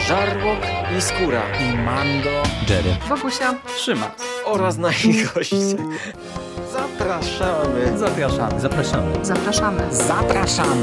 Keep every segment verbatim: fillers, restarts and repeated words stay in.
Żarłok i Skóra i Mando, Jerry, Bogusia, Szymas oraz nasi goście. Zapraszamy. Zapraszamy. Zapraszamy. Zapraszamy. Zapraszamy.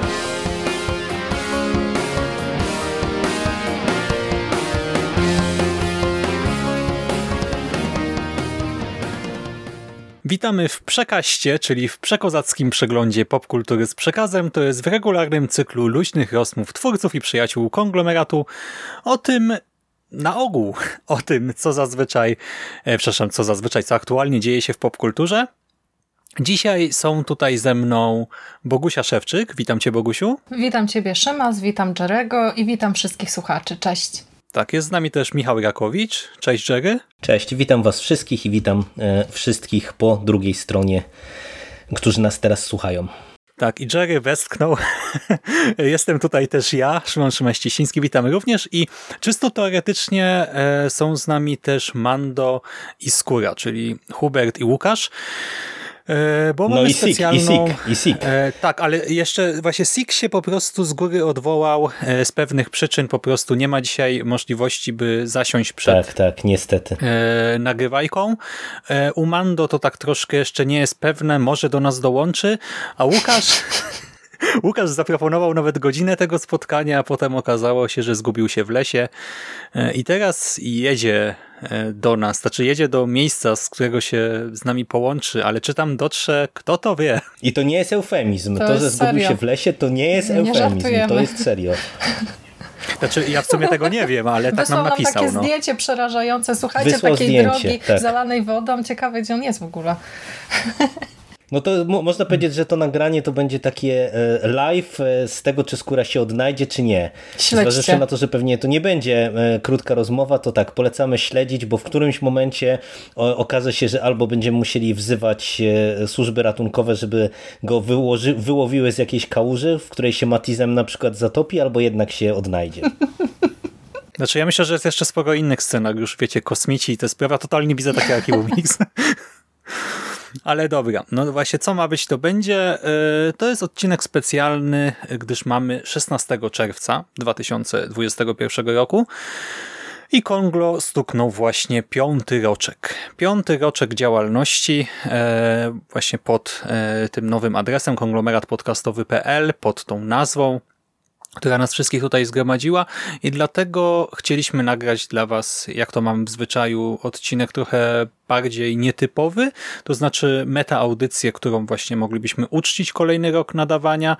Witamy w Przekaście, czyli w przekozackim przeglądzie popkultury z przekazem. To jest w regularnym cyklu luźnych rozmów twórców i przyjaciół konglomeratu o tym, na ogół, o tym, co zazwyczaj, e, przepraszam, co zazwyczaj, co aktualnie dzieje się w popkulturze. Dzisiaj są tutaj ze mną Bogusia Szewczyk. Witam Cię, Bogusiu. Witam Ciebie, Szymas, witam Jerego i witam wszystkich słuchaczy. Cześć. Tak, jest z nami też Michał Rakowicz. Cześć, Jerry. Cześć, witam was wszystkich i witam e, wszystkich po drugiej stronie, którzy nas teraz słuchają. Tak, i Jerry westchnął. Jestem tutaj też ja, Szymon Szymaś-Cieśliński. Witamy również i czysto teoretycznie e, są z nami też Mando i Skóra, czyli Hubert i Łukasz. E, bo no mamy i specjalną... Sik, i Sik, i Sik. E, tak, ale jeszcze właśnie Sik się po prostu z góry odwołał e, z pewnych przyczyn. Po prostu nie ma dzisiaj możliwości, by zasiąść przed tak, tak, niestety. E, nagrywajką. E, u Mando to tak troszkę jeszcze nie jest pewne, może do nas dołączy, a Łukasz... Łukasz zaproponował nawet godzinę tego spotkania, a potem okazało się, że zgubił się w lesie i teraz jedzie do nas, znaczy jedzie do miejsca, z którego się z nami połączy, ale czy tam dotrze, kto to wie? I to nie jest eufemizm. To, to że zgubił serio. się w lesie, to nie jest Nie eufemizm. żartujemy. To jest serio. Znaczy, ja w sumie tego nie wiem, ale tak Wysłał nam napisał. nam takie no. zdjęcie przerażające. Słuchajcie, Wysłał takiej zdjęcie, drogi tak. zalanej wodą. Ciekawe, gdzie on jest w ogóle. No to mo- można powiedzieć, że to nagranie to będzie takie e, live e, z tego, czy Skóra się odnajdzie, czy nie. Śledźcie. Zważywszy na to, że pewnie to nie będzie e, krótka rozmowa, to tak, polecamy śledzić, bo w którymś momencie o, okaże się, że albo będziemy musieli wzywać e, służby ratunkowe, żeby go wyłoży- wyłowiły z jakiejś kałuży, w której się Matizem na przykład zatopi, albo jednak się odnajdzie. Znaczy, ja myślę, że jest jeszcze sporo innych scenariuszy, wiecie, kosmici i te sprawy, totalnie widzę takie jak Mix. Ale dobra, no właśnie co ma być to będzie, to jest odcinek specjalny, gdyż mamy szesnastego czerwca dwa tysiące dwudziestego pierwszego roku i Konglo stuknął właśnie piąty roczek. Piąty roczek działalności właśnie pod tym nowym adresem konglomerat podcastowy kropka p l, pod tą nazwą, która nas wszystkich tutaj zgromadziła i dlatego chcieliśmy nagrać dla was, jak to mam w zwyczaju, odcinek trochę bardziej nietypowy, to znaczy meta-audycję, którą właśnie moglibyśmy uczcić kolejny rok nadawania,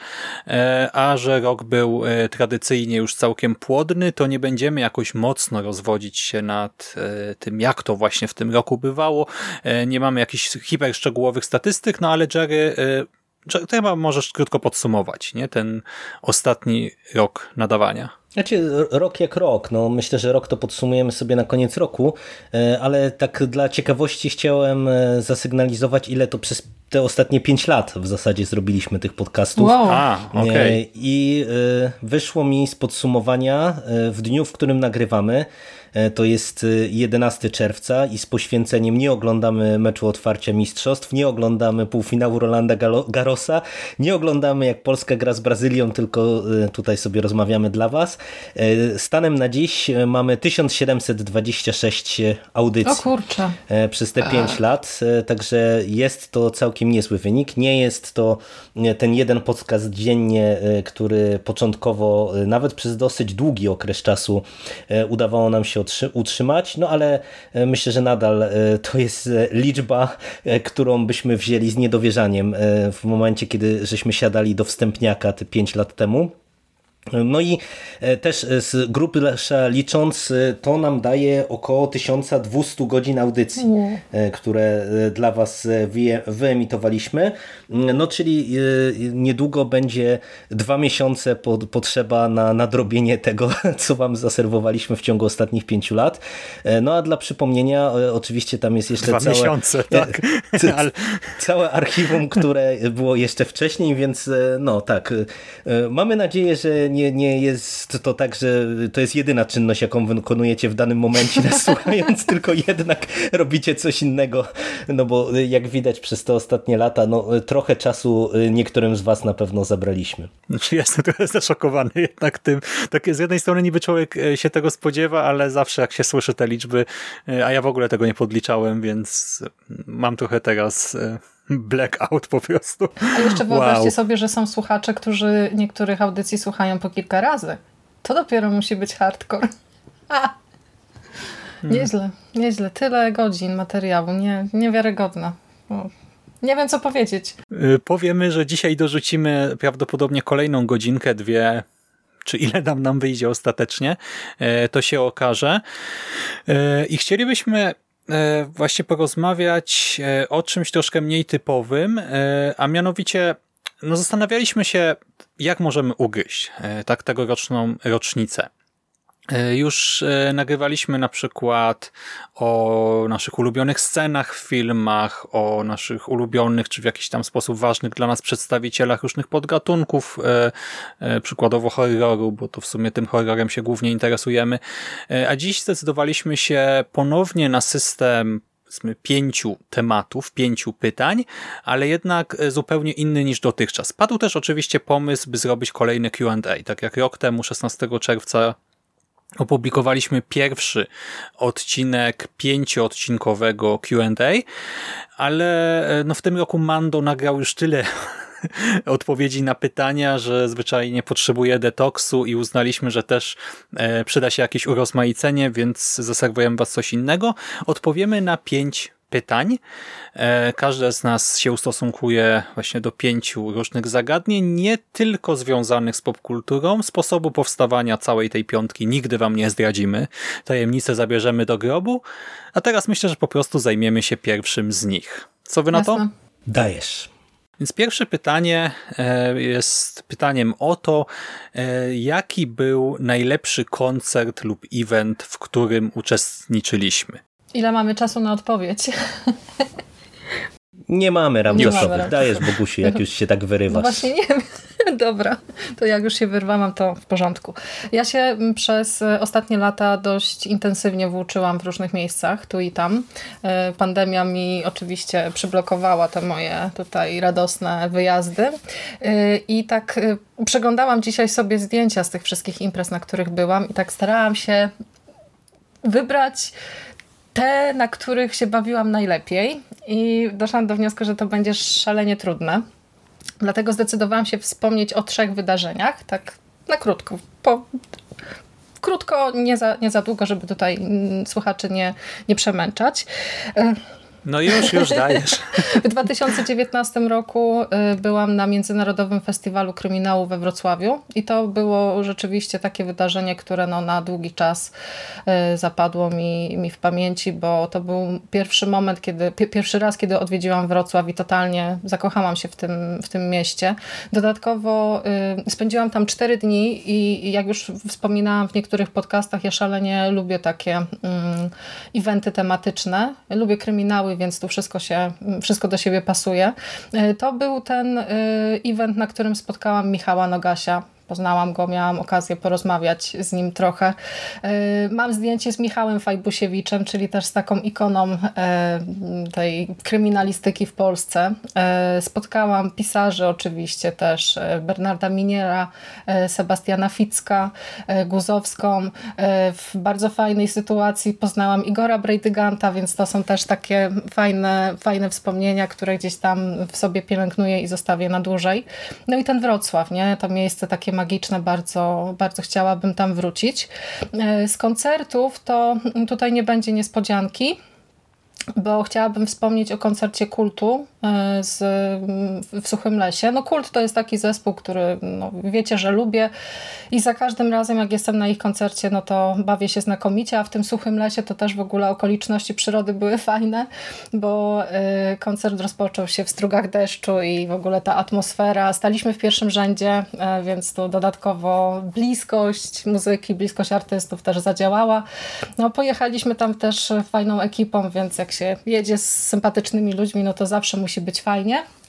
a że rok był tradycyjnie już całkiem płodny, to nie będziemy jakoś mocno rozwodzić się nad tym, jak to właśnie w tym roku bywało. Nie mamy jakichś hiperszczegółowych statystyk, no ale Jerry... To chyba możesz krótko podsumować, nie? Ten ostatni rok nadawania. Znaczy, rok jak rok. No, myślę, że rok to podsumujemy sobie na koniec roku, ale tak dla ciekawości chciałem zasygnalizować, ile to przez te ostatnie pięć lat w zasadzie zrobiliśmy tych podcastów. Wow. A, okej. Okay. I wyszło mi z podsumowania w dniu, w którym nagrywamy, to jest jedenastego czerwca i z poświęceniem nie oglądamy meczu otwarcia mistrzostw, nie oglądamy półfinału Rolanda Garrosa, nie oglądamy jak Polska gra z Brazylią, tylko tutaj sobie rozmawiamy dla was. Stanem na dziś mamy tysiąc siedemset dwadzieścia sześć audycji. O kurczę. Przez te pięć lat, także jest to całkiem niezły wynik. Nie jest to ten jeden podcast dziennie, który początkowo nawet przez dosyć długi okres czasu udawało nam się utrzymać, no ale myślę, że nadal to jest liczba, którą byśmy wzięli z niedowierzaniem w momencie, kiedy żeśmy siadali do wstępniaka te pięć lat temu. No i też z grupy licząc, to nam daje około tysiąc dwieście godzin audycji, mm. które dla was wyemitowaliśmy. No czyli niedługo będzie dwa miesiące potrzeba na nadrobienie tego, co wam zaserwowaliśmy w ciągu ostatnich pięciu lat. No a dla przypomnienia, oczywiście tam jest jeszcze dwa całe, miesiące, tak. całe archiwum, które było jeszcze wcześniej, więc no tak, mamy nadzieję, że nie, nie jest to tak, że to jest jedyna czynność, jaką wykonujecie w danym momencie nas słuchając, tylko jednak robicie coś innego, no bo jak widać przez te ostatnie lata, no trochę czasu niektórym z was na pewno zabraliśmy. Znaczy jestem trochę zaszokowany jednak tym. Tak, z jednej strony niby człowiek się tego spodziewa, ale zawsze jak się słyszy te liczby, a ja w ogóle tego nie podliczałem, więc mam trochę teraz blackout po prostu. A jeszcze wyobraźcie wow. sobie, że są słuchacze, którzy niektórych audycji słuchają po kilka razy. To dopiero musi być hardcore. A. Nieźle, nieźle. Tyle godzin materiału. Nie, niewiarygodne. Nie wiem, co powiedzieć. Powiemy, że dzisiaj dorzucimy prawdopodobnie kolejną godzinkę, dwie, czy ile nam nam wyjdzie ostatecznie. To się okaże. I chcielibyśmy właśnie porozmawiać o czymś troszkę mniej typowym, a mianowicie no zastanawialiśmy się, jak możemy ugryźć tak tegoroczną rocznicę. Już nagrywaliśmy na przykład o naszych ulubionych scenach w filmach, o naszych ulubionych czy w jakiś tam sposób ważnych dla nas przedstawicielach różnych podgatunków, przykładowo horroru, bo to w sumie tym horrorem się głównie interesujemy. A dziś zdecydowaliśmy się ponownie na system pięciu tematów, pięciu pytań, ale jednak zupełnie inny niż dotychczas. Padł też oczywiście pomysł, by zrobić kolejny Q and A. Tak jak rok temu, szesnastego czerwca opublikowaliśmy pierwszy odcinek pięcioodcinkowego Q and A, ale no w tym roku Mando nagrał już tyle odpowiedzi na pytania, że zwyczajnie potrzebuje detoksu i uznaliśmy, że też e, przyda się jakieś urozmaicenie, więc zaserwujemy was coś innego. Odpowiemy na pięć pytań. E, każde z nas się ustosunkuje właśnie do pięciu różnych zagadnień, nie tylko związanych z popkulturą. Sposobu powstawania całej tej piątki nigdy wam nie zdradzimy. Tajemnicę zabierzemy do grobu, a teraz myślę, że po prostu zajmiemy się pierwszym z nich. Co wy na to? Jasne. Dajesz. Więc pierwsze pytanie jest pytaniem o to, jaki był najlepszy koncert lub event, w którym uczestniczyliśmy. Ile mamy czasu na odpowiedź? Nie mamy ram Nie czasowych. mamy ram Dajesz, czasowych. Bogusiu, jak już się tak wyrywasz. No właśnie nie wiem. Dobra, to jak już się wyrwałam, to w porządku. Ja się przez ostatnie lata dość intensywnie włóczyłam w różnych miejscach, tu i tam. Pandemia mi oczywiście przyblokowała te moje tutaj radosne wyjazdy. I tak przeglądałam dzisiaj sobie zdjęcia z tych wszystkich imprez, na których byłam i tak starałam się wybrać te, na których się bawiłam najlepiej i doszłam do wniosku, że to będzie szalenie trudne. Dlatego zdecydowałam się wspomnieć o trzech wydarzeniach, tak na krótko. Po, krótko, nie za, nie za długo, żeby tutaj słuchaczy nie, nie przemęczać. No już, już dajesz. W dwa tysiące dziewiętnastym roku byłam na Międzynarodowym Festiwalu Kryminału we Wrocławiu i to było rzeczywiście takie wydarzenie, które no na długi czas zapadło mi, mi w pamięci, bo to był pierwszy moment, kiedy, pierwszy raz, kiedy odwiedziłam Wrocław i totalnie zakochałam się w tym, w tym mieście. Dodatkowo spędziłam tam cztery dni i jak już wspominałam w niektórych podcastach, ja szalenie lubię takie um, eventy tematyczne. Lubię kryminały, więc tu wszystko się, wszystko do siebie pasuje. To był ten event, na którym spotkałam Michała Nogasia. Poznałam go, miałam okazję porozmawiać z nim trochę. Mam zdjęcie z Michałem Fajbusiewiczem, czyli też z taką ikoną tej kryminalistyki w Polsce. Spotkałam pisarzy oczywiście też, Bernarda Miniera, Sebastiana Ficka, Guzowską. W bardzo fajnej sytuacji poznałam Igora Brejdyganta, więc to są też takie fajne, fajne wspomnienia, które gdzieś tam w sobie pielęgnuję i zostawię na dłużej. No i ten Wrocław, nie? To miejsce takie magiczne, bardzo, bardzo chciałabym tam wrócić. Z koncertów to tutaj nie będzie niespodzianki, bo chciałabym wspomnieć o koncercie Kultu z, w Suchym Lesie. No Kult to jest taki zespół, który no, wiecie, że lubię i za każdym razem jak jestem na ich koncercie, no to bawię się znakomicie, a w tym Suchym Lesie to też w ogóle okoliczności przyrody były fajne, bo y, koncert rozpoczął się w strugach deszczu i w ogóle ta atmosfera. Staliśmy w pierwszym rzędzie, y, więc tu dodatkowo bliskość muzyki, bliskość artystów też zadziałała. No pojechaliśmy tam też fajną ekipą, więc jak się jedzie z sympatycznymi ludźmi, no to zawsze musi być fajnie.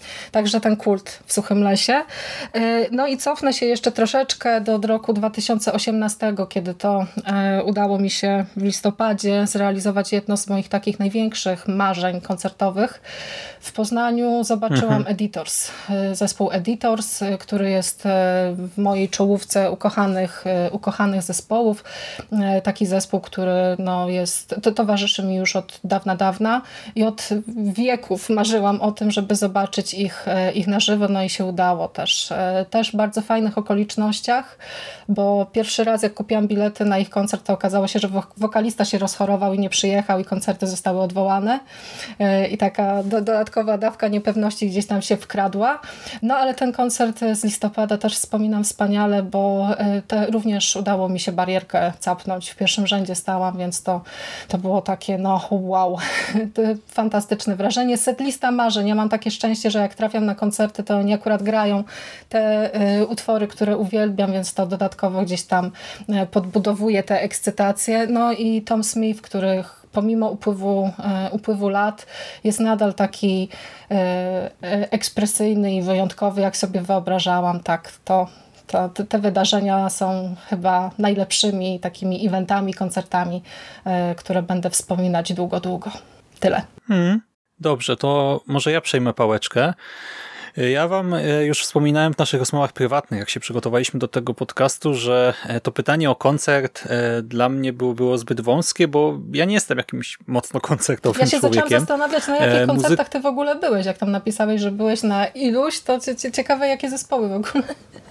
Także ten kult w Suchym Lesie. No i cofnę się jeszcze troszeczkę do roku dwa tysiące osiemnastego, kiedy to udało mi się w listopadzie zrealizować jedno z moich takich największych marzeń koncertowych. W Poznaniu zobaczyłam mhm. Editors, zespół Editors, który jest w mojej czołówce ukochanych, ukochanych zespołów. Taki zespół, który no jest, to towarzyszy mi już od dawna, dawna i od wieków marzyłam o tym, żeby zobaczyć ich, ich na żywo, no i się udało też. Też w bardzo fajnych okolicznościach, bo pierwszy raz jak kupiłam bilety na ich koncert, to okazało się, że wokalista się rozchorował i nie przyjechał i koncerty zostały odwołane i taka do, dodatkowa dawka niepewności gdzieś tam się wkradła. No ale ten koncert z listopada też wspominam wspaniale, bo te, również udało mi się barierkę capnąć. W pierwszym rzędzie stałam, więc to, to było takie no wow, fantastyczne wrażenie. Setlista marzeń. Ja mam takie szczęście, że jak trafiam na koncerty, to oni akurat grają te y, utwory, które uwielbiam, więc to dodatkowo gdzieś tam y, podbudowuje tę ekscytację. No i Tom Smith, których pomimo upływu, y, upływu lat jest nadal taki y, y, ekspresyjny i wyjątkowy, jak sobie wyobrażałam. Tak, to To, te wydarzenia są chyba najlepszymi takimi eventami, koncertami, y, które będę wspominać długo, długo. Tyle. Hmm. Dobrze, to może ja przejmę pałeczkę. Ja wam już wspominałem w naszych rozmowach prywatnych, jak się przygotowaliśmy do tego podcastu, że to pytanie o koncert dla mnie było, było zbyt wąskie, bo ja nie jestem jakimś mocno koncertowym człowiekiem. Ja się człowiekiem. zaczęłam zastanawiać, na jakich Muzy... koncertach ty w ogóle byłeś. Jak tam napisałeś, że byłeś na iluś, to ciekawe, jakie zespoły w ogóle.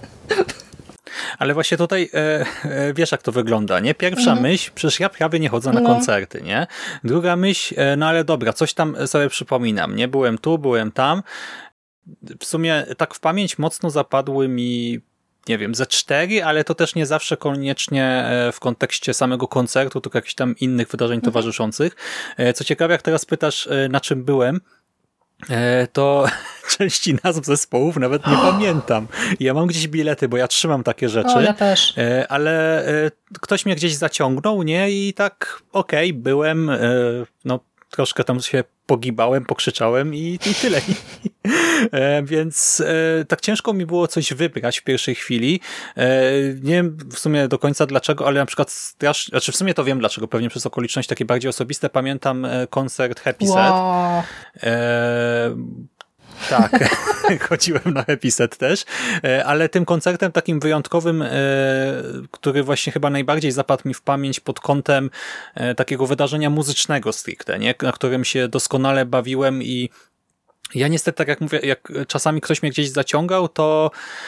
Ale właśnie tutaj e, e, wiesz, jak to wygląda, nie? Pierwsza mhm. myśl, przecież ja prawie nie chodzę na no. koncerty, nie? Druga myśl, e, no ale dobra, coś tam sobie przypominam, nie? Byłem tu, byłem tam. W sumie tak w pamięć mocno zapadły mi, nie wiem, ze cztery, ale to też nie zawsze koniecznie w kontekście samego koncertu, tylko jakichś tam innych wydarzeń mhm. towarzyszących. Co ciekawe, jak teraz pytasz, na czym byłem, to części nazw zespołów nawet nie pamiętam. Ja mam gdzieś bilety, bo ja trzymam takie rzeczy. O, ja też. Ale ktoś mnie gdzieś zaciągnął, nie? I tak okej, okay, byłem, no troszkę tam się pogibałem, pokrzyczałem i, i tyle. e, więc e, tak ciężko mi było coś wybrać w pierwszej chwili. E, nie wiem w sumie do końca dlaczego, ale na przykład strasz... znaczy w sumie to wiem dlaczego, pewnie przez okoliczności takie bardziej osobiste. Pamiętam koncert Happy Set. Wow. E, tak, chodziłem na Happy Set też, ale tym koncertem takim wyjątkowym, który właśnie chyba najbardziej zapadł mi w pamięć pod kątem takiego wydarzenia muzycznego stricte, nie? Na którym się doskonale bawiłem i ja niestety, tak jak mówię, jak czasami ktoś mnie gdzieś zaciągał, to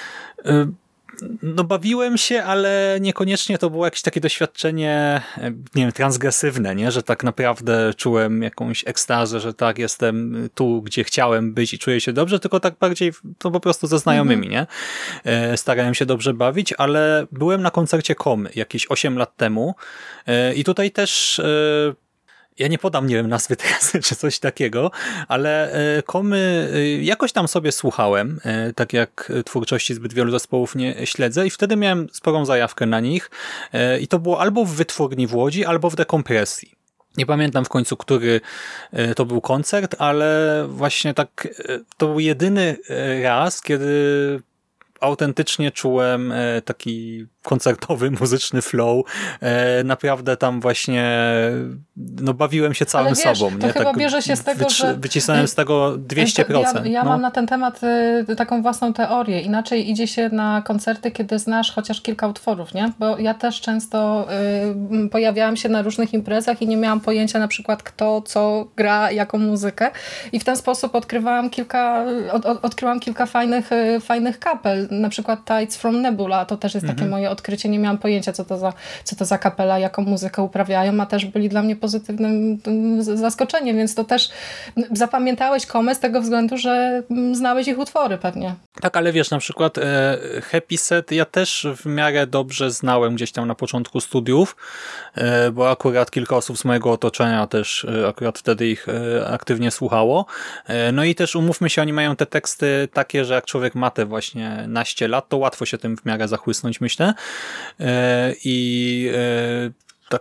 no bawiłem się, ale niekoniecznie to było jakieś takie doświadczenie, nie wiem, transgresywne, nie? Że tak naprawdę czułem jakąś ekstazę, że tak, jestem tu, gdzie chciałem być i czuję się dobrze, tylko tak bardziej to po prostu ze znajomymi, nie? Starałem się dobrze bawić, ale byłem na koncercie Komy jakieś osiem lat temu i tutaj też ja nie podam, nie wiem, nazwy teraz, czy coś takiego, ale Komy jakoś tam sobie słuchałem, tak jak twórczości zbyt wielu zespołów nie śledzę i wtedy miałem sporą zajawkę na nich i to było albo w Wytwórni w Łodzi, albo w Dekompresji. Nie pamiętam w końcu, który to był koncert, ale właśnie tak to był jedyny raz, kiedy autentycznie czułem taki koncertowy, muzyczny flow. Naprawdę tam właśnie no bawiłem się całym Ale wiesz, sobą. To nie? chyba tak bierze się z tego, wyci- że... Wycisnąłem z tego dwieście procent. Ja, ja no. mam na ten temat y, taką własną teorię. Inaczej idzie się na koncerty, kiedy znasz chociaż kilka utworów, nie? Bo ja też często y, pojawiałam się na różnych imprezach i nie miałam pojęcia na przykład kto, co gra, jaką muzykę. I w ten sposób odkrywałam kilka, od, od, odkryłam kilka fajnych, y, fajnych kapel. Na przykład Tides from Nebula. To też jest takie mhm. moje odkrycie. Nie miałam pojęcia, co to za, co to za kapela, jaką muzykę uprawiają, a też byli dla mnie pozytywnym zaskoczeniem, więc to też zapamiętałeś Komę z tego względu, że znałeś ich utwory pewnie. Tak, ale wiesz, na przykład e, Happy Set ja też w miarę dobrze znałem gdzieś tam na początku studiów, e, bo akurat kilka osób z mojego otoczenia też e, akurat wtedy ich e, aktywnie słuchało. E, no i też umówmy się, oni mają te teksty takie, że jak człowiek ma te właśnie naście lat, to łatwo się tym w miarę zachłysnąć, myślę. E, I e, tak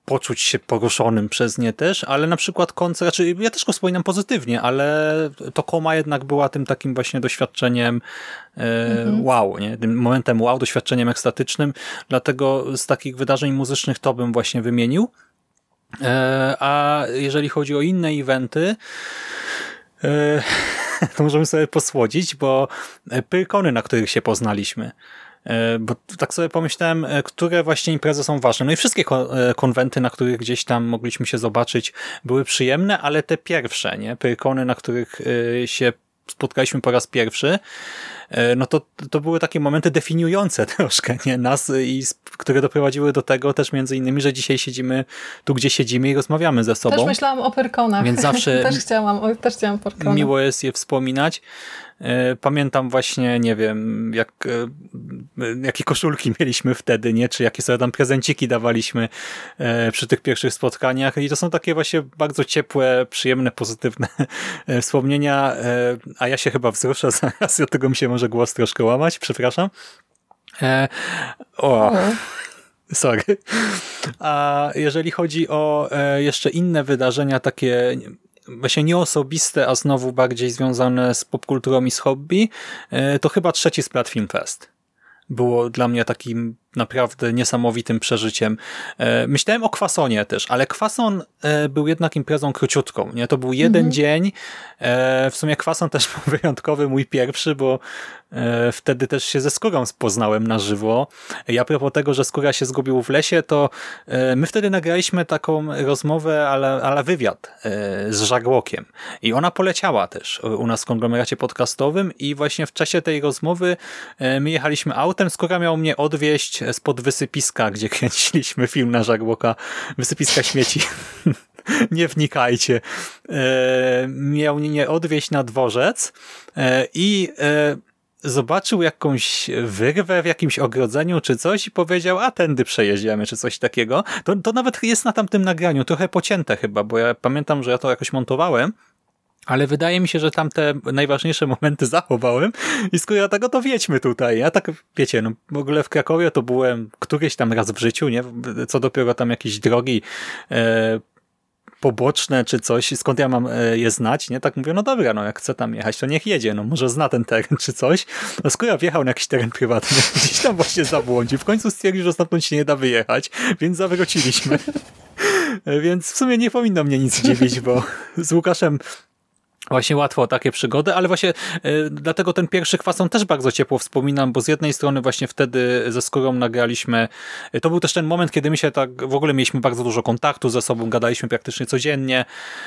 poczuć się poruszonym przez nie też, ale na przykład koncert, znaczy ja też go wspominam pozytywnie, ale Tokoma jednak była tym takim właśnie doświadczeniem e, mhm. wow, nie? Tym momentem wow, doświadczeniem ekstatycznym, dlatego z takich wydarzeń muzycznych to bym właśnie wymienił. E, a jeżeli chodzi o inne eventy, e, to możemy sobie posłodzić, bo Pyrkony, na których się poznaliśmy. Bo tak sobie pomyślałem, które właśnie imprezy są ważne. No i wszystkie konwenty, na których gdzieś tam mogliśmy się zobaczyć, były przyjemne, ale te pierwsze, nie? Pyrkony, na których się spotkaliśmy po raz pierwszy, no to, to były takie momenty definiujące troszkę, nie? Nas, i które doprowadziły do tego też między innymi, że dzisiaj siedzimy tu, gdzie siedzimy i rozmawiamy ze sobą. Też myślałam o Pyrkonach. Więc zawsze też chciałam, też chciałam Pyrkony. Miło jest je wspominać. Pamiętam właśnie, nie wiem, jak, jakie koszulki mieliśmy wtedy, nie? Czy jakie sobie tam prezenciki dawaliśmy przy tych pierwszych spotkaniach i to są takie właśnie bardzo ciepłe, przyjemne, pozytywne wspomnienia, a ja się chyba wzruszę zaraz, od tego mi się może głos troszkę łamać, przepraszam. O, sorry. A jeżeli chodzi o jeszcze inne wydarzenia, takie właśnie nieosobiste, a znowu bardziej związane z popkulturą i z hobby, to chyba trzeci Splat Film Fest. Było dla mnie takim naprawdę niesamowitym przeżyciem. Myślałem o Kwasonie też, ale Kwason był jednak imprezą króciutką. Nie? To był jeden mhm. dzień. W sumie Kwason też był wyjątkowy, mój pierwszy, bo wtedy też się ze Skórą poznałem na żywo. I a propos tego, że Skóra się zgubił w lesie, to my wtedy nagraliśmy taką rozmowę, ale, ale wywiad z Żarłokiem. I ona poleciała też u nas w konglomeracie podcastowym i właśnie w czasie tej rozmowy my jechaliśmy autem, Skóra miał mnie odwieźć spod wysypiska, gdzie kręciliśmy film na Żarłoka, wysypiska śmieci. Nie wnikajcie. E, miał mnie odwieźć na dworzec e, i e, zobaczył jakąś wyrwę w jakimś ogrodzeniu czy coś i powiedział, a tędy przejedziemy, czy coś takiego. To, to nawet jest na tamtym nagraniu, trochę pocięte chyba, bo ja pamiętam, że ja to jakoś montowałem, ale wydaje mi się, że tam te najważniejsze momenty zachowałem i skoro ja tego, to wiedźmy tutaj. Ja tak, wiecie, no w ogóle w Krakowie to byłem któryś tam raz w życiu, nie? Co dopiero tam jakieś drogi e, poboczne czy coś, skąd ja mam je znać, nie? Tak mówię, no dobra, no jak chce tam jechać, to niech jedzie, no może zna ten teren czy coś. No skoro wjechał na jakiś teren prywatny, gdzieś tam właśnie zabłądził, w końcu stwierdził, że stamtąd się nie da wyjechać, więc zawróciliśmy. Więc w sumie nie powinno mnie nic dziwić, bo z Łukaszem właśnie łatwo o takie przygody, ale właśnie y, dlatego ten pierwszy Kwason też bardzo ciepło wspominam, bo z jednej strony właśnie wtedy ze Skórą nagraliśmy, y, to był też ten moment, kiedy my się tak, w ogóle mieliśmy bardzo dużo kontaktu ze sobą, gadaliśmy praktycznie codziennie.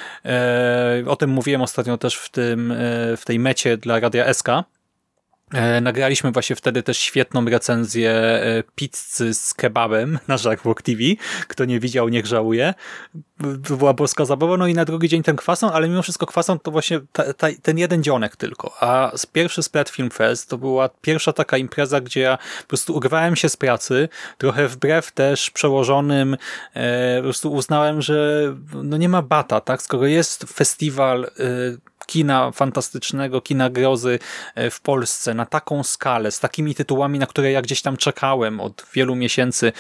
Y, o tym mówiłem ostatnio też w tym, y, w tej mecie dla Radia S K. Nagraliśmy właśnie wtedy też świetną recenzję pizzy z kebabem na Żarłok T V. Kto nie widział, niech żałuje. Była boska zabawa, no i na drugi dzień ten Kwason, ale mimo wszystko Kwason to właśnie ta, ta, ten jeden dzionek tylko. A pierwszy Splat Film Fest to była pierwsza taka impreza, gdzie ja po prostu urwałem się z pracy, trochę wbrew też przełożonym, e, po prostu uznałem, że no nie ma bata, tak? Skoro jest festiwal e, kina fantastycznego, kina grozy w Polsce na taką skalę, z takimi tytułami, na które ja gdzieś tam czekałem od wielu miesięcy,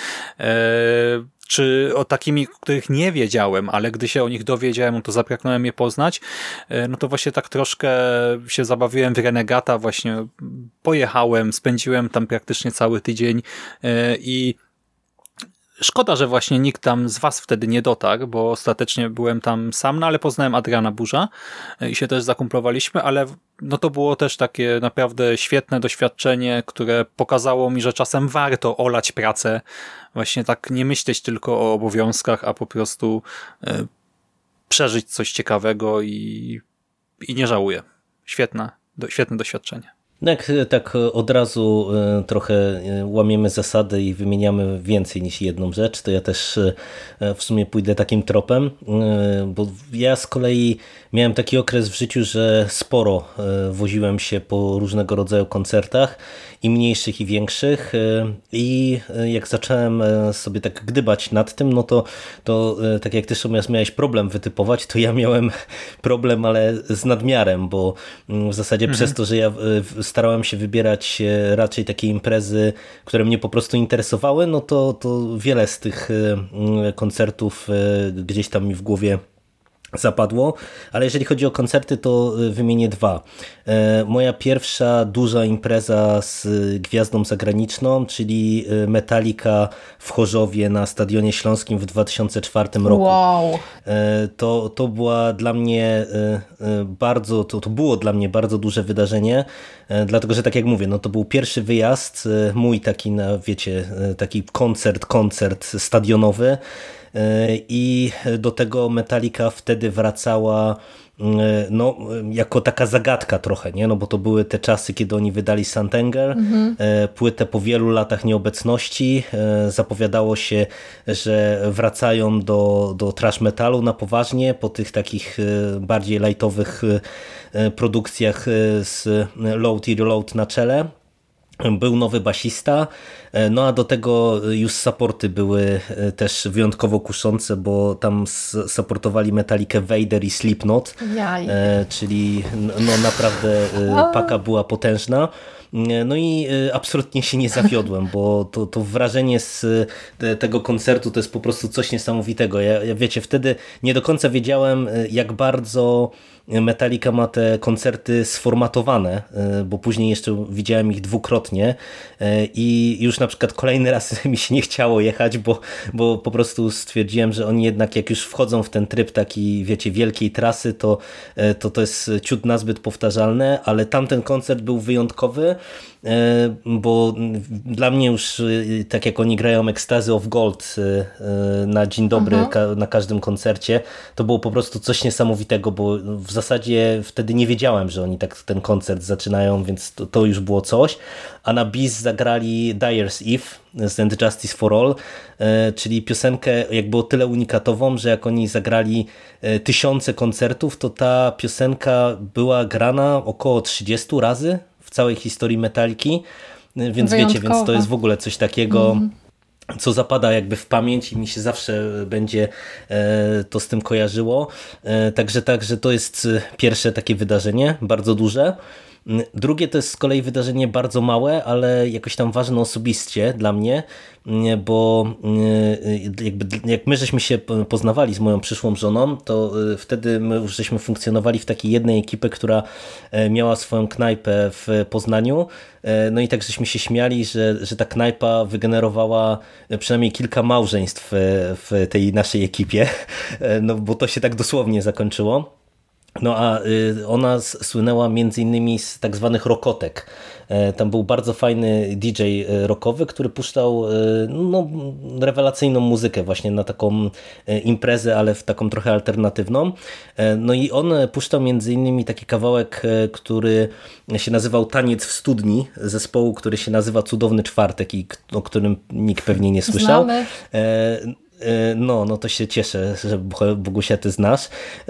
czy o takimi, których nie wiedziałem, ale gdy się o nich dowiedziałem, to zapragnąłem je poznać, no to właśnie tak troszkę się zabawiłem w Renegata, właśnie pojechałem, spędziłem tam praktycznie cały tydzień i szkoda, że właśnie nikt tam z was wtedy nie dotarł, bo ostatecznie byłem tam sam, no ale poznałem Adriana Burza i się też zakumplowaliśmy, ale no to było też takie naprawdę świetne doświadczenie, które pokazało mi, że czasem warto olać pracę, właśnie tak nie myśleć tylko o obowiązkach, a po prostu y, przeżyć coś ciekawego i, i nie żałuję. Świetne, do, świetne doświadczenie. No jak tak od razu trochę łamiemy zasady i wymieniamy więcej niż jedną rzecz, to ja też w sumie pójdę takim tropem, bo ja z kolei miałem taki okres w życiu, że sporo woziłem się po różnego rodzaju koncertach i mniejszych i większych i jak zacząłem sobie tak gdybać nad tym, no to, to tak jak ty sobie miałeś problem wytypować, to ja miałem problem, ale z nadmiarem, bo w zasadzie mhm. przez to, że ja starałem się wybierać raczej takie imprezy, które mnie po prostu interesowały, no to, to wiele z tych koncertów gdzieś tam mi w głowie zapadło, ale jeżeli chodzi o koncerty, to wymienię dwa. Moja pierwsza duża impreza z gwiazdą zagraniczną, czyli Metallica w Chorzowie na Stadionie Śląskim w dwa tysiące czwartym roku. Wow. To, to była dla mnie bardzo, to, to było dla mnie bardzo duże wydarzenie, dlatego, że tak jak mówię, no to był pierwszy wyjazd, mój taki, na, wiecie, taki koncert, koncert stadionowy. I do tego Metallica wtedy wracała no, jako taka zagadka trochę, nie? No bo to były te czasy, kiedy oni wydali Saint Anger, mhm. płytę po wielu latach nieobecności. Zapowiadało się, że wracają do, do thrash metalu na poważnie, po tych takich bardziej lightowych produkcjach z Load i Reload na czele. Był nowy basista, no a do tego już supporty były też wyjątkowo kuszące, bo tam supportowali Metallicę Vader i Slipknot, Jaj. czyli no naprawdę paka była potężna. No i absolutnie się nie zawiodłem, bo to, to wrażenie z tego koncertu to jest po prostu coś niesamowitego. Ja, ja wiecie, wtedy nie do końca wiedziałem, jak bardzo Metallica ma te koncerty sformatowane, bo później jeszcze widziałem ich dwukrotnie i już na przykład kolejny raz mi się nie chciało jechać, bo, bo po prostu stwierdziłem, że oni jednak jak już wchodzą w ten tryb taki, wiecie, wielkiej trasy, to to, to jest ciut nazbyt powtarzalne, ale tamten koncert był wyjątkowy, bo dla mnie już tak jak oni grają Ecstasy of Gold na dzień dobry Aha. na każdym koncercie, to było po prostu coś niesamowitego, bo w zasadzie wtedy nie wiedziałem, że oni tak ten koncert zaczynają, więc to, to już było coś. A na bis zagrali Dyer's Eve z And Justice for All, czyli piosenkę jakby o tyle unikatową, że jak oni zagrali tysiące koncertów, to ta piosenka była grana około trzydzieści razy w całej historii Metaliki, więc wiecie, więc to jest w ogóle coś takiego, mm. co zapada jakby w pamięć i mi się zawsze będzie to z tym kojarzyło. Także, także to jest pierwsze takie wydarzenie, bardzo duże. Drugie to jest z kolei wydarzenie bardzo małe, ale jakoś tam ważne osobiście dla mnie, bo jakby jak my żeśmy się poznawali z moją przyszłą żoną, to wtedy my już żeśmy funkcjonowali w takiej jednej ekipie, która miała swoją knajpę w Poznaniu. No i tak żeśmy się śmiali, że, że ta knajpa wygenerowała przynajmniej kilka małżeństw w tej naszej ekipie, no bo to się tak dosłownie zakończyło. No a ona słynęła między innymi z tak zwanych rockotek. Tam był bardzo fajny D J rockowy, który puszczał no, rewelacyjną muzykę właśnie na taką imprezę, ale w taką trochę alternatywną. No i on puszczał między innymi taki kawałek, który się nazywał Taniec w studni, zespołu, który się nazywa Cudowny Czwartek i o którym nikt pewnie nie słyszał. Znamy. No, no to się cieszę, że Bogusia ty znasz.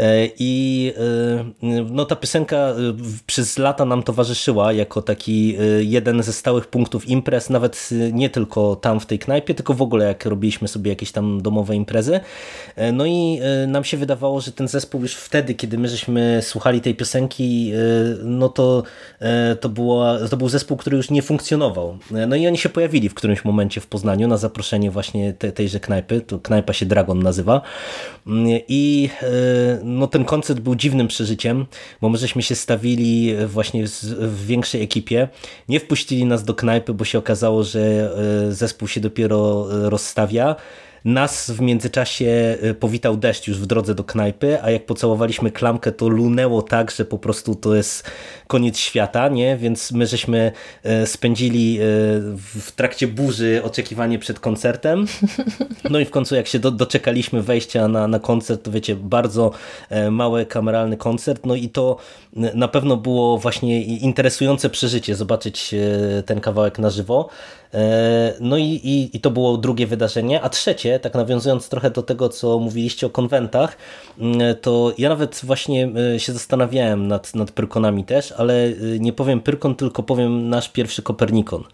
I no ta piosenka przez lata nam towarzyszyła jako taki jeden ze stałych punktów imprez, nawet nie tylko tam w tej knajpie, tylko w ogóle jak robiliśmy sobie jakieś tam domowe imprezy. No i nam się wydawało, że ten zespół już wtedy, kiedy my żeśmy słuchali tej piosenki, no to to, było, to był zespół, który już nie funkcjonował. No i oni się pojawili w którymś momencie w Poznaniu na zaproszenie właśnie te, tejże knajpy. Knajpa się Dragon nazywa i no, ten koncert był dziwnym przeżyciem, bo my żeśmy się stawili właśnie w większej ekipie, nie wpuścili nas do knajpy, bo się okazało, że zespół się dopiero rozstawia. Nas w międzyczasie powitał deszcz już w drodze do knajpy, a jak pocałowaliśmy klamkę, to lunęło tak, że po prostu to jest koniec świata, nie? Więc my żeśmy spędzili w trakcie burzy oczekiwanie przed koncertem. No i w końcu jak się do, doczekaliśmy wejścia na, na koncert, to wiecie, bardzo mały kameralny koncert, no i to na pewno było właśnie interesujące przeżycie, zobaczyć ten kawałek na żywo. No i, i, i to było drugie wydarzenie, a trzecie, tak nawiązując trochę do tego, co mówiliście o konwentach, to ja nawet właśnie się zastanawiałem nad, nad Pyrkonami też, ale nie powiem Pyrkon, tylko powiem nasz pierwszy Kopernikon.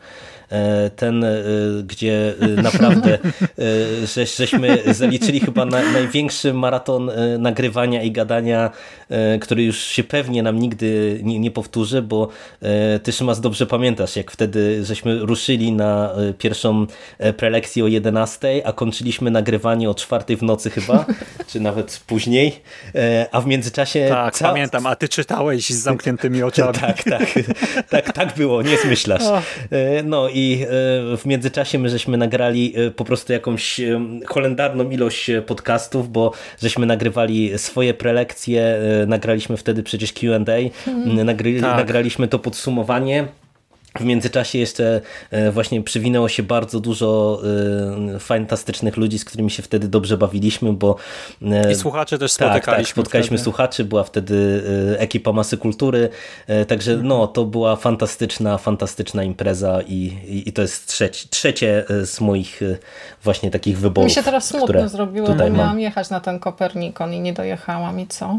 ten, gdzie naprawdę że, żeśmy zaliczyli chyba na, największy maraton nagrywania i gadania, który już się pewnie nam nigdy nie, nie powtórzy, bo ty, Szymas, dobrze pamiętasz, jak wtedy żeśmy ruszyli na pierwszą prelekcję o jedenastej, a kończyliśmy nagrywanie o czwartej w nocy chyba, czy nawet później, a w międzyczasie... Tak, ca... pamiętam, a ty czytałeś z zamkniętymi oczami. tak, tak, tak, tak było, nie zmyślasz. No i w międzyczasie my żeśmy nagrali po prostu jakąś holendarną ilość podcastów, bo żeśmy nagrywali swoje prelekcje, nagraliśmy wtedy przecież Q and A, hmm. Nagry... tak. nagraliśmy to podsumowanie. W międzyczasie jeszcze właśnie przywinęło się bardzo dużo fantastycznych ludzi, z którymi się wtedy dobrze bawiliśmy, bo... I słuchaczy też spotykaliśmy. Tak, tak spotkaliśmy wtedy. słuchaczy, była wtedy ekipa Masy Kultury, także no, to była fantastyczna, fantastyczna impreza i, i, i to jest trzeci, trzecie z moich właśnie takich wyborów. Mi się teraz smutno zrobiło, bo mam. miałam jechać na ten Kopernikon i nie dojechałam i co?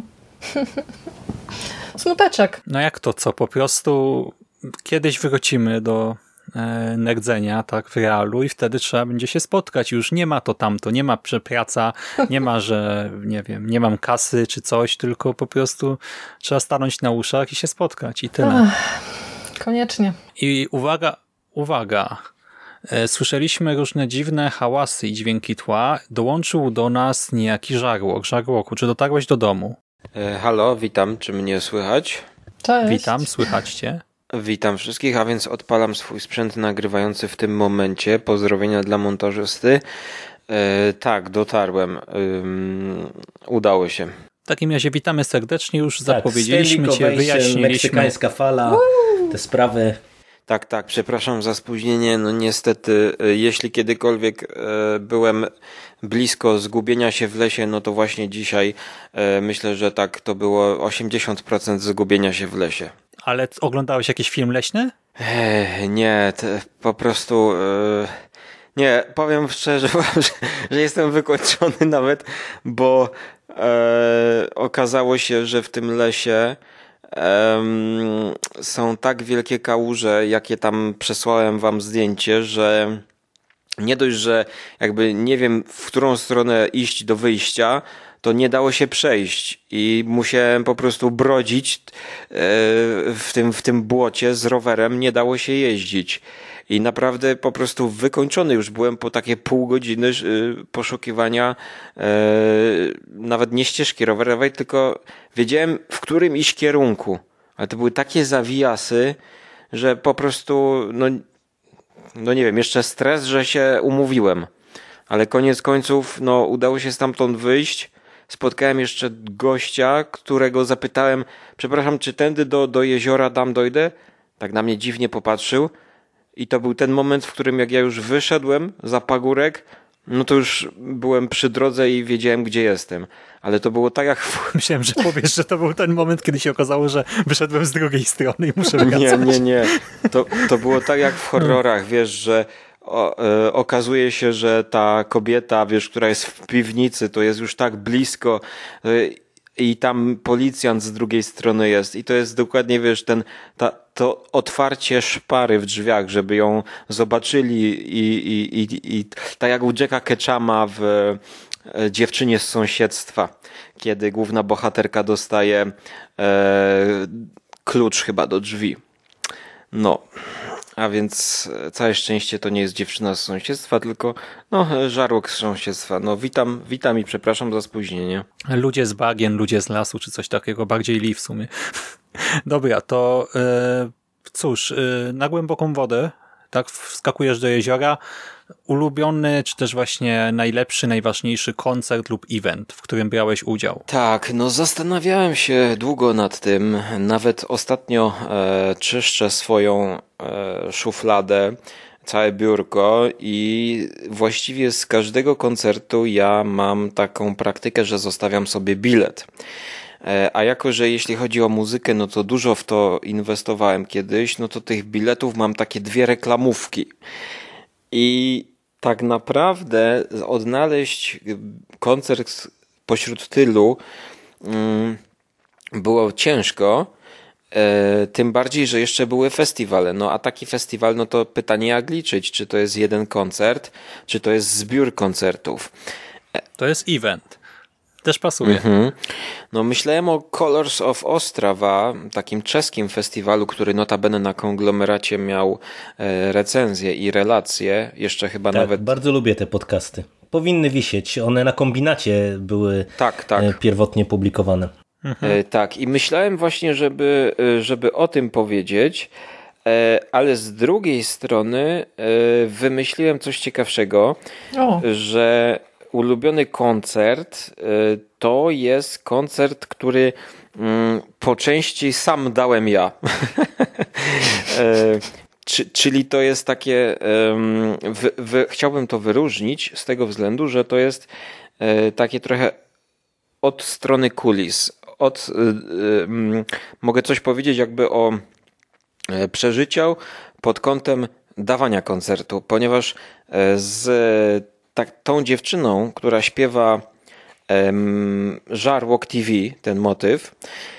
Smuteczek. No jak to co? Po prostu... Kiedyś wrócimy do e, nerdzenia, tak, w realu i wtedy trzeba będzie się spotkać. Już nie ma to tamto, nie ma praca, nie ma, że nie wiem, nie mam kasy czy coś, tylko po prostu trzeba stanąć na uszach i się spotkać i tyle. Ach, koniecznie. I uwaga, uwaga. E, słyszeliśmy różne dziwne hałasy i dźwięki tła. Dołączył do nas niejaki Żarłok. Żarłoku, czy dotarłeś do domu? E, halo, witam, czy mnie słychać? Cześć. Witam, słychać cię. Witam wszystkich, a więc odpalam swój sprzęt nagrywający w tym momencie. Pozdrowienia dla montażysty. E, tak, dotarłem. Ym, udało się. W takim razie witamy serdecznie, już tak, zapowiedzieliśmy cię, wyjaśniliśmy. Meksykańska fala, Woo! te sprawy. Tak, tak, przepraszam za spóźnienie. No niestety, jeśli kiedykolwiek e, byłem blisko zgubienia się w lesie, no to właśnie dzisiaj e, myślę, że tak to było osiemdziesiąt procent zgubienia się w lesie. Ale oglądałeś jakiś film leśny? Ech, nie, te, po prostu e, nie, powiem szczerze, że, że jestem wykończony nawet, bo e, okazało się, że w tym lesie Um, są tak wielkie kałuże, jakie tam przesłałem wam zdjęcie, że nie dość, że jakby nie wiem, w którą stronę iść do wyjścia, to nie dało się przejść i musiałem po prostu brodzić e, w tym, w tym błocie z rowerem, nie dało się jeździć. I naprawdę po prostu wykończony już byłem po takie pół godziny poszukiwania e, nawet nie ścieżki rowerowej, tylko wiedziałem, w którym iść kierunku. Ale to były takie zawijasy, że po prostu, no, no nie wiem, jeszcze stres, że się umówiłem. Ale koniec końców, no, udało się stamtąd wyjść. Spotkałem jeszcze gościa, którego zapytałem, przepraszam, czy tędy do, do jeziora tam dojdę? Tak na mnie dziwnie popatrzył. I to był ten moment, w którym jak ja już wyszedłem za pagórek, no to już byłem przy drodze i wiedziałem, gdzie jestem. Ale to było tak jak... Myślałem, że powiesz, że to był ten moment, kiedy się okazało, że wyszedłem z drugiej strony i muszę wracać. Nie, nie, nie. To, to było tak jak w horrorach, wiesz, że o, e, okazuje się, że ta kobieta, wiesz, która jest w piwnicy, to jest już tak blisko... E, i tam policjant z drugiej strony jest i to jest dokładnie, wiesz, ten, ta, to otwarcie szpary w drzwiach, żeby ją zobaczyli i, i, i, i tak jak u Jacka Ketchama w e, Dziewczynie z sąsiedztwa, kiedy główna bohaterka dostaje e, klucz chyba do drzwi. No, a więc całe szczęście to nie jest dziewczyna z sąsiedztwa, tylko no, żarłok z sąsiedztwa. No witam, witam i przepraszam za spóźnienie. Ludzie z bagien, ludzie z lasu, czy coś takiego, bardziej Lee w sumie. Dobra, to yy, cóż, yy, na głęboką wodę, tak, wskakujesz do jeziora. Ulubiony, czy też właśnie najlepszy, najważniejszy koncert lub event, w którym brałeś udział? Tak, no zastanawiałem się długo nad tym. Nawet ostatnio e, czyszczę swoją e, szufladę, całe biurko i właściwie z każdego koncertu ja mam taką praktykę, że zostawiam sobie bilet. E, a jako, że jeśli chodzi o muzykę, no to dużo w to inwestowałem kiedyś, no to tych biletów mam takie dwie reklamówki. I tak naprawdę odnaleźć koncert pośród tylu um, było ciężko, E, tym bardziej, że jeszcze były festiwale. No a taki festiwal, no to pytanie jak liczyć, czy to jest jeden koncert, czy to jest zbiór koncertów. To jest event. Też pasuje. Mhm. No myślałem o Colors of Ostrava, takim czeskim festiwalu, który notabene na konglomeracie miał e, recenzje i relacje. Jeszcze chyba tak, nawet... bardzo lubię te podcasty. Powinny wisieć. One na Kombinacie były tak, tak. pierwotnie publikowane. Mhm. E, tak, i myślałem właśnie, żeby, żeby o tym powiedzieć, e, ale z drugiej strony e, wymyśliłem coś ciekawszego, o. że ulubiony koncert to jest koncert, który po części sam dałem ja. Czyli to jest takie, wy, wy, chciałbym to wyróżnić z tego względu, że to jest takie trochę od strony kulis. Od, mogę coś powiedzieć jakby o przeżyciu pod kątem dawania koncertu, ponieważ z tak, tą dziewczyną, która śpiewa um, Żarłok T V, ten motyw,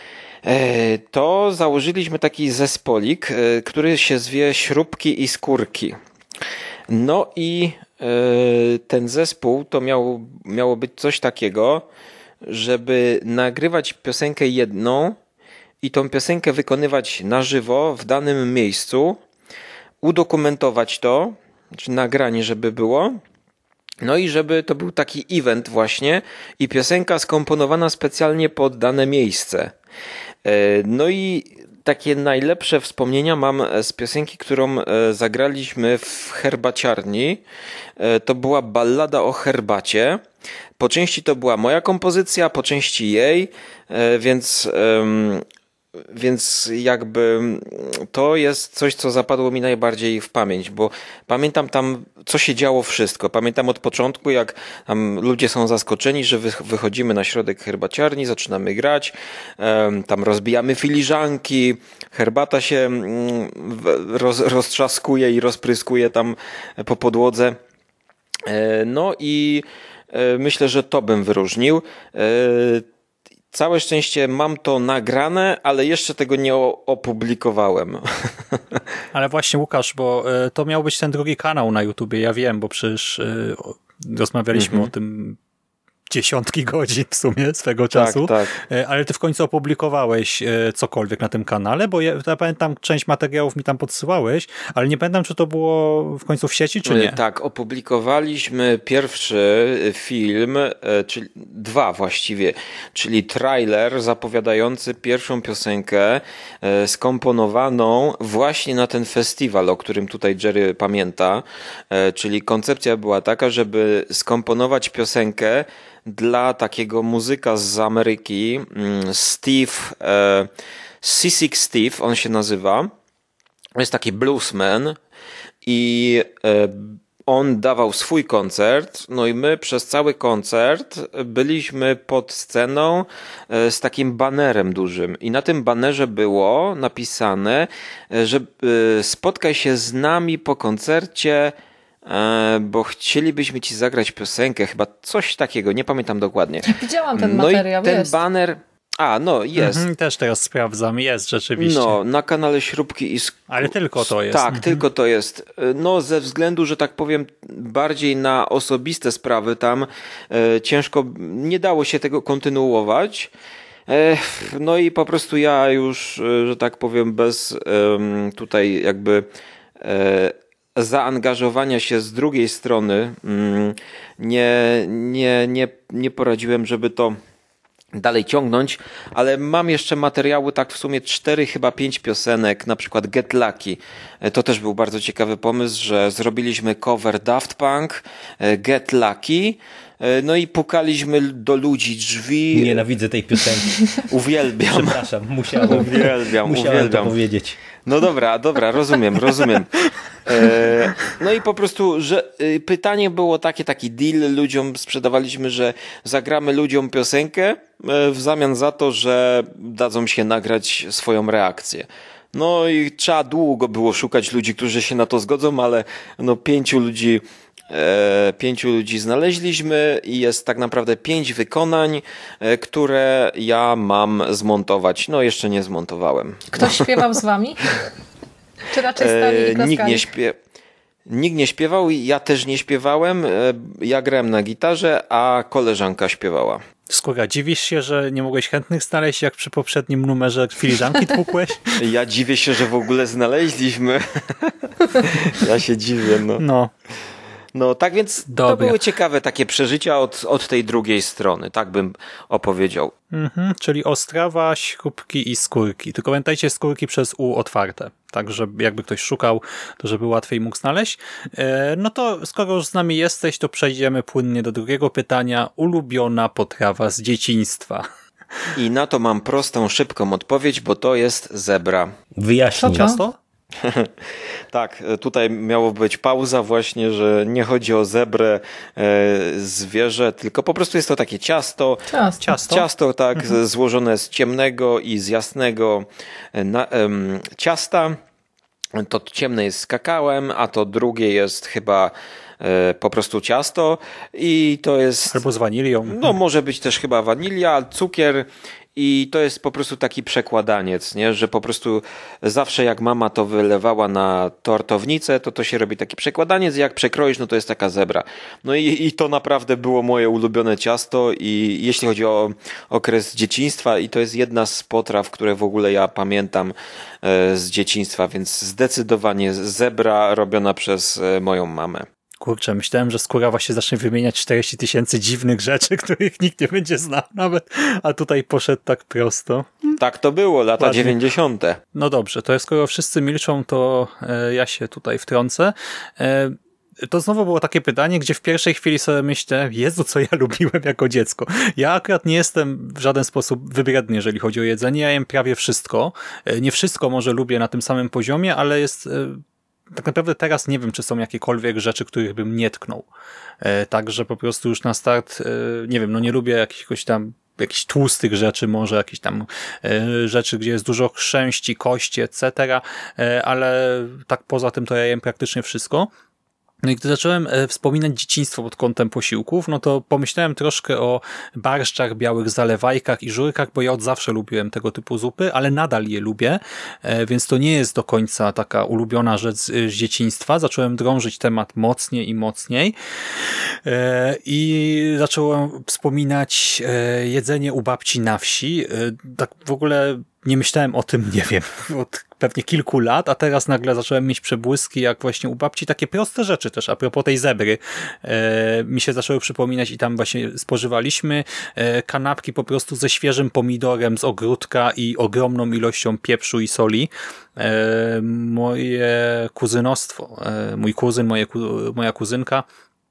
e, to założyliśmy taki zespolik, e, który się zwie Śrubki i Skórki. No i e, ten zespół to miał, miało być coś takiego, żeby nagrywać piosenkę jedną i tą piosenkę wykonywać na żywo w danym miejscu, udokumentować to, czy nagranie, żeby było. No i żeby to był taki event właśnie i piosenka skomponowana specjalnie pod dane miejsce. No i takie najlepsze wspomnienia mam z piosenki, którą zagraliśmy w herbaciarni. To była ballada o herbacie. Po części to była moja kompozycja, po części jej, więc... Więc jakby to jest coś, co zapadło mi najbardziej w pamięć, bo pamiętam tam, co się działo wszystko. Pamiętam od początku, jak tam ludzie są zaskoczeni, że wychodzimy na środek herbaciarni, zaczynamy grać, tam rozbijamy filiżanki, herbata się roz, roztrzaskuje i rozpryskuje tam po podłodze. No i myślę, że to bym wyróżnił. Całe szczęście mam to nagrane, ale jeszcze tego nie opublikowałem. Ale właśnie Łukasz, bo to miał być ten drugi kanał na YouTubie, ja wiem, bo przecież rozmawialiśmy mhm. o tym dziesiątki godzin w sumie swego czasu, tak, tak. Ale ty w końcu opublikowałeś cokolwiek na tym kanale, bo ja, ja pamiętam, część materiałów mi tam podsyłałeś, ale nie pamiętam, czy to było w końcu w sieci, czy nie? Tak, opublikowaliśmy pierwszy film, czyli dwa właściwie, czyli trailer zapowiadający pierwszą piosenkę skomponowaną właśnie na ten festiwal, o którym tutaj Jerry pamięta, czyli koncepcja była taka, żeby skomponować piosenkę dla takiego muzyka z Ameryki, Steve, e, Sissy Steve, on się nazywa. Jest taki bluesman i e, on dawał swój koncert, no i my przez cały koncert byliśmy pod sceną e, z takim banerem dużym i na tym banerze było napisane, że e, spotkaj się z nami po koncercie, bo chcielibyśmy ci zagrać piosenkę, chyba coś takiego, nie pamiętam dokładnie. Widziałam ten no materiał, i ten jest. baner, a no jest. Mhm, też teraz sprawdzam, jest rzeczywiście. No, na kanale Śrubki i Sk- Ale tylko to jest. Tak, mhm. tylko to jest. No, ze względu, że tak powiem, bardziej na osobiste sprawy tam e, ciężko, nie dało się tego kontynuować. E, no i po prostu ja już, e, że tak powiem, bez e, tutaj jakby e, zaangażowania się z drugiej strony nie, nie, nie, nie poradziłem, żeby to dalej ciągnąć, ale mam jeszcze materiały, tak w sumie cztery, chyba pięć piosenek, na przykład Get Lucky. To też był bardzo ciekawy pomysł, że zrobiliśmy cover Daft Punk, Get Lucky, no i pukaliśmy do ludzi drzwi. Nienawidzę tej piosenki. Uwielbiam. Przepraszam, musiałem. Uwielbiam, musiałem uwielbiam. to powiedzieć. No dobra, dobra, rozumiem, rozumiem. E, no i po prostu, że y, pytanie było takie, taki deal ludziom, sprzedawaliśmy, że zagramy ludziom piosenkę y, w zamian za to, że dadzą się nagrać swoją reakcję. No i trzeba długo było szukać ludzi, którzy się na to zgodzą, ale no pięciu ludzi e, pięciu ludzi znaleźliśmy i jest tak naprawdę pięć wykonań, e, które ja mam zmontować. No jeszcze nie zmontowałem. Ktoś śpiewał z wami? Czy raczej stali i klaskali? Nikt nie śpiewał. Nikt nie śpiewał, ja też nie śpiewałem. Ja grałem na gitarze, a koleżanka śpiewała. Skóra, dziwisz się, że nie mogłeś chętnych znaleźć, jak przy poprzednim numerze filiżanki tłukłeś? Ja dziwię się, że w ogóle znaleźliśmy. Ja się dziwię, no. No. No tak więc Dobra. To były ciekawe takie przeżycia od, od tej drugiej strony, tak bym opowiedział. Mhm, czyli Ostrawa, śrubki i skórki. Tylko pamiętajcie, skórki przez U otwarte. Tak, żeby jakby ktoś szukał, to żeby łatwiej mógł znaleźć. E, no to skoro już z nami jesteś, to przejdziemy płynnie do drugiego pytania. Ulubiona potrawa z dzieciństwa. I na to mam prostą, szybką odpowiedź, bo to jest zebra. Wyjaśnij. Ciasto? Tak, tutaj miało być pauza właśnie, że nie chodzi o zebrę e, zwierzę, tylko po prostu jest to takie ciasto. Ciasto. Ciasto? Ciasto, tak, Mhm. złożone z ciemnego i z jasnego na, em, ciasta. To ciemne jest z kakałem, a to drugie jest chyba e, po prostu ciasto i to jest... Albo z wanilią. No może być też chyba wanilia, cukier i to jest po prostu taki przekładaniec, nie? Że po prostu zawsze jak mama to wylewała na tortownicę, to to się robi taki przekładaniec, jak przekroisz, no to jest taka zebra. No i, i to naprawdę było moje ulubione ciasto i jeśli chodzi o okres dzieciństwa i to jest jedna z potraw, które w ogóle ja pamiętam e, z dzieciństwa, więc zdecydowanie zebra robiona przez e, moją mamę. Kurczę, myślałem, że skóra właśnie zacznie wymieniać czterdzieści tysięcy dziwnych rzeczy, których nikt nie będzie znał nawet, a tutaj poszedł tak prosto. Tak to było, lata Ładnie. dziewięćdziesiąte. No dobrze, to skoro wszyscy milczą, to e, ja się tutaj wtrącę. E, to znowu było takie pytanie, gdzie w pierwszej chwili sobie myślę, Jezu, co ja lubiłem jako dziecko. Ja akurat nie jestem w żaden sposób wybredny, jeżeli chodzi o jedzenie. Ja jem prawie wszystko. E, nie wszystko może lubię na tym samym poziomie, ale jest... E, tak naprawdę teraz nie wiem, czy są jakiekolwiek rzeczy, których bym nie tknął. E, Także po prostu już na start, e, nie wiem, no nie lubię jakiegoś tam jakichś tłustych rzeczy, może jakieś tam e, rzeczy, gdzie jest dużo chrzęści, kości, et cetera. E, ale tak poza tym to ja jem praktycznie wszystko. No i gdy zacząłem e, wspominać dzieciństwo pod kątem posiłków, no to pomyślałem troszkę o barszczach, białych zalewajkach i żurkach, bo ja od zawsze lubiłem tego typu zupy, ale nadal je lubię, e, więc to nie jest do końca taka ulubiona rzecz z, z dzieciństwa. Zacząłem drążyć temat mocniej i mocniej e, i zacząłem wspominać e, jedzenie u babci na wsi. E, tak w ogóle nie myślałem o tym, nie wiem, od pewnie kilku lat, a teraz nagle zacząłem mieć przebłyski, jak właśnie u babci takie proste rzeczy też, a propos tej zebry, e, mi się zaczęły przypominać i tam właśnie spożywaliśmy e, kanapki po prostu ze świeżym pomidorem z ogródka i ogromną ilością pieprzu i soli. E, moje kuzynostwo, e, mój kuzyn, moje, moja kuzynka,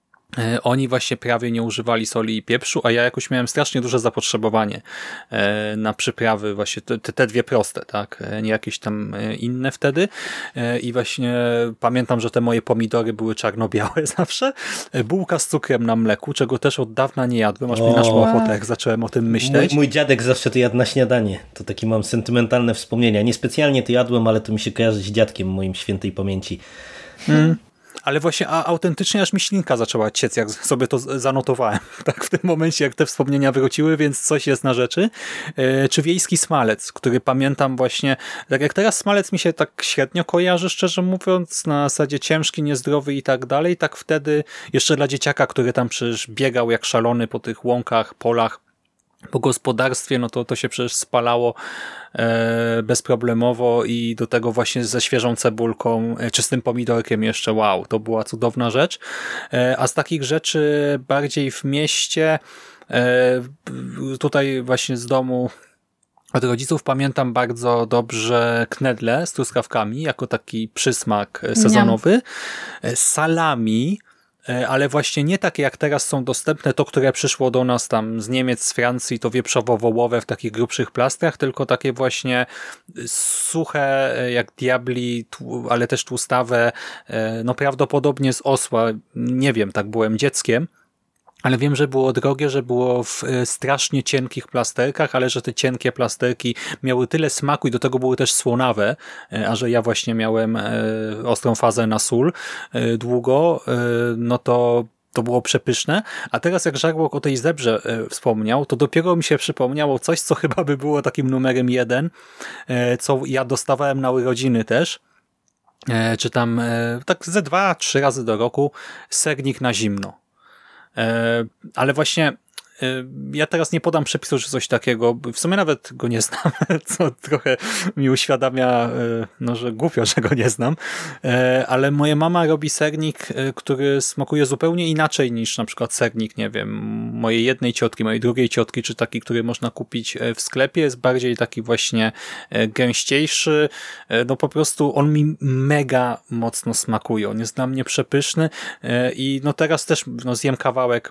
oni właśnie prawie nie używali soli i pieprzu, a ja jakoś miałem strasznie duże zapotrzebowanie na przyprawy, właśnie te, te dwie proste, tak, nie jakieś tam inne wtedy i właśnie pamiętam, że te moje pomidory były czarno-białe zawsze. Bułka z cukrem na mleku, czego też od dawna nie jadłem, aż mi naszło ochotę, jak zacząłem o tym myśleć. Mój, mój dziadek zawsze to jadł na śniadanie, to takie mam sentymentalne wspomnienia. Niespecjalnie to jadłem, ale to mi się kojarzy z dziadkiem moim świętej pamięci. Hmm. Ale właśnie a, autentycznie aż mi ślinka zaczęła ciec, jak sobie to zanotowałem. Tak w tym momencie, jak te wspomnienia wróciły, więc coś jest na rzeczy. E, czy wiejski smalec, który pamiętam właśnie, tak jak teraz smalec mi się tak średnio kojarzy, szczerze mówiąc, na zasadzie ciężki, niezdrowy i tak dalej, tak wtedy jeszcze dla dzieciaka, który tam przecież biegał jak szalony po tych łąkach, polach, po gospodarstwie, no to to się przecież spalało e, bezproblemowo i do tego właśnie ze świeżą cebulką, e, czy z tym pomidorkiem jeszcze, wow, to była cudowna rzecz. E, a z takich rzeczy bardziej w mieście, e, tutaj właśnie z domu od rodziców pamiętam bardzo dobrze knedle z truskawkami, jako taki przysmak sezonowy. Niam. Salami, ale właśnie nie takie jak teraz są dostępne, to które przyszło do nas tam z Niemiec, z Francji, to wieprzowo-wołowe w takich grubszych plastrach, tylko takie właśnie suche jak diabli, ale też tłustawe, no prawdopodobnie z osła, nie wiem, tak byłem dzieckiem. ale wiem, że było drogie, że było w strasznie cienkich plasterkach, ale że te cienkie plasterki miały tyle smaku i do tego były też słonawe, a że ja właśnie miałem ostrą fazę na sól długo, no to to było przepyszne. A teraz jak Żarłok o tej zebrze wspomniał, to dopiero mi się przypomniało coś, co chyba by było takim numerem jeden, co ja dostawałem na urodziny też, czy tam tak ze dwa, trzy razy do roku, sernik na zimno. Ale właśnie ja teraz nie podam przepisu, czy coś takiego. W sumie nawet go nie znam, co trochę mi uświadamia, no, że głupio, że go nie znam. Ale moja mama robi sernik, który smakuje zupełnie inaczej niż na przykład sernik, nie wiem, mojej jednej ciotki, mojej drugiej ciotki, czy taki, który można kupić w sklepie. Jest bardziej taki właśnie gęściejszy. No po prostu on mi mega mocno smakuje. On jest dla mnie przepyszny i no teraz też no, zjem kawałek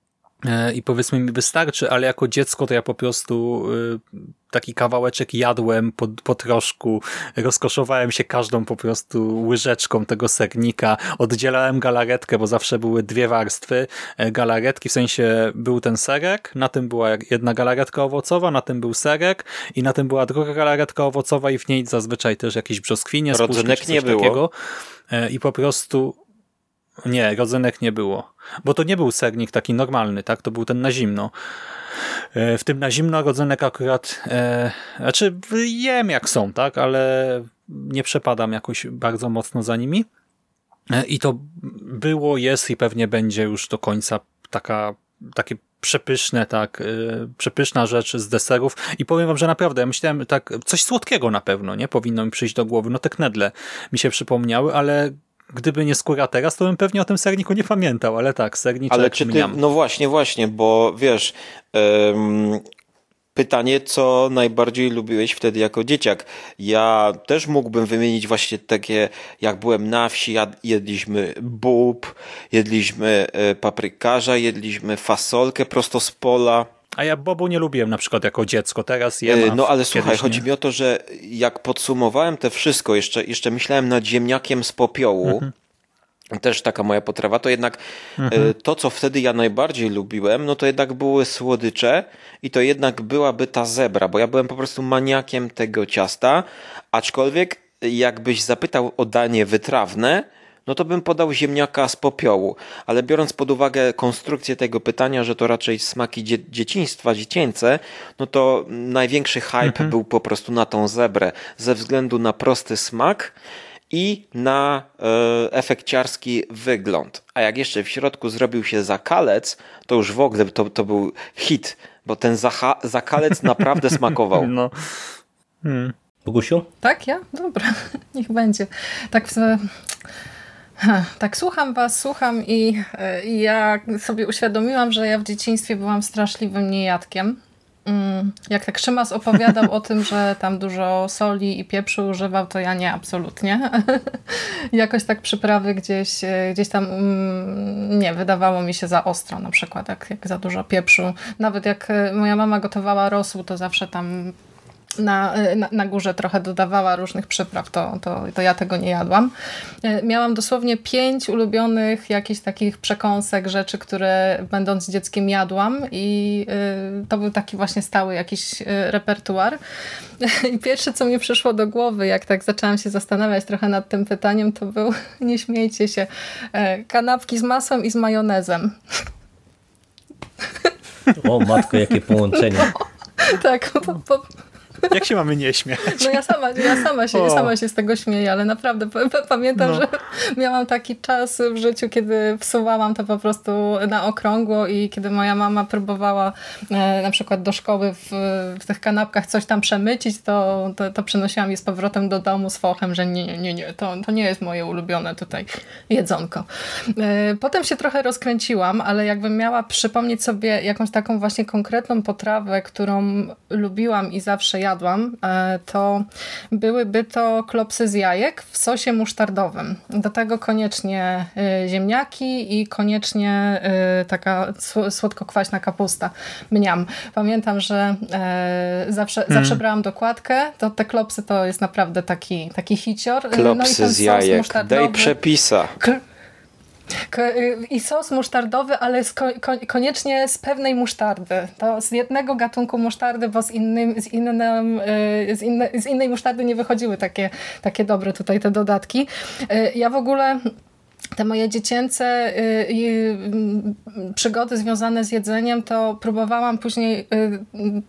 i powiedzmy mi wystarczy, ale jako dziecko to ja po prostu taki kawałeczek jadłem po, po troszku, rozkoszowałem się każdą po prostu łyżeczką tego sernika, oddzielałem galaretkę, bo zawsze były dwie warstwy galaretki, w sensie był ten serek, na tym była jedna galaretka owocowa, na tym był serek i na tym była druga galaretka owocowa i w niej zazwyczaj też jakieś brzoskwinie, rodzynek nie było. Takiego. I po prostu nie, rodzynek nie było. Bo to nie był sernik taki normalny, tak? To był ten na zimno. W tym na zimno rodzynek akurat e, znaczy jem jak są, tak? Ale nie przepadam jakoś bardzo mocno za nimi. E, I to było, jest i pewnie będzie już do końca taka, takie przepyszne, tak, yy, przepyszna rzecz z deserów i powiem wam, że naprawdę, ja myślałem tak, coś słodkiego na pewno, nie? Powinno mi przyjść do głowy. No te knedle mi się przypomniały, ale gdyby nie skóra teraz, to bym pewnie o tym serniku nie pamiętał, ale tak, serniczek Ale czy ty, mniam. no właśnie, właśnie, bo wiesz, ym, pytanie, co najbardziej lubiłeś wtedy jako dzieciak? Ja też mógłbym wymienić właśnie takie, jak byłem na wsi, jad, jedliśmy bób, jedliśmy y, paprykarza, jedliśmy fasolkę prosto z pola. A ja bobu nie lubiłem na przykład jako dziecko, teraz jem. Yy, no ale słuchaj, nie. chodzi mi o to, że jak podsumowałem te wszystko, jeszcze, jeszcze myślałem nad ziemniakiem z popiołu, mhm. też taka moja potrawa, to jednak mhm. yy, to, co wtedy ja najbardziej lubiłem, no to jednak były słodycze i to jednak byłaby ta zebra, bo ja byłem po prostu maniakiem tego ciasta, aczkolwiek jakbyś zapytał o danie wytrawne, no to bym podał ziemniaka z popiołu, ale biorąc pod uwagę konstrukcję tego pytania, że to raczej smaki dzie- dzieciństwa, dziecięce, no to największy hype mhm. był po prostu na tą zebrę, ze względu na prosty smak i na e, efekciarski wygląd. A jak jeszcze w środku zrobił się zakalec, to już w ogóle to, to był hit, bo ten zaha- zakalec naprawdę smakował. No. Hmm. Bogusiu? Tak, ja? Dobra, niech będzie. Tak w... Tak, słucham was, słucham i, i ja sobie uświadomiłam, że ja w dzieciństwie byłam straszliwym niejadkiem. Jak tak Szymas opowiadał o tym, że tam dużo soli i pieprzu używał, to ja nie, absolutnie. Jakoś tak przyprawy gdzieś, gdzieś tam nie, wydawało mi się za ostro na przykład, jak, jak za dużo pieprzu. Nawet jak moja mama gotowała rosół, to zawsze tam Na, na, na górze trochę dodawała różnych przypraw, to, to, to ja tego nie jadłam. Miałam dosłownie pięć ulubionych jakichś takich przekąsek, rzeczy, które będąc dzieckiem jadłam i y, to był taki właśnie stały jakiś y, repertuar. I pierwsze, co mi przyszło do głowy, jak tak zaczęłam się zastanawiać trochę nad tym pytaniem, to był, nie śmiejcie się, y, kanapki z masłem i z majonezem. O matko, jakie połączenie. Tak, po, po, Jak się mamy nie śmiać? No ja sama, ja sama, się, sama się z tego śmieję, ale naprawdę p- p- pamiętam, no. że miałam taki czas w życiu, kiedy wsuwałam to po prostu na okrągło i kiedy moja mama próbowała e, na przykład do szkoły w, w tych kanapkach coś tam przemycić, to, to, to przynosiłam je z powrotem do domu z fochem, że nie, nie, nie, to, to nie jest moje ulubione tutaj jedzonko. E, potem się trochę rozkręciłam, ale jakbym miała przypomnieć sobie jakąś taką właśnie konkretną potrawę, którą lubiłam i zawsze jadłam, to byłyby to klopsy z jajek w sosie musztardowym. Do tego koniecznie ziemniaki i koniecznie taka słodko-kwaśna kapusta. Mniam. Pamiętam, że zawsze, hmm. zawsze brałam dokładkę, to te klopsy to jest naprawdę taki, taki hicior. Klopsy no i z jajek. Daj przepisa. K- I sos musztardowy, ale z ko koniecznie z pewnej musztardy. To z jednego gatunku musztardy, bo z, innym, z, innym, z, inne, z innej musztardy nie wychodziły takie, takie dobre tutaj te dodatki. Ja w ogóle te moje dziecięce y, y, przygody związane z jedzeniem, to próbowałam później y, y,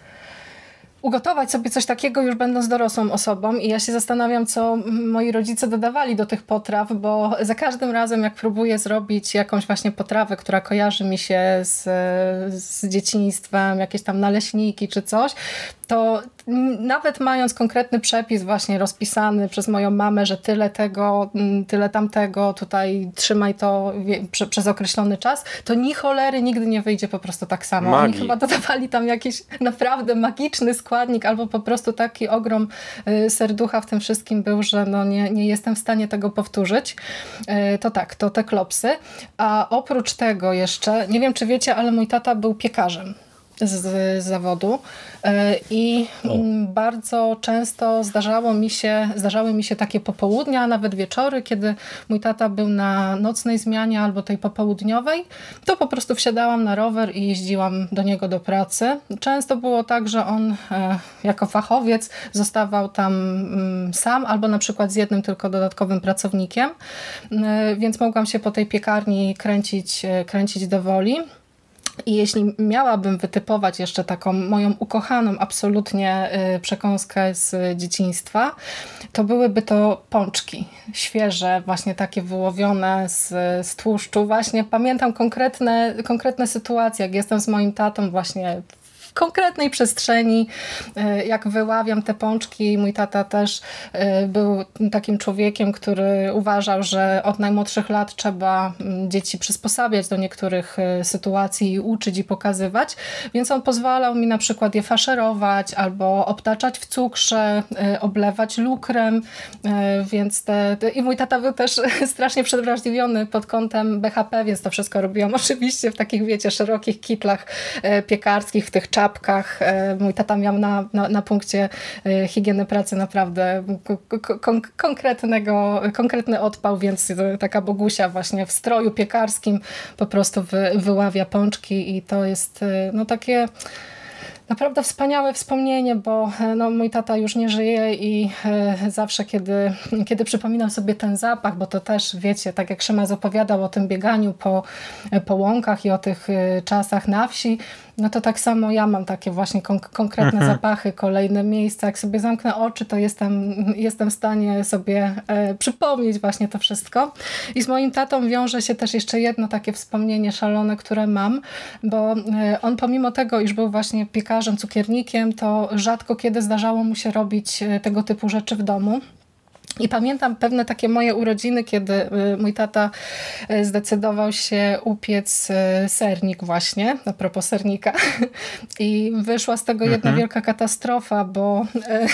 ugotować sobie coś takiego już będąc dorosłą osobą i ja się zastanawiam, co moi rodzice dodawali do tych potraw, bo za każdym razem jak próbuję zrobić jakąś właśnie potrawę, która kojarzy mi się z, z dzieciństwem, jakieś tam naleśniki czy coś, to nawet mając konkretny przepis właśnie rozpisany przez moją mamę, że tyle tego, tyle tamtego, tutaj trzymaj to prze, przez określony czas, to ni cholery nigdy nie wyjdzie po prostu tak samo. Magii. Oni chyba dodawali tam jakiś naprawdę magiczny składnik albo po prostu taki ogrom serducha w tym wszystkim był, że no nie, nie jestem w stanie tego powtórzyć. To tak, to te klopsy. A oprócz tego jeszcze, nie wiem czy wiecie, ale mój tata był piekarzem z, z zawodu i o. bardzo często zdarzało mi się, zdarzały mi się takie popołudnia, a nawet wieczory, kiedy mój tata był na nocnej zmianie albo tej popołudniowej, to po prostu wsiadałam na rower i jeździłam do niego do pracy. Często było tak, że on jako fachowiec zostawał tam sam albo na przykład z jednym tylko dodatkowym pracownikiem, więc mogłam się po tej piekarni kręcić, kręcić do woli. I jeśli miałabym wytypować jeszcze taką moją ukochaną absolutnie przekąskę z dzieciństwa, to byłyby to pączki. Świeże, właśnie takie wyłowione z, z tłuszczu. Właśnie pamiętam konkretne, konkretne sytuacje, jak jestem z moim tatą właśnie w konkretnej przestrzeni, jak wyławiam te pączki. Mój tata też był takim człowiekiem, który uważał, że od najmłodszych lat trzeba dzieci przysposabiać do niektórych sytuacji i uczyć i pokazywać, więc on pozwalał mi na przykład je faszerować albo obtaczać w cukrze, oblewać lukrem, więc te, te... i mój tata był też strasznie przewrażliwiony pod kątem B H P, więc to wszystko robiłam oczywiście w takich, wiecie, szerokich kitlach piekarskich, w tych czapkach. Mój tata miał na, na, na punkcie higieny pracy naprawdę kon konkretnego, konkretny odpał, więc taka Bogusia właśnie w stroju piekarskim po prostu wy, wyławia pączki i to jest no takie naprawdę wspaniałe wspomnienie, bo no, mój tata już nie żyje i e, zawsze, kiedy, kiedy przypominam sobie ten zapach, bo to też, wiecie, tak jak Szymas opowiadał o tym bieganiu po, po łąkach i o tych e, czasach na wsi, no to tak samo ja mam takie właśnie kon konkretne mhm. zapachy, kolejne miejsca. Jak sobie zamknę oczy, to jestem, jestem w stanie sobie e, przypomnieć właśnie to wszystko. I z moim tatą wiąże się też jeszcze jedno takie wspomnienie szalone, które mam, bo e, on pomimo tego, iż był właśnie piekarzem, cukiernikiem, to rzadko kiedy zdarzało mu się robić e, tego typu rzeczy w domu. I pamiętam pewne takie moje urodziny, kiedy mój tata zdecydował się upiec sernik właśnie, a propos sernika. I wyszła z tego jedna mhm. wielka katastrofa, bo...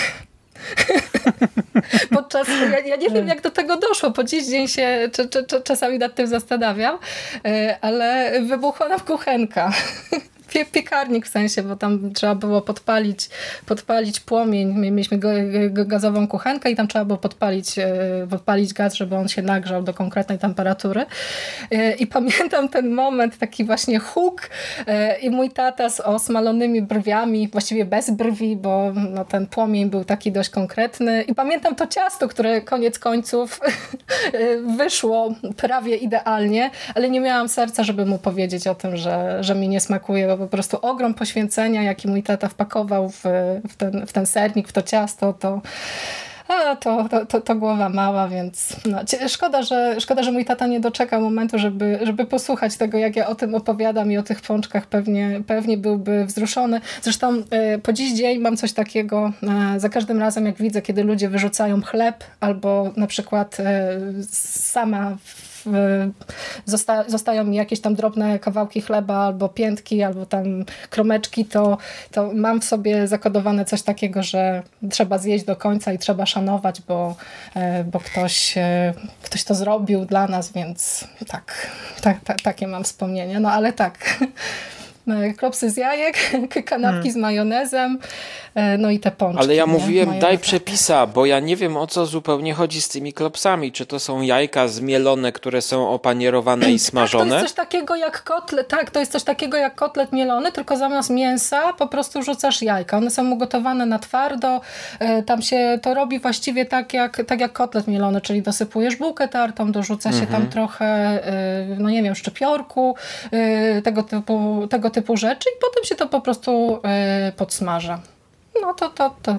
Podczas, ja, ja nie wiem jak do tego doszło, po dziś dzień się czy, czy, czy, czasami nad tym zastanawiam, ale wybuchła nam kuchenka. Piekarnik w sensie, bo tam trzeba było podpalić, podpalić płomień. Mieliśmy gazową kuchenkę i tam trzeba było podpalić, podpalić gaz, żeby on się nagrzał do konkretnej temperatury. I pamiętam ten moment, taki właśnie huk i mój tata z osmalonymi brwiami, właściwie bez brwi, bo no, ten płomień był taki dość konkretny. I pamiętam to ciasto, które koniec końców wyszło prawie idealnie, ale nie miałam serca, żeby mu powiedzieć o tym, że, że mi nie smakuje, bo po prostu ogrom poświęcenia, jaki mój tata wpakował w, w, ten, w ten sernik, w to ciasto, to, a, to, to, to, to głowa mała, więc no, szkoda, że, szkoda, że mój tata nie doczekał momentu, żeby, żeby posłuchać tego, jak ja o tym opowiadam i o tych pączkach, pewnie, pewnie byłby wzruszony. Zresztą y, po dziś dzień mam coś takiego, y, za każdym razem jak widzę, kiedy ludzie wyrzucają chleb albo na przykład y, sama Zosta zostają mi jakieś tam drobne kawałki chleba albo piętki, albo tam kromeczki, to, to mam w sobie zakodowane coś takiego, że trzeba zjeść do końca i trzeba szanować, bo, bo ktoś, ktoś to zrobił dla nas, więc tak, tak, tak takie mam wspomnienia. No ale tak, klopsy z jajek, kanapki hmm. z majonezem, no i te pączki. Ale ja nie? mówiłem, Majonez. daj przepisa, bo ja nie wiem, o co zupełnie chodzi z tymi klopsami. Czy to są jajka zmielone, które są opanierowane i smażone? Tak, to jest coś takiego jak kotlet, tak, to jest coś takiego jak kotlet mielony, tylko zamiast mięsa po prostu rzucasz jajka. One są ugotowane na twardo, tam się to robi właściwie tak jak, tak jak kotlet mielony, czyli dosypujesz bułkę tartą, dorzuca się mhm. tam trochę, no nie wiem, szczypiorku, tego typu, tego typu rzeczy i potem się to po prostu podsmaża. No to, to, to.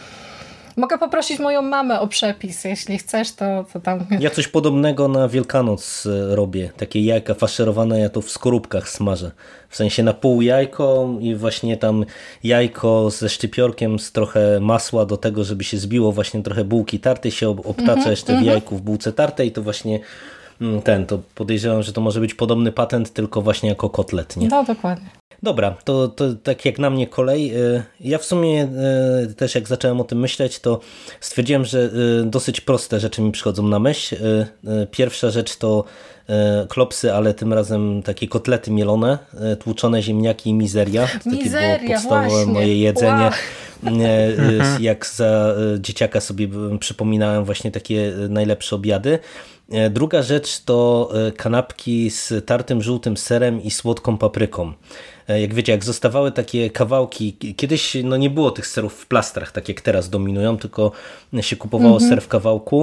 Mogę poprosić moją mamę o przepis, jeśli chcesz, to, to tam... Ja coś podobnego na Wielkanoc robię. Takie jajka faszerowane, ja to w skorupkach smażę. W sensie na pół jajko i właśnie tam jajko ze szczypiorkiem, z trochę masła do tego, żeby się zbiło, właśnie trochę bułki tartej się obtacza mm-hmm, jeszcze mm-hmm. w jajku w bułce tartej i to właśnie ten, to podejrzewam, że to może być podobny patent, tylko właśnie jako kotlet, nie? No, dokładnie. Dobra, to, to tak jak na mnie kolej. Ja w sumie też jak zacząłem o tym myśleć, to stwierdziłem, że dosyć proste rzeczy mi przychodzą na myśl. Pierwsza rzecz to klopsy, ale tym razem takie kotlety mielone, tłuczone ziemniaki i mizeria. Takie mizeria, było podstawowe właśnie. moje jedzenie. Wow. Jak za dzieciaka sobie przypominałem właśnie takie najlepsze obiady. Druga rzecz to kanapki z tartym żółtym serem i słodką papryką. Jak wiecie, jak zostawały takie kawałki, kiedyś no nie było tych serów w plastrach, tak jak teraz dominują, tylko się kupowało mm-hmm. ser w kawałku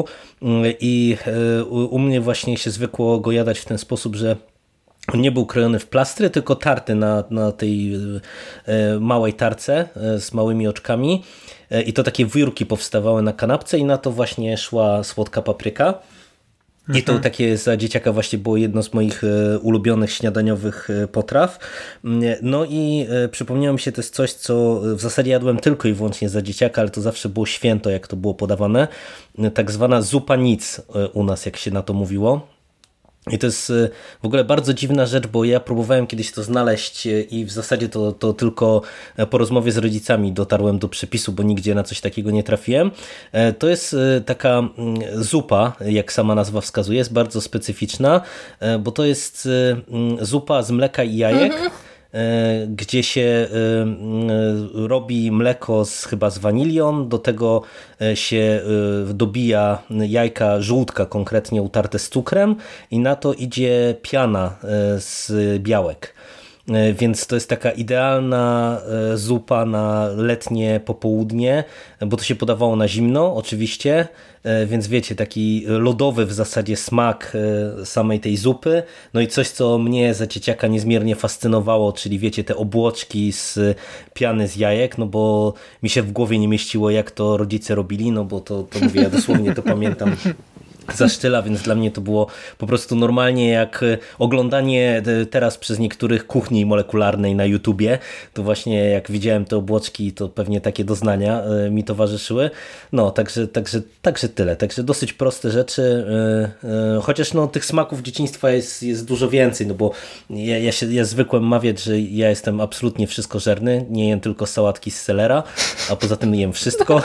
i u mnie właśnie się zwykło go jadać w ten sposób, że on nie był krojony w plastry, tylko tarty na, na tej małej tarce z małymi oczkami i to takie wiórki powstawały na kanapce i na to właśnie szła słodka papryka. I to takie za dzieciaka właśnie było jedno z moich ulubionych śniadaniowych potraw. No i przypomniało mi się też coś, co w zasadzie jadłem tylko i wyłącznie za dzieciaka, ale to zawsze było święto, jak to było podawane. Tak zwana zupa nic u nas, jak się na to mówiło. I to jest w ogóle bardzo dziwna rzecz, bo ja próbowałem kiedyś to znaleźć i w zasadzie to, to tylko po rozmowie z rodzicami dotarłem do przepisu, bo nigdzie na coś takiego nie trafiłem. To jest taka zupa, jak sama nazwa wskazuje, jest bardzo specyficzna, bo to jest zupa z mleka i jajek. Mhm. Gdzie się robi mleko z, chyba z wanilią, do tego się dobija jajka żółtka konkretnie utarte z cukrem i na to idzie piana z białek. Więc to jest taka idealna zupa na letnie popołudnie, bo to się podawało na zimno oczywiście, więc wiecie, taki lodowy w zasadzie smak samej tej zupy, no i coś, co mnie za dzieciaka niezmiernie fascynowało, czyli wiecie, te obłoczki z piany z jajek, no bo mi się w głowie nie mieściło, jak to rodzice robili, no bo to, to mówię, ja dosłownie to pamiętam za sztyla, więc dla mnie to było po prostu normalnie jak oglądanie teraz przez niektórych kuchni molekularnej na YouTubie, to właśnie jak widziałem te obłoczki, to pewnie takie doznania mi towarzyszyły. No, także, także, także tyle. Także dosyć proste rzeczy, chociaż no tych smaków dzieciństwa jest, jest dużo więcej, no bo ja, ja, się, ja zwykłem mawiać, że ja jestem absolutnie wszystkożerny, nie jem tylko sałatki z selera, a poza tym jem wszystko,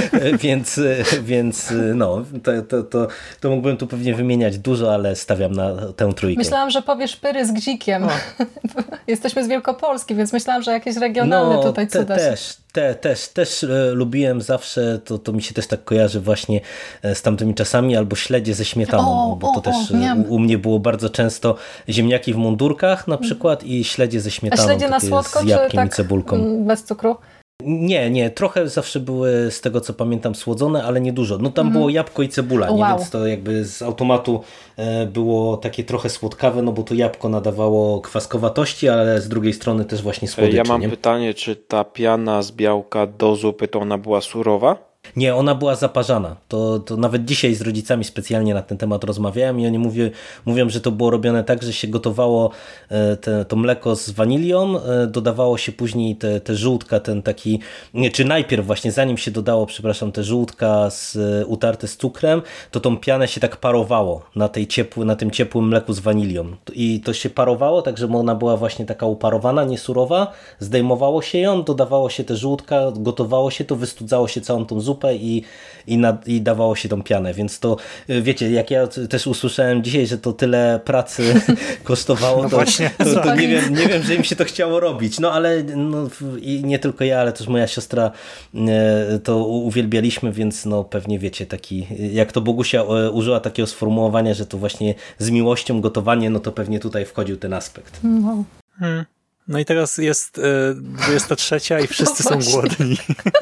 więc, więc no, to, to, to to mógłbym tu pewnie wymieniać dużo, ale stawiam na tę trójkę. Myślałam, że powiesz pyry z gzikiem. Jesteśmy z Wielkopolski, więc myślałam, że jakieś regionalne no, tutaj cuda. Te, też, te, też, też e, lubiłem zawsze, to, to mi się też tak kojarzy właśnie z tamtymi czasami, albo śledzie ze śmietaną, o, bo to o, też o, u, u mnie było bardzo często ziemniaki w mundurkach na przykład i śledzie ze śmietaną. A śledzie na słodko, z jabłkiem czy tak i cebulką. Bez cukru? Nie, nie, trochę zawsze były z tego co pamiętam słodzone, ale nie dużo. No tam mm. było jabłko i cebula, nie? Wow. Więc to jakby z automatu e, było takie trochę słodkawe, no bo to jabłko nadawało kwaskowatości, ale z drugiej strony też właśnie słodyczy. Ja mam nie? pytanie, czy ta piana z białka do zupy to ona była surowa? Nie, ona była zaparzana. To, to nawet dzisiaj z rodzicami specjalnie na ten temat rozmawiałem i oni mówią, mówią, że to było robione tak, że się gotowało te, to mleko z wanilią, dodawało się później te, te żółtka, ten taki, nie, czy najpierw właśnie zanim się dodało, przepraszam, te żółtka z, utarte z cukrem, to tą pianę się tak parowało na, tej ciepły, na tym ciepłym mleku z wanilią. I to się parowało, tak żeby ona była właśnie taka uparowana, nie surowa, zdejmowało się ją, dodawało się te żółtka, gotowało się to, wystudzało się całą tą zupę zupę i, i, na, i dawało się tą pianę, więc to wiecie, jak ja też usłyszałem dzisiaj, że to tyle pracy kosztowało, no to, właśnie, to, to, to nie, wiem, nie wiem, że im się to chciało robić, no ale no, i nie tylko ja, ale też moja siostra to uwielbialiśmy, więc no pewnie wiecie, taki, jak to Bogusia użyła takiego sformułowania, że to właśnie z miłością gotowanie, no to pewnie tutaj wchodził ten aspekt. No, hmm. no i teraz jest y, dwudziesta trzecia i wszyscy no są głodni.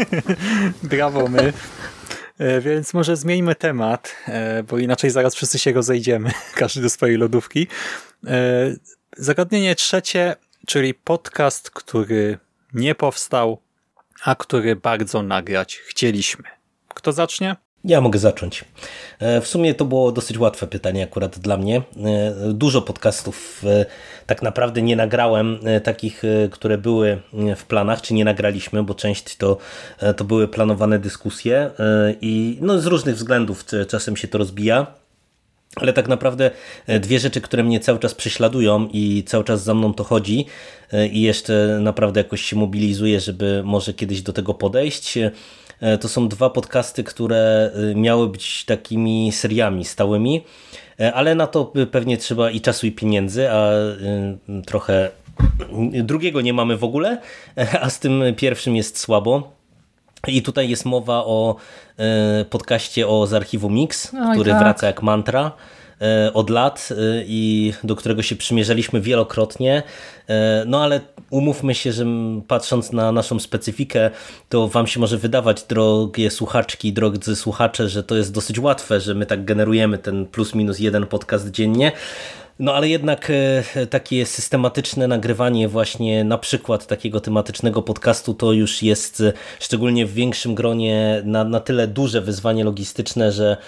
Brawo my. Y, więc może zmieńmy temat, y, bo inaczej zaraz wszyscy się rozejdziemy, każdy do swojej lodówki. Y, zagadnienie trzecie, czyli podcast, który nie powstał, a który bardzo nagrać chcieliśmy. Kto zacznie? Ja mogę zacząć. W sumie to było dosyć łatwe pytanie akurat dla mnie. Dużo podcastów tak naprawdę nie nagrałem, takich, które były w planach, czy nie nagraliśmy, bo część to, to były planowane dyskusje i no z różnych względów czasem się to rozbija. Ale tak naprawdę dwie rzeczy, które mnie cały czas prześladują i cały czas za mną to chodzi i jeszcze naprawdę jakoś się mobilizuję, żeby może kiedyś do tego podejść. To są dwa podcasty, które miały być takimi seriami stałymi, ale na to pewnie trzeba i czasu, i pieniędzy, a trochę drugiego nie mamy w ogóle, a z tym pierwszym jest słabo. I tutaj jest mowa o podcaście o z archiwum Mix, Oj, który tak. wraca jak mantra od lat i do którego się przymierzaliśmy wielokrotnie. No ale umówmy się, że patrząc na naszą specyfikę, to wam się może wydawać, drogie słuchaczki, drodzy słuchacze, że to jest dosyć łatwe, że my tak generujemy ten plus minus jeden podcast dziennie. No ale jednak takie systematyczne nagrywanie właśnie na przykład takiego tematycznego podcastu to już jest szczególnie w większym gronie na, na tyle duże wyzwanie logistyczne, że,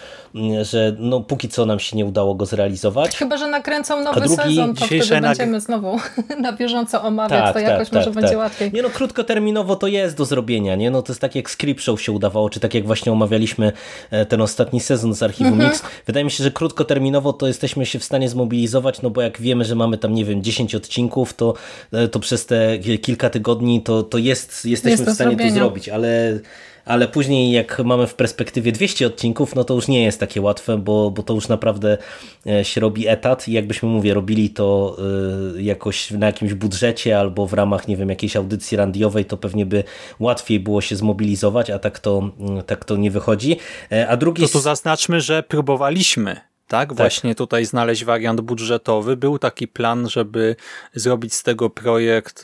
że no póki co nam się nie udało go zrealizować. Chyba że nakręcą nowy drugi, sezon, to wtedy nag... będziemy znowu na bieżąco omawiać, tak, to jakoś tak, może tak, będzie tak. łatwiej. Nie no, krótkoterminowo to jest do zrobienia, nie? No to jest tak jak Script Show się udawało, czy tak jak właśnie omawialiśmy ten ostatni sezon z archiwum mhm. Mix. Wydaje mi się, że krótkoterminowo to jesteśmy się w stanie zmobilizować, no bo jak wiemy, że mamy tam, nie wiem, dziesięć odcinków, to, to przez te kilka tygodni to, to jest, jesteśmy jest w stanie zrobienia. to zrobić, ale, ale później jak mamy w perspektywie dwieście odcinków, no to już nie jest takie łatwe, bo, bo to już naprawdę się robi etat i jakbyśmy, mówię, robili to jakoś na jakimś budżecie albo w ramach, nie wiem, jakiejś audycji radiowej, to pewnie by łatwiej było się zmobilizować, a tak to, tak to nie wychodzi. A drugi... To tu zaznaczmy, że próbowaliśmy. Tak, właśnie tak. Tutaj znaleźć wariant budżetowy. Był taki plan, żeby zrobić z tego projekt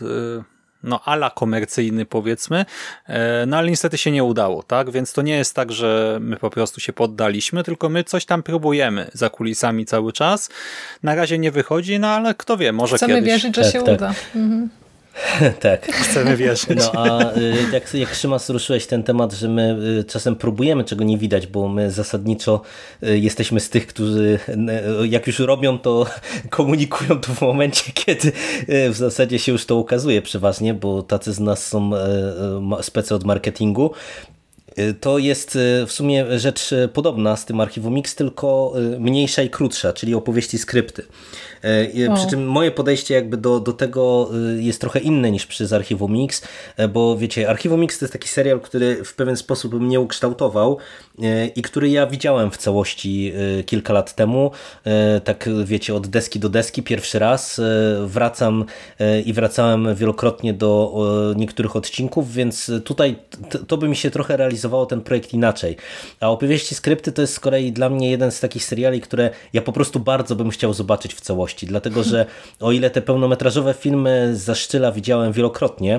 no ala komercyjny powiedzmy, no ale niestety się nie udało, tak? Więc to nie jest tak, że my po prostu się poddaliśmy, tylko my coś tam próbujemy za kulisami cały czas. Na razie nie wychodzi, no ale kto wie, może Chcemy kiedyś. wierzyć, że tak, się tak. uda. Mhm. Tak. Chcemy wierzyć. No a jak, jak Szymas ruszyłeś ten temat, że my czasem próbujemy, czego nie widać, bo my zasadniczo jesteśmy z tych, którzy jak już robią, to komunikują to w momencie, kiedy w zasadzie się już to ukazuje przeważnie, bo tacy z nas są specy od marketingu. To jest w sumie rzecz podobna z tym archiwum Mix, tylko mniejsza i krótsza, czyli opowieści, skrypty. O. Przy czym moje podejście jakby do, do tego jest trochę inne niż przy z archiwum Mix, bo wiecie, archiwum Mix to jest taki serial, który w pewien sposób mnie ukształtował i który ja widziałem w całości kilka lat temu, tak wiecie, od deski do deski pierwszy raz. Wracam i wracałem wielokrotnie do niektórych odcinków, więc tutaj to by mi się trochę realizowało ten projekt inaczej. A opowieści, skrypty to jest z kolei dla mnie jeden z takich seriali, które ja po prostu bardzo bym chciał zobaczyć w całości, dlatego że o ile te pełnometrażowe filmy za Szczyla widziałem wielokrotnie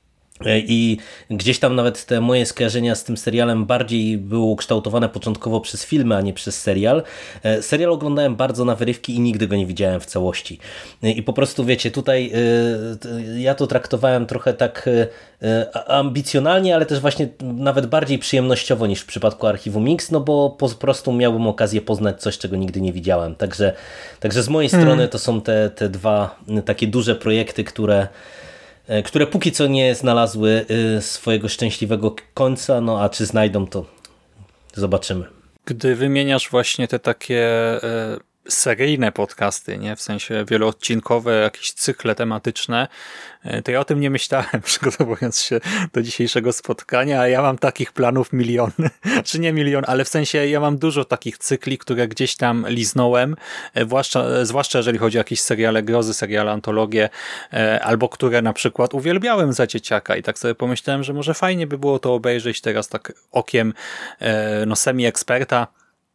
i gdzieś tam nawet te moje skojarzenia z tym serialem bardziej były ukształtowane początkowo przez filmy, a nie przez serial. Serial oglądałem bardzo na wyrywki i nigdy go nie widziałem w całości. I po prostu wiecie, tutaj ja to traktowałem trochę tak ambicjonalnie, ale też właśnie nawet bardziej przyjemnościowo niż w przypadku archiwum Mix, no bo po prostu miałbym okazję poznać coś, czego nigdy nie widziałem. Także, także z mojej hmm. strony to są te, te dwa takie duże projekty, które które póki co nie znalazły swojego szczęśliwego końca, no a czy znajdą, to zobaczymy. Gdy wymieniasz właśnie te takie seryjne podcasty, nie? W sensie wieloodcinkowe, jakieś cykle tematyczne, to ja o tym nie myślałem, przygotowując się do dzisiejszego spotkania, a ja mam takich planów miliony, czy nie milion, ale w sensie ja mam dużo takich cykli, które gdzieś tam liznąłem, zwłaszcza, zwłaszcza jeżeli chodzi o jakieś seriale grozy, seriale antologie, albo które na przykład uwielbiałem za dzieciaka i tak sobie pomyślałem, że może fajnie by było to obejrzeć teraz tak okiem no semi-eksperta,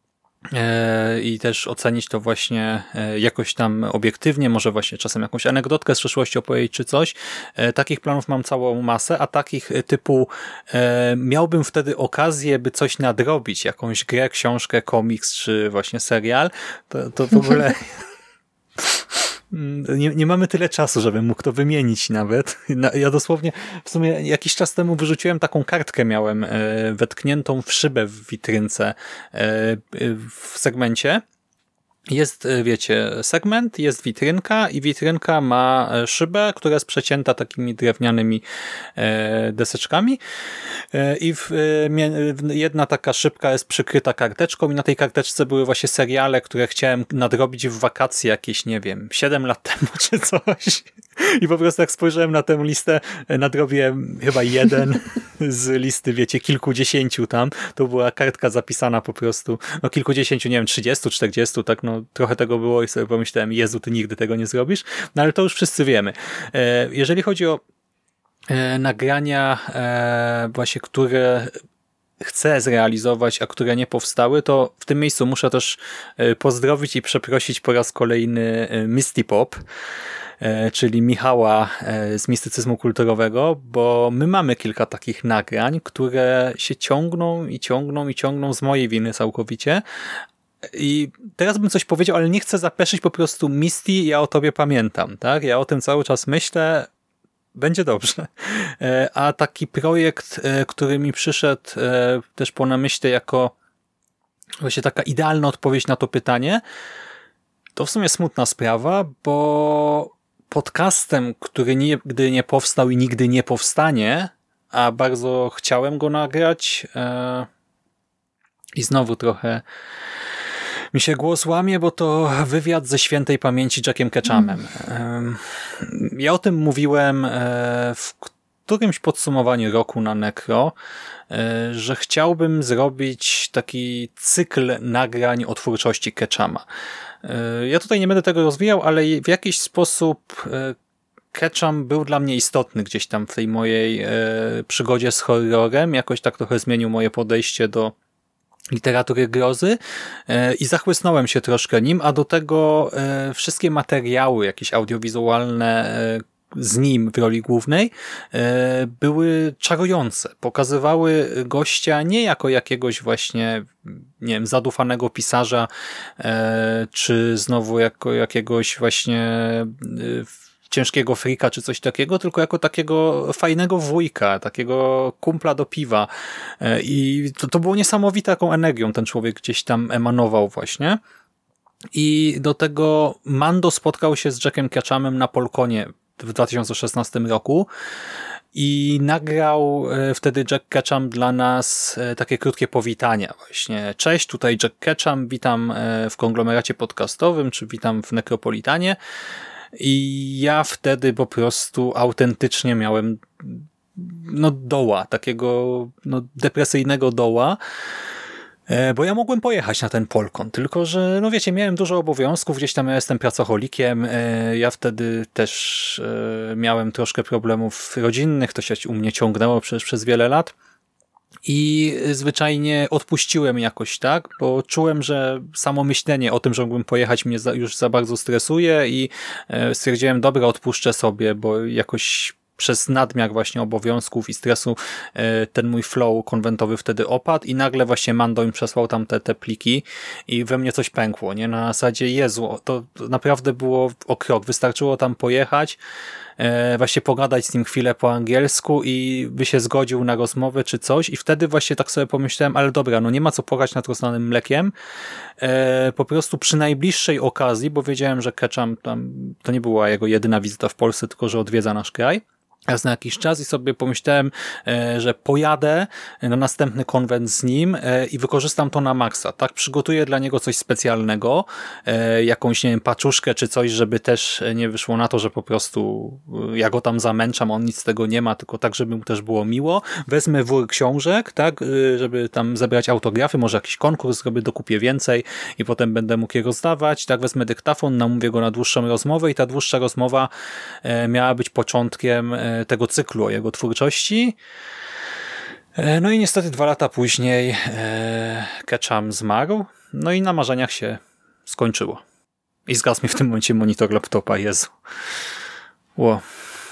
i też ocenić to właśnie jakoś tam obiektywnie, może właśnie czasem jakąś anegdotkę z przeszłości opowiedzieć czy coś. Takich planów mam całą masę, a takich typu miałbym wtedy okazję, by coś nadrobić, jakąś grę, książkę, komiks czy właśnie serial, to, to w ogóle nie, nie mamy tyle czasu, żebym mógł to wymienić nawet. Ja dosłownie w sumie jakiś czas temu wyrzuciłem taką kartkę, miałem wetkniętą w szybę w witrynce w segmencie. Jest, wiecie, segment, jest witrynka i witrynka ma szybę, która jest przecięta takimi drewnianymi deseczkami i w, jedna taka szybka jest przykryta karteczką i na tej karteczce były właśnie seriale, które chciałem nadrobić w wakacje jakieś, nie wiem, siedem lat temu czy coś. I po prostu jak spojrzałem na tę listę, nadrobiłem chyba jeden z listy, wiecie, kilkudziesięciu tam. To była kartka zapisana po prostu, no kilkudziesięciu, nie wiem, trzydziestu, czterdziestu, tak, no trochę tego było i sobie pomyślałem, Jezu, ty nigdy tego nie zrobisz. No ale to już wszyscy wiemy. Jeżeli chodzi o nagrania właśnie, które chcę zrealizować, a które nie powstały, to w tym miejscu muszę też pozdrowić i przeprosić po raz kolejny Misty Pop, czyli Michała z mistycyzmu kulturowego, bo my mamy kilka takich nagrań, które się ciągną i ciągną i ciągną z mojej winy całkowicie. I teraz bym coś powiedział, ale nie chcę zapeszyć, po prostu Misty, ja o tobie pamiętam, tak? Ja o tym cały czas myślę, będzie dobrze. A taki projekt, który mi przyszedł też po namyśle jako właśnie taka idealna odpowiedź na to pytanie, to w sumie smutna sprawa, bo podcastem, który nigdy nie powstał i nigdy nie powstanie, a bardzo chciałem go nagrać e, i znowu trochę mi się głos łamie, bo to wywiad ze świętej pamięci Jackiem Ketchumem. E, ja o tym mówiłem e, w którymś podsumowaniu roku na Necro, e, że chciałbym zrobić taki cykl nagrań o twórczości Ketchuma. Ja tutaj nie będę tego rozwijał, ale w jakiś sposób Ketchum był dla mnie istotny gdzieś tam w tej mojej przygodzie z horrorem. Jakoś tak trochę zmienił moje podejście do literatury grozy i zachłysnąłem się troszkę nim, a do tego wszystkie materiały jakieś audiowizualne z nim w roli głównej były czarujące. Pokazywały gościa nie jako jakiegoś właśnie, nie wiem, zadufanego pisarza, czy znowu jako jakiegoś właśnie ciężkiego frika, czy coś takiego, tylko jako takiego fajnego wujka, takiego kumpla do piwa. I to, to było niesamowite, jaką energią ten człowiek gdzieś tam emanował właśnie. I do tego Mando spotkał się z Jackiem Ketchumem na Polkonie w dwa tysiące szesnastym roku i nagrał wtedy Jack Ketchum dla nas takie krótkie powitania właśnie. Cześć, tutaj Jack Ketchum, witam w konglomeracie podcastowym, czy witam w Nekropolitanie. I ja wtedy po prostu autentycznie miałem no doła, takiego no depresyjnego doła, bo ja mogłem pojechać na ten Polkon, tylko że, no wiecie, miałem dużo obowiązków, gdzieś tam ja jestem pracocholikiem, ja wtedy też miałem troszkę problemów rodzinnych, to się u mnie ciągnęło przez, przez wiele lat i zwyczajnie odpuściłem jakoś, tak, bo czułem, że samo myślenie o tym, że mógłbym pojechać, mnie za, już za bardzo stresuje i stwierdziłem, dobra, odpuszczę sobie, bo jakoś przez nadmiar właśnie obowiązków i stresu ten mój flow konwentowy wtedy opadł i nagle właśnie Mando mi przesłał tam te, te pliki i we mnie coś pękło, nie? Na zasadzie, Jezu, to, to naprawdę było o krok. Wystarczyło tam pojechać, e, właśnie pogadać z nim chwilę po angielsku i by się zgodził na rozmowę czy coś i wtedy właśnie tak sobie pomyślałem, ale dobra, no nie ma co płakać nad rozlanym mlekiem. E, po prostu przy najbliższej okazji, bo wiedziałem, że Ketchum tam, to nie była jego jedyna wizyta w Polsce, tylko że odwiedza nasz kraj. raz na jakiś czas i sobie pomyślałem, że pojadę na następny konwent z nim i wykorzystam to na maksa. Tak, przygotuję dla niego coś specjalnego, jakąś, nie wiem, paczuszkę czy coś, żeby też nie wyszło na to, że po prostu ja go tam zamęczam, on nic z tego nie ma, tylko tak, żeby mu też było miło. Wezmę wór książek, tak, żeby tam zebrać autografy, może jakiś konkurs zrobię, dokupię więcej i potem będę mógł je rozdawać. Tak, wezmę dyktafon, namówię go na dłuższą rozmowę i ta dłuższa rozmowa miała być początkiem tego cyklu o jego twórczości. No i niestety dwa lata później Ketchum zmarł, no i na marzeniach się skończyło. I zgasł mi w tym momencie monitor laptopa, Jezu. Ło.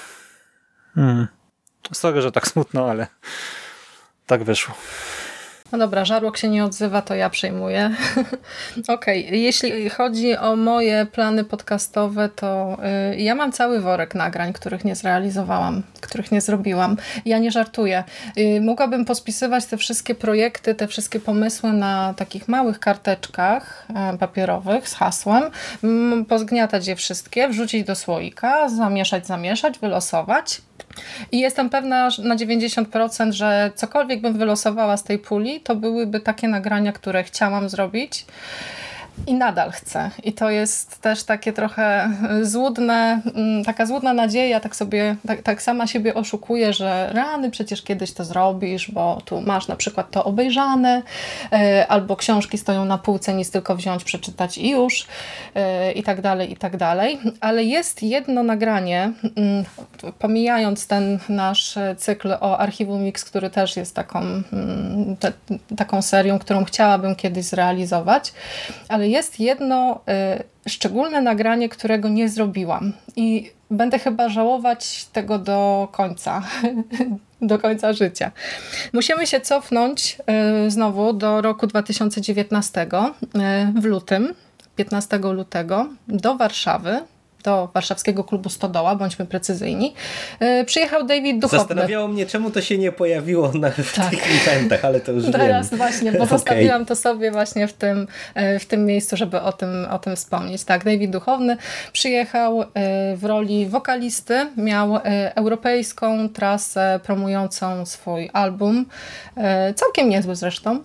Hmm. Sorry, że tak smutno, ale tak wyszło. No dobra, Żarłok się nie odzywa, to ja przejmuję. Okej, okay. Jeśli chodzi o moje plany podcastowe, to y, ja mam cały worek nagrań, których nie zrealizowałam, których nie zrobiłam. Ja nie żartuję. Y, mogłabym pospisywać te wszystkie projekty, te wszystkie pomysły na takich małych karteczkach y, papierowych z hasłem, y, pozgniatać je wszystkie, wrzucić do słoika, zamieszać, zamieszać, wylosować. I jestem pewna na dziewięćdziesiąt procent, że cokolwiek bym wylosowała z tej puli, to byłyby takie nagrania, które chciałam zrobić i nadal chcę. I to jest też takie trochę złudne, taka złudna nadzieja, tak sobie, tak, tak sama siebie oszukuję, że rany, przecież kiedyś to zrobisz, bo tu masz na przykład to obejrzane, albo książki stoją na półce, nic tylko wziąć, przeczytać i już, i tak dalej, i tak dalej. Ale jest jedno nagranie, pomijając ten nasz cykl o Archiwum Mix, który też jest taką, te, taką serią, którą chciałabym kiedyś zrealizować, ale jest jedno y, szczególne nagranie, którego nie zrobiłam i będę chyba żałować tego do końca, do końca życia. Musimy się cofnąć y, znowu do roku dwa tysiące dziewiętnastego y, w lutym, piętnastego lutego do Warszawy, do warszawskiego klubu Stodoła, bądźmy precyzyjni, yy, przyjechał David Duchowny. Zastanawiało mnie, czemu to się nie pojawiło na, w tak. tych eventach, ale to już Teraz wiem. właśnie, bo okay. zostawiłam to sobie właśnie w tym, w tym miejscu, żeby o tym, o tym wspomnieć. Tak, David Duchowny przyjechał w roli wokalisty, miał europejską trasę promującą swój album, całkiem niezły zresztą.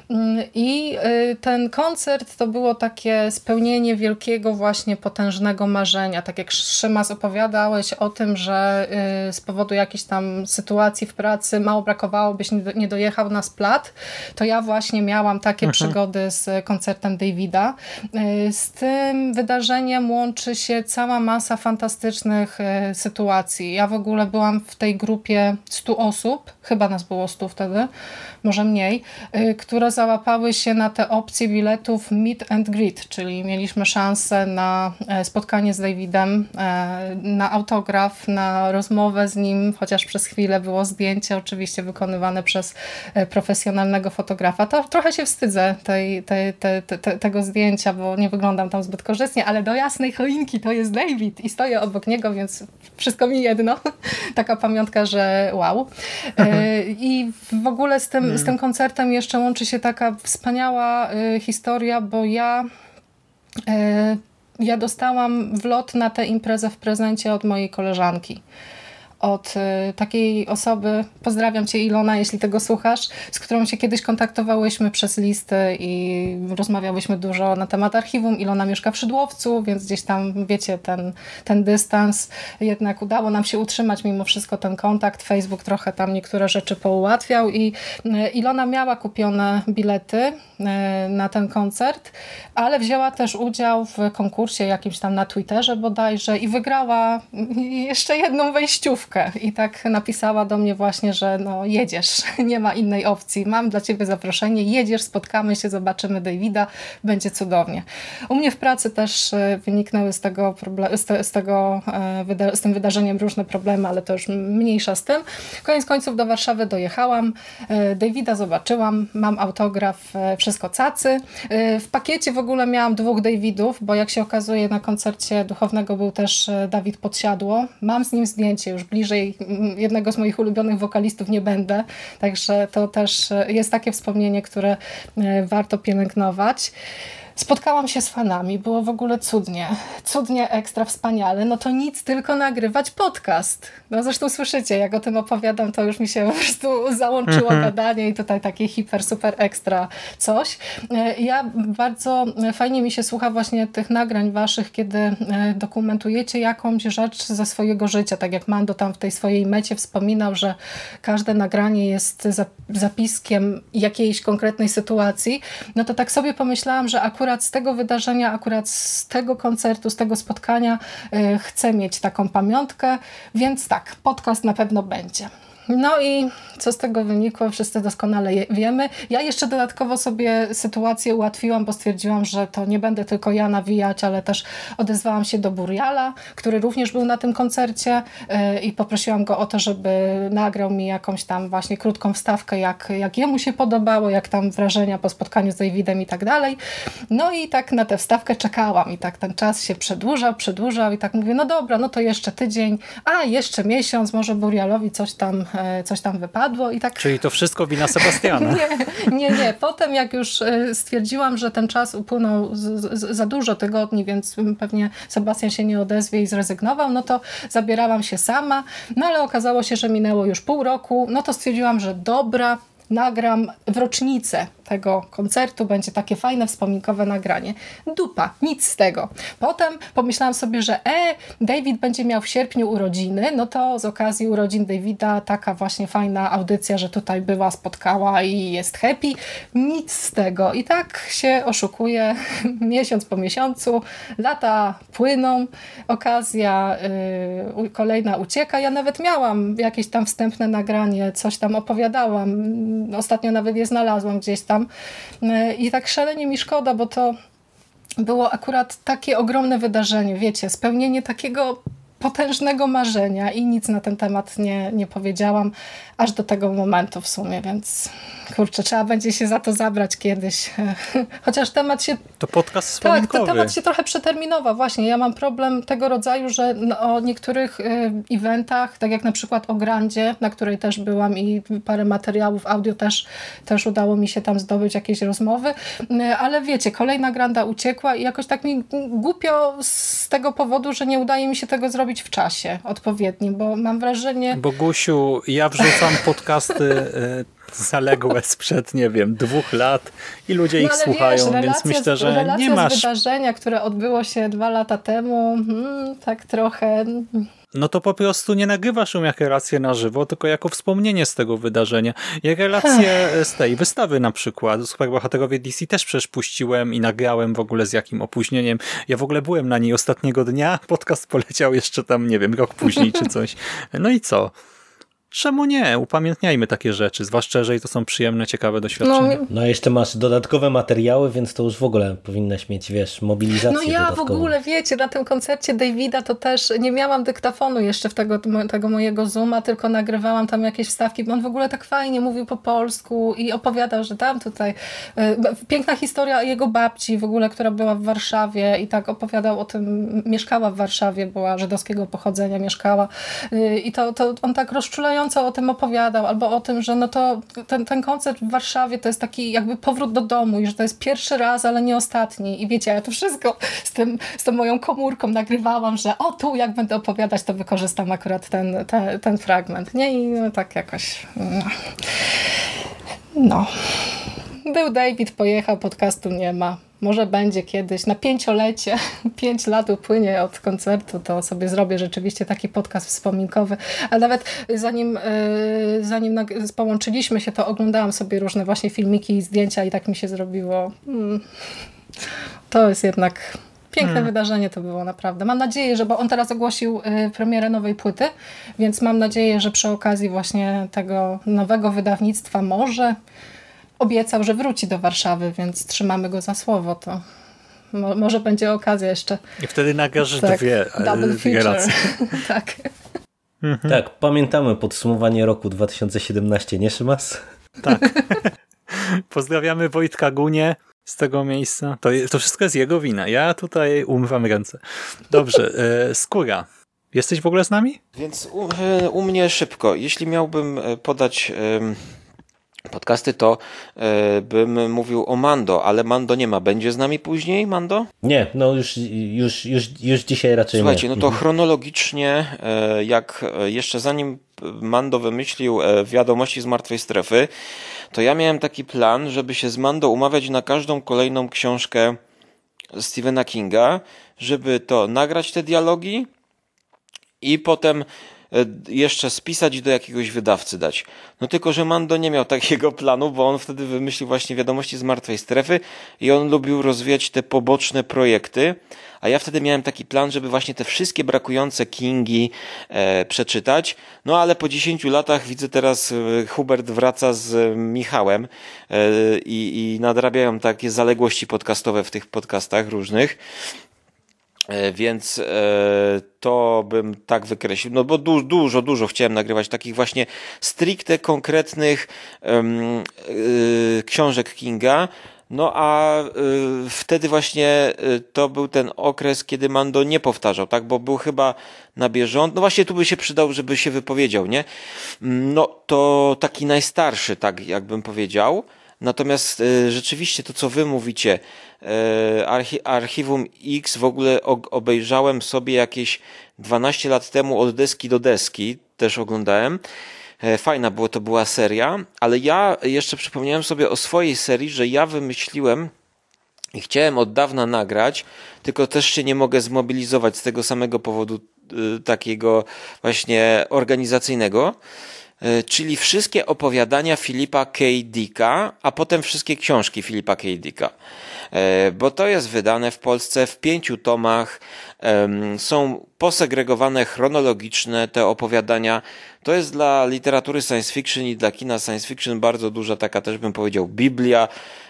I ten koncert to było takie spełnienie wielkiego właśnie potężnego marzenia. Tak jak Szymas opowiadałeś o tym, że z powodu jakiejś tam sytuacji w pracy mało brakowało, byś nie dojechał na Splat, to ja właśnie miałam takie mhm. przygody z koncertem Davida. Z tym wydarzeniem łączy się cała masa fantastycznych sytuacji. Ja w ogóle byłam w tej grupie stu osób, chyba nas było stu wtedy, może mniej, które załapały się na te opcje biletów meet and greet, czyli mieliśmy szansę na spotkanie z Davidem, na autograf, na rozmowę z nim, chociaż przez chwilę było zdjęcie, oczywiście wykonywane przez profesjonalnego fotografa. To trochę się wstydzę tej, tej, te, te, te, tego zdjęcia, bo nie wyglądam tam zbyt korzystnie, ale do jasnej choinki to jest David i stoję obok niego, więc wszystko mi jedno. Taka pamiątka, że wow. I w ogóle z tym, z tym koncertem jeszcze łączy się taka wspaniała historia, bo ja ja dostałam wlot na tę imprezę w prezencie od mojej koleżanki. Od y, takiej osoby, pozdrawiam Cię Ilona, jeśli tego słuchasz, z którą się kiedyś kontaktowałyśmy przez listy i rozmawiałyśmy dużo na temat archiwum. Ilona mieszka w Szydłowcu, więc gdzieś tam, wiecie, ten, ten dystans jednak udało nam się utrzymać mimo wszystko ten kontakt. Facebook trochę tam niektóre rzeczy poułatwiał i y, Ilona miała kupione bilety y, na ten koncert, ale wzięła też udział w konkursie jakimś tam na Twitterze bodajże i wygrała jeszcze jedną wejściówkę. I tak napisała do mnie właśnie, że no jedziesz, nie ma innej opcji, mam dla Ciebie zaproszenie, jedziesz, spotkamy się, zobaczymy Davida, będzie cudownie. U mnie w pracy też wyniknęły z tego, z, te, z, tego z tym wydarzeniem różne problemy, ale to już mniejsza z tym. Koniec końców do Warszawy dojechałam, Davida zobaczyłam, mam autograf, wszystko cacy. W pakiecie w ogóle miałam dwóch Davidów, bo jak się okazuje na koncercie Duchownego był też Dawid Podsiadło. Mam z nim zdjęcie już bliżej, jednego z moich ulubionych wokalistów nie będę, także to też jest takie wspomnienie, które warto pielęgnować. Spotkałam się z fanami, było w ogóle cudnie, cudnie, ekstra, wspaniale, no to nic, tylko nagrywać podcast. No zresztą słyszycie, jak o tym opowiadam, to już mi się po prostu załączyło mhm. gadanie i tutaj takie hiper, super, ekstra coś. Ja bardzo fajnie mi się słucha właśnie tych nagrań waszych, kiedy dokumentujecie jakąś rzecz ze swojego życia, tak jak Mando tam w tej swojej mecie wspominał, że każde nagranie jest zapiskiem jakiejś konkretnej sytuacji, no to tak sobie pomyślałam, że akurat Akurat z tego wydarzenia, akurat z tego koncertu, z tego spotkania yy, chcę mieć taką pamiątkę, więc tak, podcast na pewno będzie. No i co z tego wynikło, wszyscy doskonale je, wiemy. Ja jeszcze dodatkowo sobie sytuację ułatwiłam, bo stwierdziłam, że to nie będę tylko ja nawijać, ale też odezwałam się do Buriala, który również był na tym koncercie yy, i poprosiłam go o to, żeby nagrał mi jakąś tam właśnie krótką wstawkę, jak, jak jemu się podobało, jak tam wrażenia po spotkaniu z Davidem i tak dalej. No i tak na tę wstawkę czekałam i tak ten czas się przedłużał, przedłużał i tak mówię, no dobra, no to jeszcze tydzień, a jeszcze miesiąc, może Burialowi coś tam coś tam wypadło i tak... Czyli to wszystko wina Sebastiana. nie, nie, nie. Potem jak już stwierdziłam, że ten czas upłynął z, z, za dużo tygodni, więc pewnie Sebastian się nie odezwie i zrezygnował, no to zabierałam się sama, no ale okazało się, że minęło już pół roku, no to stwierdziłam, że dobra, nagram w rocznicę tego koncertu, będzie takie fajne, wspominkowe nagranie. Dupa, nic z tego. Potem pomyślałam sobie, że e, David będzie miał w sierpniu urodziny, no to z okazji urodzin Davida taka właśnie fajna audycja, że tutaj była, spotkała i jest happy. Nic z tego. I tak się oszukuje miesiąc po miesiącu, lata płyną, okazja yy, kolejna ucieka. Ja nawet miałam jakieś tam wstępne nagranie, coś tam opowiadałam. Ostatnio nawet je znalazłam gdzieś tam. I tak szalenie mi szkoda, bo to było akurat takie ogromne wydarzenie, wiecie, spełnienie takiego potężnego marzenia i nic na ten temat nie, nie powiedziałam aż do tego momentu w sumie, więc kurczę, trzeba będzie się za to zabrać kiedyś. Chociaż temat się... To podcast wspominkowy. Tak, temat się trochę przeterminował. Właśnie, ja mam problem tego rodzaju, że o niektórych y, eventach, tak jak na przykład o Grandzie, na której też byłam i parę materiałów audio też, też udało mi się tam zdobyć jakieś rozmowy, y, ale wiecie, kolejna Granda uciekła i jakoś tak mi głupio z tego powodu, że nie udaje mi się tego zrobić w czasie odpowiednim, bo mam wrażenie... Bogusiu, ja wrzucam podcasty y, zaległe sprzed, nie wiem, dwóch lat i ludzie no, ich słuchają, wiesz, więc myślę, że nie masz... z wydarzenia, które odbyło się dwa lata temu, hmm, tak trochę... No to po prostu nie nagrywasz ją jako relację na żywo, tylko jako wspomnienie z tego wydarzenia. Jak relację z tej wystawy na przykład, Superbohaterowie D C też przecież puściłem i nagrałem w ogóle z jakim opóźnieniem. Ja w ogóle byłem na niej ostatniego dnia, podcast poleciał jeszcze tam, nie wiem, rok później czy coś. No i co? Czemu nie? Upamiętniajmy takie rzeczy, zwłaszcza jeżeli to są przyjemne, ciekawe doświadczenia. No, no a jeszcze masz dodatkowe materiały, więc to już w ogóle powinnaś mieć, wiesz, mobilizację No ja dodatkową. w ogóle, wiecie, na tym koncercie Davida to też nie miałam dyktafonu jeszcze w tego, tego mojego Zooma, tylko nagrywałam tam jakieś wstawki, bo on w ogóle tak fajnie mówił po polsku i opowiadał, że tam tutaj y, piękna historia jego babci w ogóle, która była w Warszawie i tak opowiadał o tym, mieszkała w Warszawie, była żydowskiego pochodzenia, mieszkała y, i to, to on tak rozczulająco o tym opowiadał, albo o tym, że no to ten, ten koncert w Warszawie to jest taki jakby powrót do domu i że to jest pierwszy raz, ale nie ostatni. I wiecie, ja to wszystko z, tym, z tą moją komórką nagrywałam, że o tu jak będę opowiadać, to wykorzystam akurat ten, ten, ten fragment. Nie? I no, tak jakoś no. no. Był David, pojechał, podcastu nie ma. Może będzie kiedyś, na pięciolecie, pięć lat upłynie od koncertu, to sobie zrobię rzeczywiście taki podcast wspominkowy. A nawet zanim, yy, zanim połączyliśmy się, to oglądałam sobie różne właśnie filmiki i zdjęcia i tak mi się zrobiło. Mm. To jest jednak piękne hmm. wydarzenie to było naprawdę. Mam nadzieję, że, bo on teraz ogłosił y, premierę nowej płyty, więc mam nadzieję, że przy okazji właśnie tego nowego wydawnictwa może obiecał, że wróci do Warszawy, więc trzymamy go za słowo. To mo- może będzie okazja jeszcze. I wtedy nagrasz tak, dwie, dwie relacje. tak. Mhm. Tak, pamiętamy podsumowanie roku dwa tysiące siedemnastego, nie Szymas? Tak. Pozdrawiamy Wojtka Gunię z tego miejsca. To, to wszystko jest jego wina. Ja tutaj umywam ręce. Dobrze, e, Skóra. Jesteś w ogóle z nami? Więc u, u mnie szybko. Jeśli miałbym podać... Um... podcasty, to e, bym mówił o Mando, ale Mando nie ma. Będzie z nami później, Mando? Nie, no już, już, już, już dzisiaj raczej Słuchajcie, nie. no to mhm. chronologicznie, e, jak jeszcze zanim Mando wymyślił e, Wiadomości z Martwej Strefy, to ja miałem taki plan, żeby się z Mando umawiać na każdą kolejną książkę Stephena Kinga, żeby to nagrać te dialogi i potem jeszcze spisać i do jakiegoś wydawcy dać. No tylko, że Mando nie miał takiego planu, bo on wtedy wymyślił właśnie Wiadomości z Martwej Strefy i on lubił rozwijać te poboczne projekty, a ja wtedy miałem taki plan, żeby właśnie te wszystkie brakujące Kingi e, przeczytać, no ale po dziesięciu latach widzę teraz e, Hubert wraca z Michałem e, i, i nadrabiają takie zaległości podcastowe w tych podcastach różnych. Więc e, to bym tak wykreślił, no bo du, dużo, dużo chciałem nagrywać takich właśnie stricte konkretnych um, y, książek Kinga, no a y, wtedy właśnie y, to był ten okres, kiedy Mando nie powtarzał, tak, bo był chyba na bieżąco, no właśnie tu by się przydał, żeby się wypowiedział, nie? No to taki najstarszy, tak jakbym powiedział. Natomiast y, rzeczywiście to, co wy mówicie, y, archi, Archiwum X w ogóle obejrzałem sobie jakieś dwanaście lat temu od deski do deski, też oglądałem. E, fajna było, to była seria, ale ja jeszcze przypomniałem sobie o swojej serii, że ja wymyśliłem i chciałem od dawna nagrać, tylko też się nie mogę zmobilizować z tego samego powodu y, takiego właśnie organizacyjnego. Czyli wszystkie opowiadania Philipa K. Dicka, a potem wszystkie książki Philipa K. Dicka. Bo to jest wydane w Polsce w pięciu tomach, są posegregowane chronologiczne te opowiadania. To jest dla literatury science fiction i dla kina science fiction bardzo duża taka, też bym powiedział, Biblia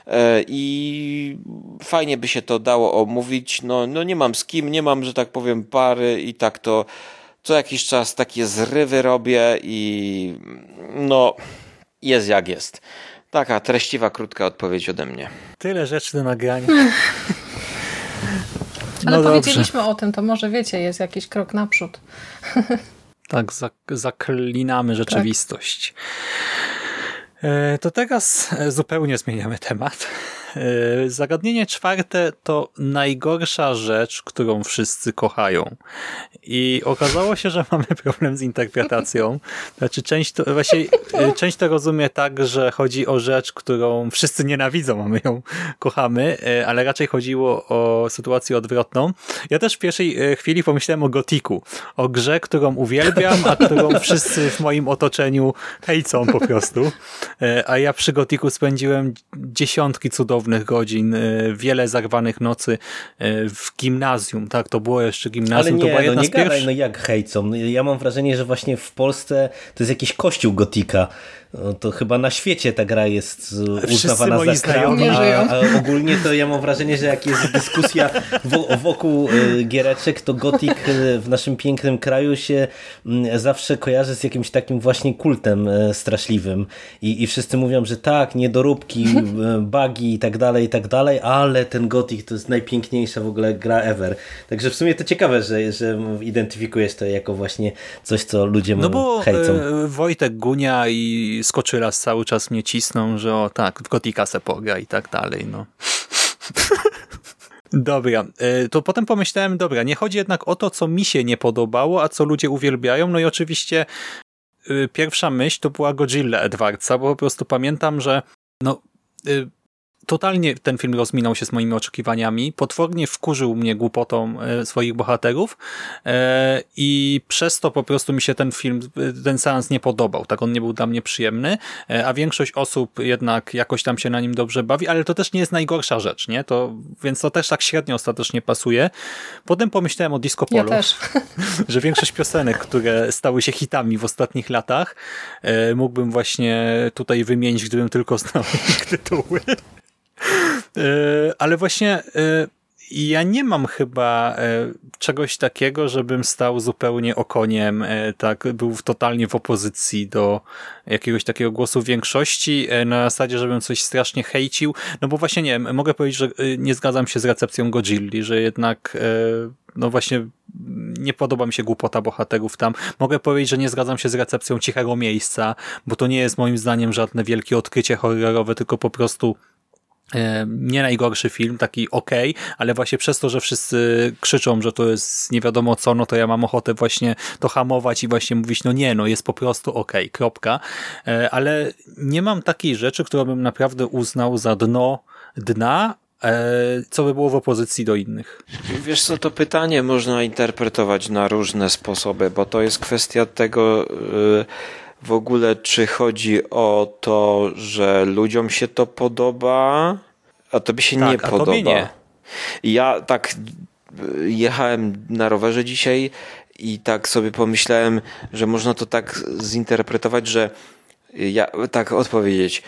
i fajnie by się to dało omówić. No, no nie mam z kim, nie mam, że tak powiem, pary i tak to co jakiś czas takie zrywy robię i no jest jak jest. Taka treściwa, krótka odpowiedź ode mnie. Tyle rzeczy do nagrania. Ale no powiedzieliśmy dobrze. o tym, to może wiecie, jest jakiś krok naprzód. Tak, zaklinamy rzeczywistość. Tak. To teraz zupełnie zmieniamy temat. Zagadnienie czwarte to najgorsza rzecz, którą wszyscy kochają. I okazało się, że mamy problem z interpretacją. Znaczy część to, właśnie, część to rozumie tak, że chodzi o rzecz, którą wszyscy nienawidzą, a my ją kochamy, ale raczej chodziło o sytuację odwrotną. Ja też w pierwszej chwili pomyślałem o Gotiku. O grze, którą uwielbiam, a którą wszyscy w moim otoczeniu hejcą po prostu. A ja przy Gotiku spędziłem dziesiątki cudownych godzin, wiele zarwanych nocy w gimnazjum, tak? To było jeszcze gimnazjum. Ale nie, to była jedna no nie z pierwszych... gadaj, no jak hejcą. Ja mam wrażenie, że właśnie w Polsce to jest jakiś kościół Gotika. To chyba na świecie ta gra jest uznawana za krał, a, a ogólnie to ja mam wrażenie, że jak jest dyskusja wokół giereczek, to Gothic w naszym pięknym kraju się zawsze kojarzy z jakimś takim właśnie kultem straszliwym i, i wszyscy mówią, że tak, niedoróbki, bugi i tak dalej, i tak dalej, ale ten Gothic to jest najpiękniejsza w ogóle gra ever. Także w sumie to ciekawe, że, że identyfikujesz to jako właśnie coś, co ludzie no bo hejcą. Wojtek Gunia i Skoczylas cały czas mnie cisną, że o tak, w Gotika se pogra i tak dalej, no. Dobra, to potem pomyślałem, dobra, nie chodzi jednak o to, co mi się nie podobało, a co ludzie uwielbiają, no i oczywiście pierwsza myśl to była Godzilla Edwardsa, bo po prostu pamiętam, że no totalnie ten film rozminął się z moimi oczekiwaniami, potwornie wkurzył mnie głupotą e, swoich bohaterów e, i przez to po prostu mi się ten film, ten seans nie podobał, tak, on nie był dla mnie przyjemny, e, a większość osób jednak jakoś tam się na nim dobrze bawi, ale to też nie jest najgorsza rzecz, nie, to, więc to też tak średnio ostatecznie pasuje. Potem pomyślałem o Disco Polo, ja też. że większość piosenek, które stały się hitami w ostatnich latach, e, mógłbym właśnie tutaj wymienić, gdybym tylko znał ich tytuły. Ale właśnie ja nie mam chyba czegoś takiego, żebym stał zupełnie okoniem, tak, był totalnie w opozycji do jakiegoś takiego głosu większości, na zasadzie, żebym coś strasznie hejcił, no bo właśnie nie wiem, mogę powiedzieć, że nie zgadzam się z recepcją Godzilli, że jednak no właśnie nie podoba mi się głupota bohaterów tam. Mogę powiedzieć, że nie zgadzam się z recepcją Cichego Miejsca, bo to nie jest moim zdaniem żadne wielkie odkrycie horrorowe, tylko po prostu nie najgorszy film, taki okej, ale właśnie przez to, że wszyscy krzyczą, że to jest nie wiadomo co, no to ja mam ochotę właśnie to hamować i właśnie mówić, no nie, no jest po prostu okej, kropka. Ale nie mam takiej rzeczy, którą bym naprawdę uznał za dno dna, co by było w opozycji do innych. Wiesz co, to pytanie można interpretować na różne sposoby, bo to jest kwestia tego w ogóle, czy chodzi o to, że ludziom się to podoba, a tobie się tak, nie a podoba. Tobie nie. Ja tak jechałem na rowerze dzisiaj i tak sobie pomyślałem, że można to tak zinterpretować, że ja tak odpowiedzieć,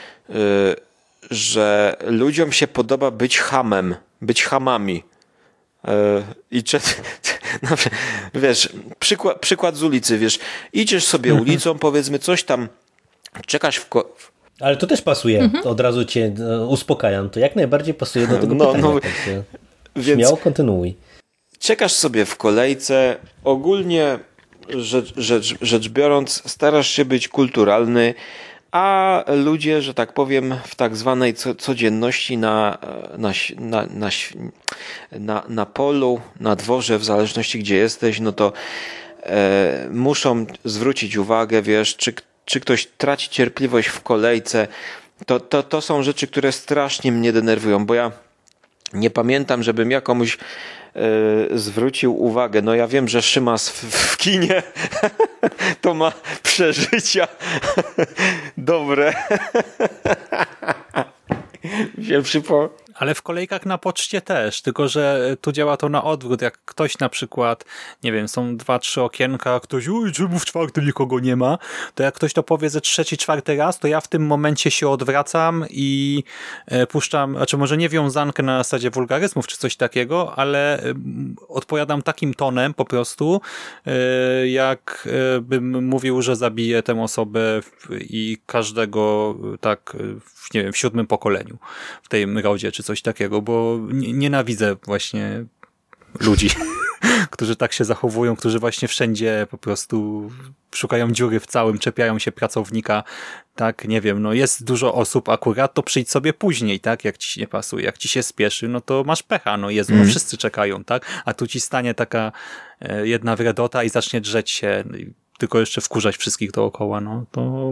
że ludziom się podoba być chamem, być chamami. I czy, no, wiesz, przykład, przykład z ulicy, wiesz, idziesz sobie ulicą, powiedzmy coś tam, czekasz w... Ko- Ale to też pasuje, mhm. Od razu cię uspokajam, to jak najbardziej pasuje do tego no, pytania, no, tak więc śmiało kontynuuj. Czekasz sobie w kolejce, ogólnie rzecz, rzecz, rzecz biorąc, starasz się być kulturalny, a ludzie, że tak powiem, w tak zwanej codzienności na, na, na, na, na, na polu, na dworze, w zależności gdzie jesteś, no to e, muszą zwrócić uwagę, wiesz, czy, czy ktoś traci cierpliwość w kolejce. To, to, to są rzeczy, które strasznie mnie denerwują, bo ja nie pamiętam, żebym ja komuś e, zwrócił uwagę. No ja wiem, że Szymas w, w kinie to ma przeżycia dobre. Wiem, przypo... Ale w kolejkach na poczcie też, tylko że tu działa to na odwrót. Jak ktoś na przykład, nie wiem, są dwa, trzy okienka, ktoś, oj, czemu w czwartym nikogo nie ma, to jak ktoś to powie ze trzeci, czwarty raz, to ja w tym momencie się odwracam i e, puszczam, znaczy może nie wiązankę na zasadzie wulgaryzmów czy coś takiego, ale e, odpowiadam takim tonem po prostu, e, jak e, bym mówił, że zabiję tę osobę w, i każdego tak, w, nie wiem, w siódmym pokoleniu w tej rodzie czy coś takiego, bo nienawidzę właśnie ludzi, którzy tak się zachowują, którzy właśnie wszędzie po prostu szukają dziury w całym, czepiają się pracownika, tak, nie wiem, no jest dużo osób akurat, to przyjdź sobie później, tak, jak ci się nie pasuje, jak ci się spieszy, no to masz pecha, no Jezu, mm. no wszyscy czekają, tak, a tu ci stanie taka jedna wredota i zacznie drzeć się, tylko jeszcze wkurzać wszystkich dookoła, no to...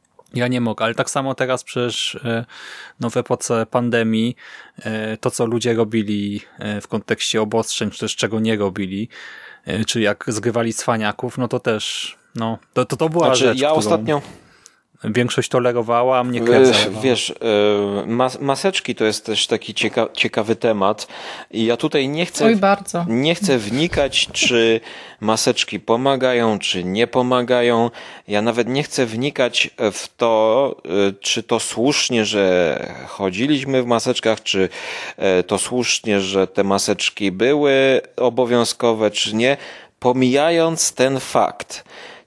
Ja nie mogę, ale tak samo teraz przecież no w epoce pandemii to, co ludzie robili w kontekście obostrzeń, czy też czego nie robili, czy jak zgrywali cwaniaków, no to też, no to, to, to była znaczy, rzecz, ja którą ostatnio większość tolerowała, a mnie kręcała. Wiesz, mas- maseczki to jest też taki cieka- ciekawy temat i ja tutaj nie chcę, Oj, bardzo. nie chcę wnikać, czy maseczki pomagają, czy nie pomagają. Ja nawet nie chcę wnikać w to, czy to słusznie, że chodziliśmy w maseczkach, czy to słusznie, że te maseczki były obowiązkowe, czy nie. Pomijając ten fakt,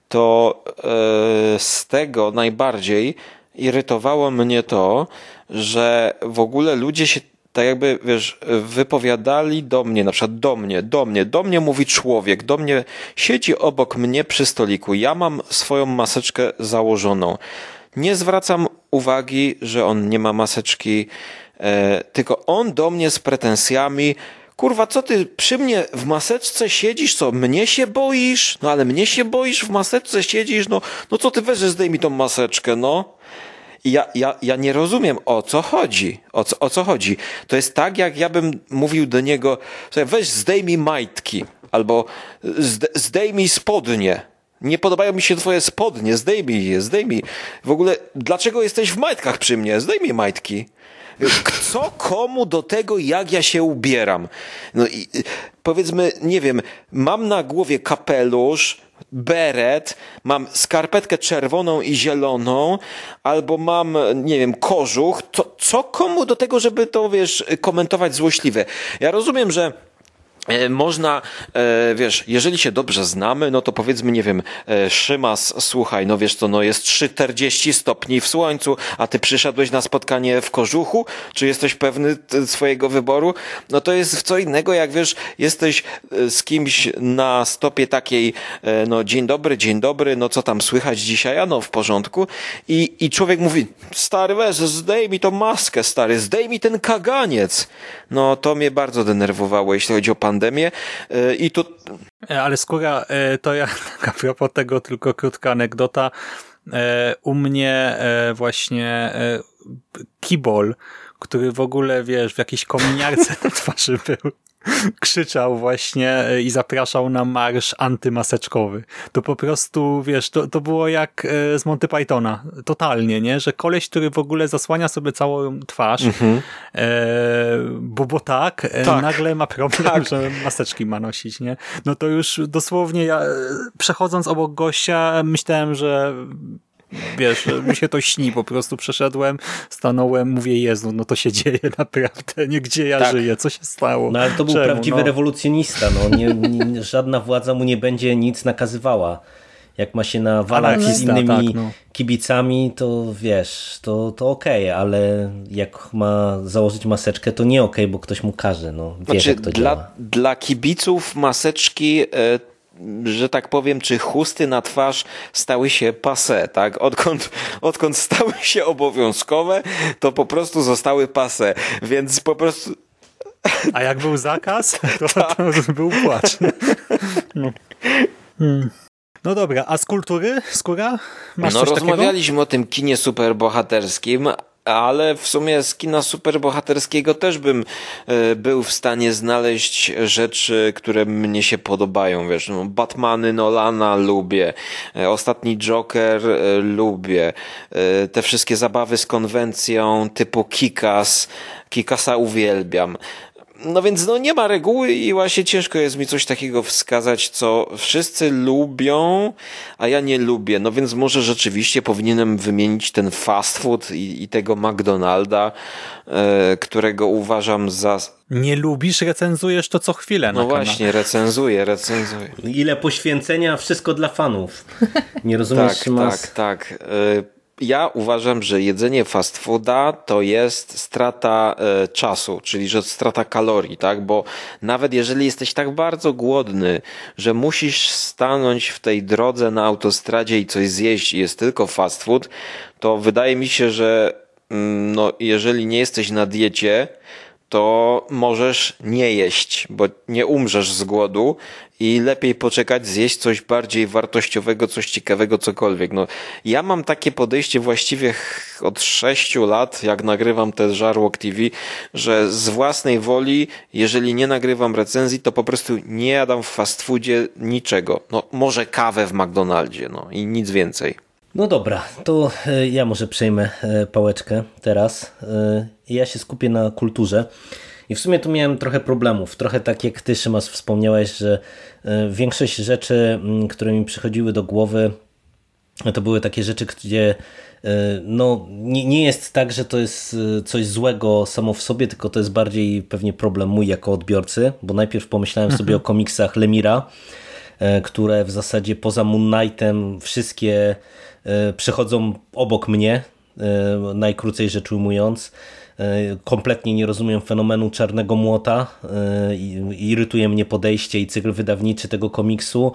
to yy, z tego najbardziej irytowało mnie to, że w ogóle ludzie się tak jakby, wiesz, wypowiadali do mnie, na przykład do mnie, do mnie, do mnie mówi człowiek, do mnie siedzi obok mnie przy stoliku, ja mam swoją maseczkę założoną. Nie zwracam uwagi, że on nie ma maseczki, yy, tylko on do mnie z pretensjami: kurwa, co ty przy mnie w maseczce siedzisz, co, mnie się boisz? No ale mnie się boisz, w maseczce siedzisz, no, no co ty weź, zdejmij tą maseczkę, no. I ja, ja, ja nie rozumiem, o co chodzi, o co, o co chodzi. To jest tak, jak ja bym mówił do niego: weź zdejmij majtki, albo zdejmij spodnie. Nie podobają mi się twoje spodnie, zdejmij je, zdejmij. W ogóle, dlaczego jesteś w majtkach przy mnie? Zdejmij majtki. Co komu do tego, jak ja się ubieram? No i powiedzmy, nie wiem, mam na głowie kapelusz, beret, mam skarpetkę czerwoną i zieloną, albo mam, nie wiem, kożuch. To, co komu do tego, żeby to, wiesz, komentować złośliwe? Ja rozumiem, że Można, wiesz, jeżeli się dobrze znamy, no to powiedzmy, nie wiem, Szymas, słuchaj, no wiesz co, no jest czterdzieści stopni w słońcu, a ty przyszedłeś na spotkanie w kożuchu, czy jesteś pewny swojego wyboru? No to jest co innego, jak wiesz, jesteś z kimś na stopie takiej, no dzień dobry, dzień dobry, no co tam słychać dzisiaj, a no w porządku i, i człowiek mówi, stary weź, zdejmij tą maskę, stary, zdejmij ten kaganiec. No to mnie bardzo denerwowało, jeśli chodzi o pandemię i to... Ale Skóra, to ja a propos tego tylko krótka anegdota. U mnie właśnie Kibol, który w ogóle, wiesz, w jakiejś kominiarce na twarzy był, krzyczał właśnie i zapraszał na marsz antymaseczkowy. To po prostu, wiesz, to, to było jak z Monty Pythona. Totalnie, nie? Że koleś, który w ogóle zasłania sobie całą twarz, mhm. e, bo, bo tak, tak, nagle ma problem, tak. że maseczki ma nosić, nie? No to już dosłownie ja, przechodząc obok gościa, myślałem, że wiesz, mi się to śni, po prostu przeszedłem, stanąłem, mówię, Jezu, no to się dzieje naprawdę, nie gdzie ja tak. żyję, co się stało? No ale to był Czemu? prawdziwy no. rewolucjonista, no nie, nie, żadna władza mu nie będzie nic nakazywała. Jak ma się nawalać z innymi tak, no. kibicami, to wiesz, to, to okej, okay, ale jak ma założyć maseczkę, to nie okej, okay, bo ktoś mu każe, no wiesz, znaczy, jak to dla, działa. Dla kibiców maseczki... Y że tak powiem, czy chusty na twarz stały się passé, tak? Odkąd, odkąd stały się obowiązkowe, to po prostu zostały passé, więc po prostu... A jak był zakaz, to, to był płacz. No. Hmm. No dobra, a z kultury, Skóra? Masz no coś rozmawialiśmy takiego? o tym kinie superbohaterskim, ale w sumie z kina superbohaterskiego też bym y, był w stanie znaleźć rzeczy, które mnie się podobają, wiesz, no, Batmany Nolana lubię, y, ostatni Joker y, lubię, y, te wszystkie zabawy z konwencją typu Kick-Ass, Kick-Assa uwielbiam. No więc no nie ma reguły i właśnie ciężko jest mi coś takiego wskazać, co wszyscy lubią, a ja nie lubię. No więc może rzeczywiście powinienem wymienić ten fast food i, i tego McDonalda, e, którego uważam za... Nie lubisz, recenzujesz to co chwilę na No kanale. właśnie, recenzuję, recenzuję. Ile poświęcenia, wszystko dla fanów. Nie rozumiesz, tak, Szymas? tak, tak. E, Ja uważam, że jedzenie fast fooda to jest strata e, czasu, czyli że strata kalorii, tak? Bo nawet jeżeli jesteś tak bardzo głodny, że musisz stanąć w tej drodze na autostradzie i coś zjeść i jest tylko fast food, to wydaje mi się, że mm, no, jeżeli nie jesteś na diecie, to możesz nie jeść, bo nie umrzesz z głodu i lepiej poczekać, zjeść coś bardziej wartościowego, coś ciekawego, cokolwiek. No, ja mam takie podejście właściwie od sześciu lat, jak nagrywam te Żarłok T V, że z własnej woli, jeżeli nie nagrywam recenzji, to po prostu nie jadam w fast foodzie niczego. No, może kawę w McDonaldzie, no i nic więcej. No dobra, to ja może przejmę pałeczkę teraz. Ja się skupię na kulturze. I w sumie tu miałem trochę problemów. Trochę tak jak ty, Szymas, wspomniałeś, że większość rzeczy, które mi przychodziły do głowy, to były takie rzeczy, gdzie no, nie, nie jest tak, że to jest coś złego samo w sobie, tylko to jest bardziej pewnie problem mój jako odbiorcy, bo najpierw pomyślałem sobie o komiksach Lemira, które w zasadzie poza Moon Knightem wszystkie przechodzą obok mnie, najkrócej rzecz ujmując. Kompletnie nie rozumiem fenomenu Czarnego Młota, irytuje mnie podejście i cykl wydawniczy tego komiksu.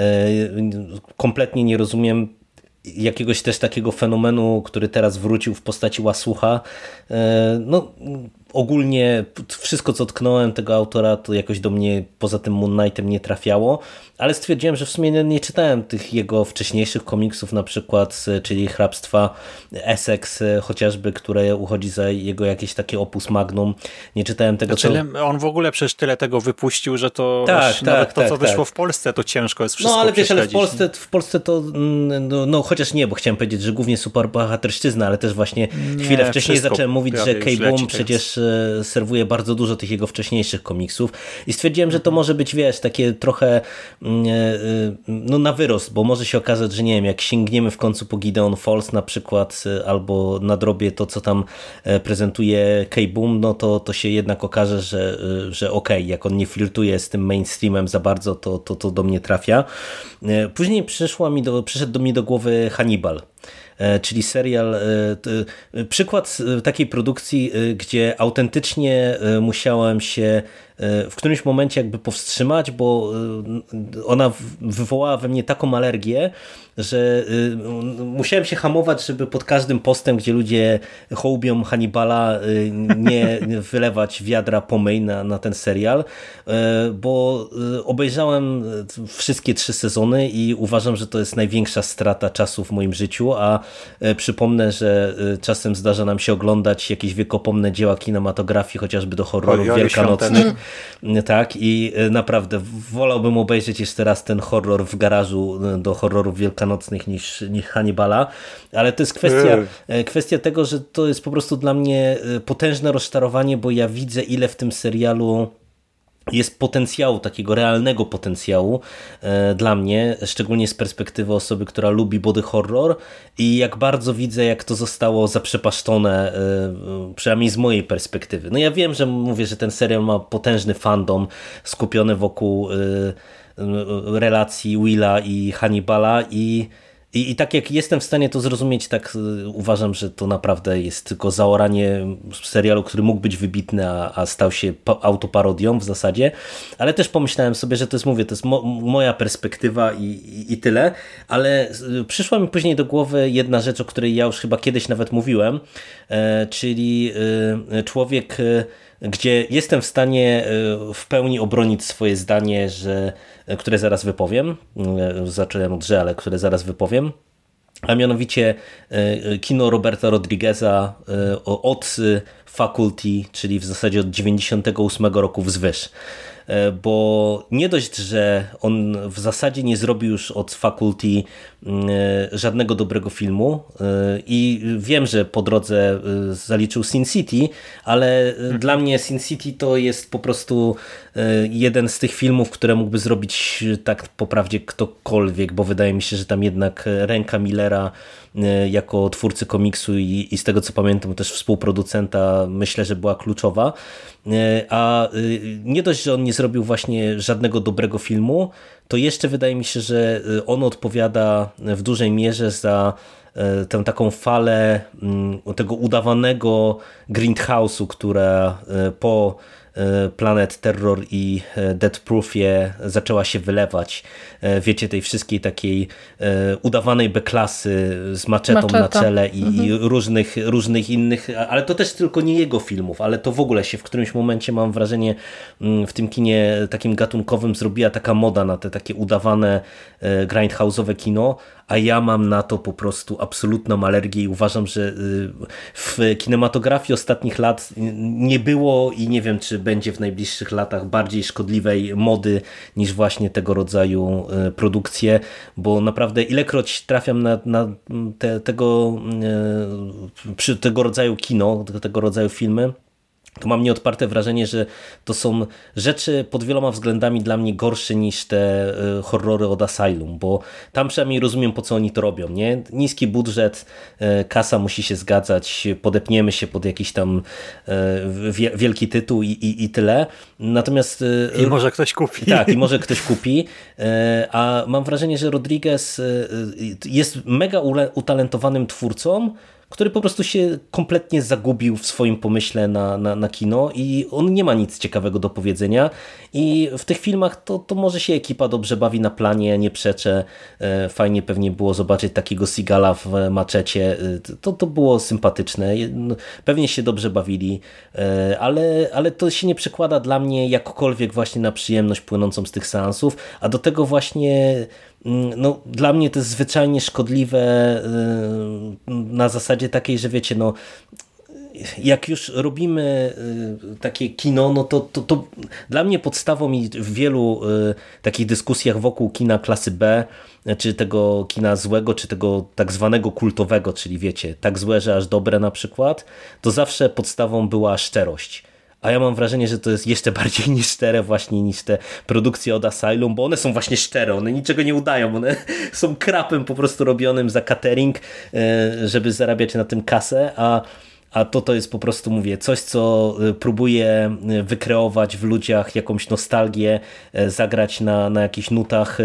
Kompletnie nie rozumiem jakiegoś też takiego fenomenu, który teraz wrócił w postaci Łasucha. No, ogólnie wszystko, co tknąłem tego autora, to jakoś do mnie poza tym Moon Knightem nie trafiało, ale stwierdziłem, że w sumie nie, nie czytałem tych jego wcześniejszych komiksów, na przykład, czyli Hrabstwa Essex chociażby, które uchodzi za jego jakieś takie opus magnum. Nie czytałem tego, znaczy, co... On w ogóle przecież tyle tego wypuścił, że to tak, aż, tak, nawet to, tak, co tak. wyszło w Polsce, to ciężko jest wszystko No ale wiesz, ale w prześledzić. Polsce, w Polsce to, no, no chociaż nie, bo chciałem powiedzieć, że głównie superbohaterszczyzna, ale też właśnie nie, chwilę wcześniej wszystko zacząłem mówić, że K-Boom przecież że serwuje bardzo dużo tych jego wcześniejszych komiksów i stwierdziłem, że to może być, wiesz, takie trochę no na wyrost, bo może się okazać, że nie wiem, jak sięgniemy w końcu po Gideon Falls na przykład, albo nadrobię to, co tam prezentuje K-Boom, no to, to się jednak okaże, że, że okej, okay, jak on nie flirtuje z tym mainstreamem za bardzo, to, to, to do mnie trafia. Później przyszła mi do, przyszedł do mnie do głowy Hannibal, czyli serial, przykład takiej produkcji, gdzie autentycznie musiałem się w którymś momencie jakby powstrzymać, bo ona wywołała we mnie taką alergię, że musiałem się hamować, żeby pod każdym postem, gdzie ludzie hołbią Hannibala, nie wylewać wiadra pomyj na, na ten serial, bo obejrzałem wszystkie trzy sezony i uważam, że to jest największa strata czasu w moim życiu, a przypomnę, że czasem zdarza nam się oglądać jakieś wiekopomne dzieła kinematografii, chociażby do horrorów wielkanocnych. Tak, i naprawdę wolałbym obejrzeć jeszcze raz ten horror w garażu do horrorów wielkanocnych niż, niż Hannibala, ale to jest kwestia, kwestia tego, że to jest po prostu dla mnie potężne rozczarowanie, bo ja widzę, ile w tym serialu jest potencjału, takiego realnego potencjału e, dla mnie, szczególnie z perspektywy osoby, która lubi body horror i jak bardzo widzę, jak to zostało zaprzepaszczone, e, przynajmniej z mojej perspektywy. No ja wiem, że mówię, że ten serial ma potężny fandom skupiony wokół e, relacji Willa i Hannibala i I, I tak jak jestem w stanie to zrozumieć, tak uważam, że to naprawdę jest tylko zaoranie serialu, który mógł być wybitny, a, a stał się autoparodią w zasadzie, ale też pomyślałem sobie, że to jest, mówię, to jest mo moja perspektywa i, i, i tyle, ale przyszła mi później do głowy jedna rzecz, o której ja już chyba kiedyś nawet mówiłem, e, czyli e, człowiek, e, gdzie jestem w stanie w pełni obronić swoje zdanie, że, które zaraz wypowiem. Zacząłem od że, ale które zaraz wypowiem. A mianowicie kino Roberta Rodrigueza od Faculty, czyli w zasadzie od dziewięćdziesiątego ósmego roku wzwyż. Bo nie dość, że on w zasadzie nie zrobił już od Faculty żadnego dobrego filmu i wiem, że po drodze zaliczył Sin City, ale hmm. dla mnie Sin City to jest po prostu jeden z tych filmów, które mógłby zrobić tak po prawdzie ktokolwiek, bo wydaje mi się, że tam jednak ręka Millera jako twórcy komiksu i, i z tego co pamiętam też współproducenta, myślę, że była kluczowa, a nie dość, że on nie zrobił właśnie żadnego dobrego filmu, to jeszcze wydaje mi się, że on odpowiada w dużej mierze za tę taką falę tego udawanego Grindhouse'u, która po Planet Terror i Death Proofie zaczęła się wylewać. Wiecie, tej wszystkiej takiej udawanej B-klasy z maczetą Maczeta. na czele i, mhm. i różnych, różnych innych, ale to też tylko nie jego filmów, ale to w ogóle się w którymś momencie, mam wrażenie, w tym kinie takim gatunkowym zrobiła taka moda na te takie udawane grindhouse'owe kino, a ja mam na to po prostu absolutną alergię i uważam, że w kinematografii ostatnich lat nie było i nie wiem, czy będzie w najbliższych latach bardziej szkodliwej mody niż właśnie tego rodzaju produkcje, bo naprawdę ilekroć trafiam na, na te, tego, przy tego rodzaju kino, tego rodzaju filmy, to mam nieodparte wrażenie, że to są rzeczy pod wieloma względami dla mnie gorsze niż te horrory od Asylum, bo tam przynajmniej rozumiem, po co oni to robią, nie? Niski budżet, kasa musi się zgadzać, podepniemy się pod jakiś tam wielki tytuł i, i, i tyle. Natomiast... I może ktoś kupi. Tak, i może ktoś kupi, a mam wrażenie, że Rodriguez jest mega utalentowanym twórcą, który po prostu się kompletnie zagubił w swoim pomyśle na, na, na kino i on nie ma nic ciekawego do powiedzenia i w tych filmach to, to może się ekipa dobrze bawi na planie, nie przeczę, fajnie pewnie było zobaczyć takiego Seagala w Maczecie, to, to było sympatyczne, pewnie się dobrze bawili, ale, ale to się nie przekłada dla mnie jakkolwiek właśnie na przyjemność płynącą z tych seansów, a do tego właśnie no, dla mnie to jest zwyczajnie szkodliwe na zasadzie takiej, że wiecie, no jak już robimy takie kino, no to, to, to dla mnie podstawą i w wielu takich dyskusjach wokół kina klasy B, czy tego kina złego, czy tego tak zwanego kultowego, czyli wiecie, tak złe, że aż dobre na przykład, to zawsze podstawą była szczerość. A ja mam wrażenie, że to jest jeszcze bardziej niż szczere właśnie niż te produkcje od Asylum, bo one są właśnie szczere, one niczego nie udają, one są krapem po prostu robionym za catering, żeby zarabiać na tym kasę, a A to to jest po prostu, mówię, coś, co próbuje wykreować w ludziach jakąś nostalgię, zagrać na, na jakichś nutach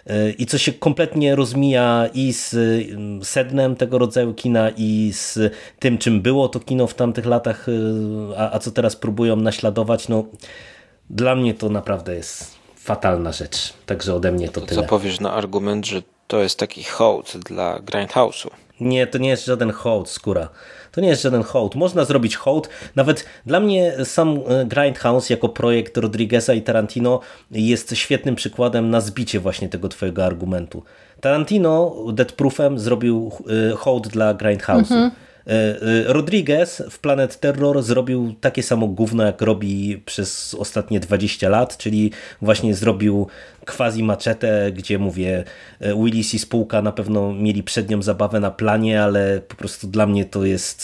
i co się kompletnie rozmija i z sednem tego rodzaju kina i z tym, czym było to kino w tamtych latach, a, a co teraz próbują naśladować. No, dla mnie to naprawdę jest fatalna rzecz. Także ode mnie to, to tyle. Co powiesz na argument, że to jest taki hołd dla Grindhouse'u? Nie, to nie jest żaden hołd, Skóra. To nie jest żaden hołd. Można zrobić hołd. Nawet dla mnie sam Grindhouse jako projekt Rodrigueza i Tarantino jest świetnym przykładem na zbicie właśnie tego twojego argumentu. Tarantino Death Proofem zrobił hołd dla Grindhouse'u. Mhm. Rodriguez w Planet Terror zrobił takie samo gówno, jak robi przez ostatnie dwadzieścia lat, czyli właśnie zrobił quasi maczetę, gdzie mówię, Willis i spółka na pewno mieli przed nią zabawę na planie, ale po prostu dla mnie to jest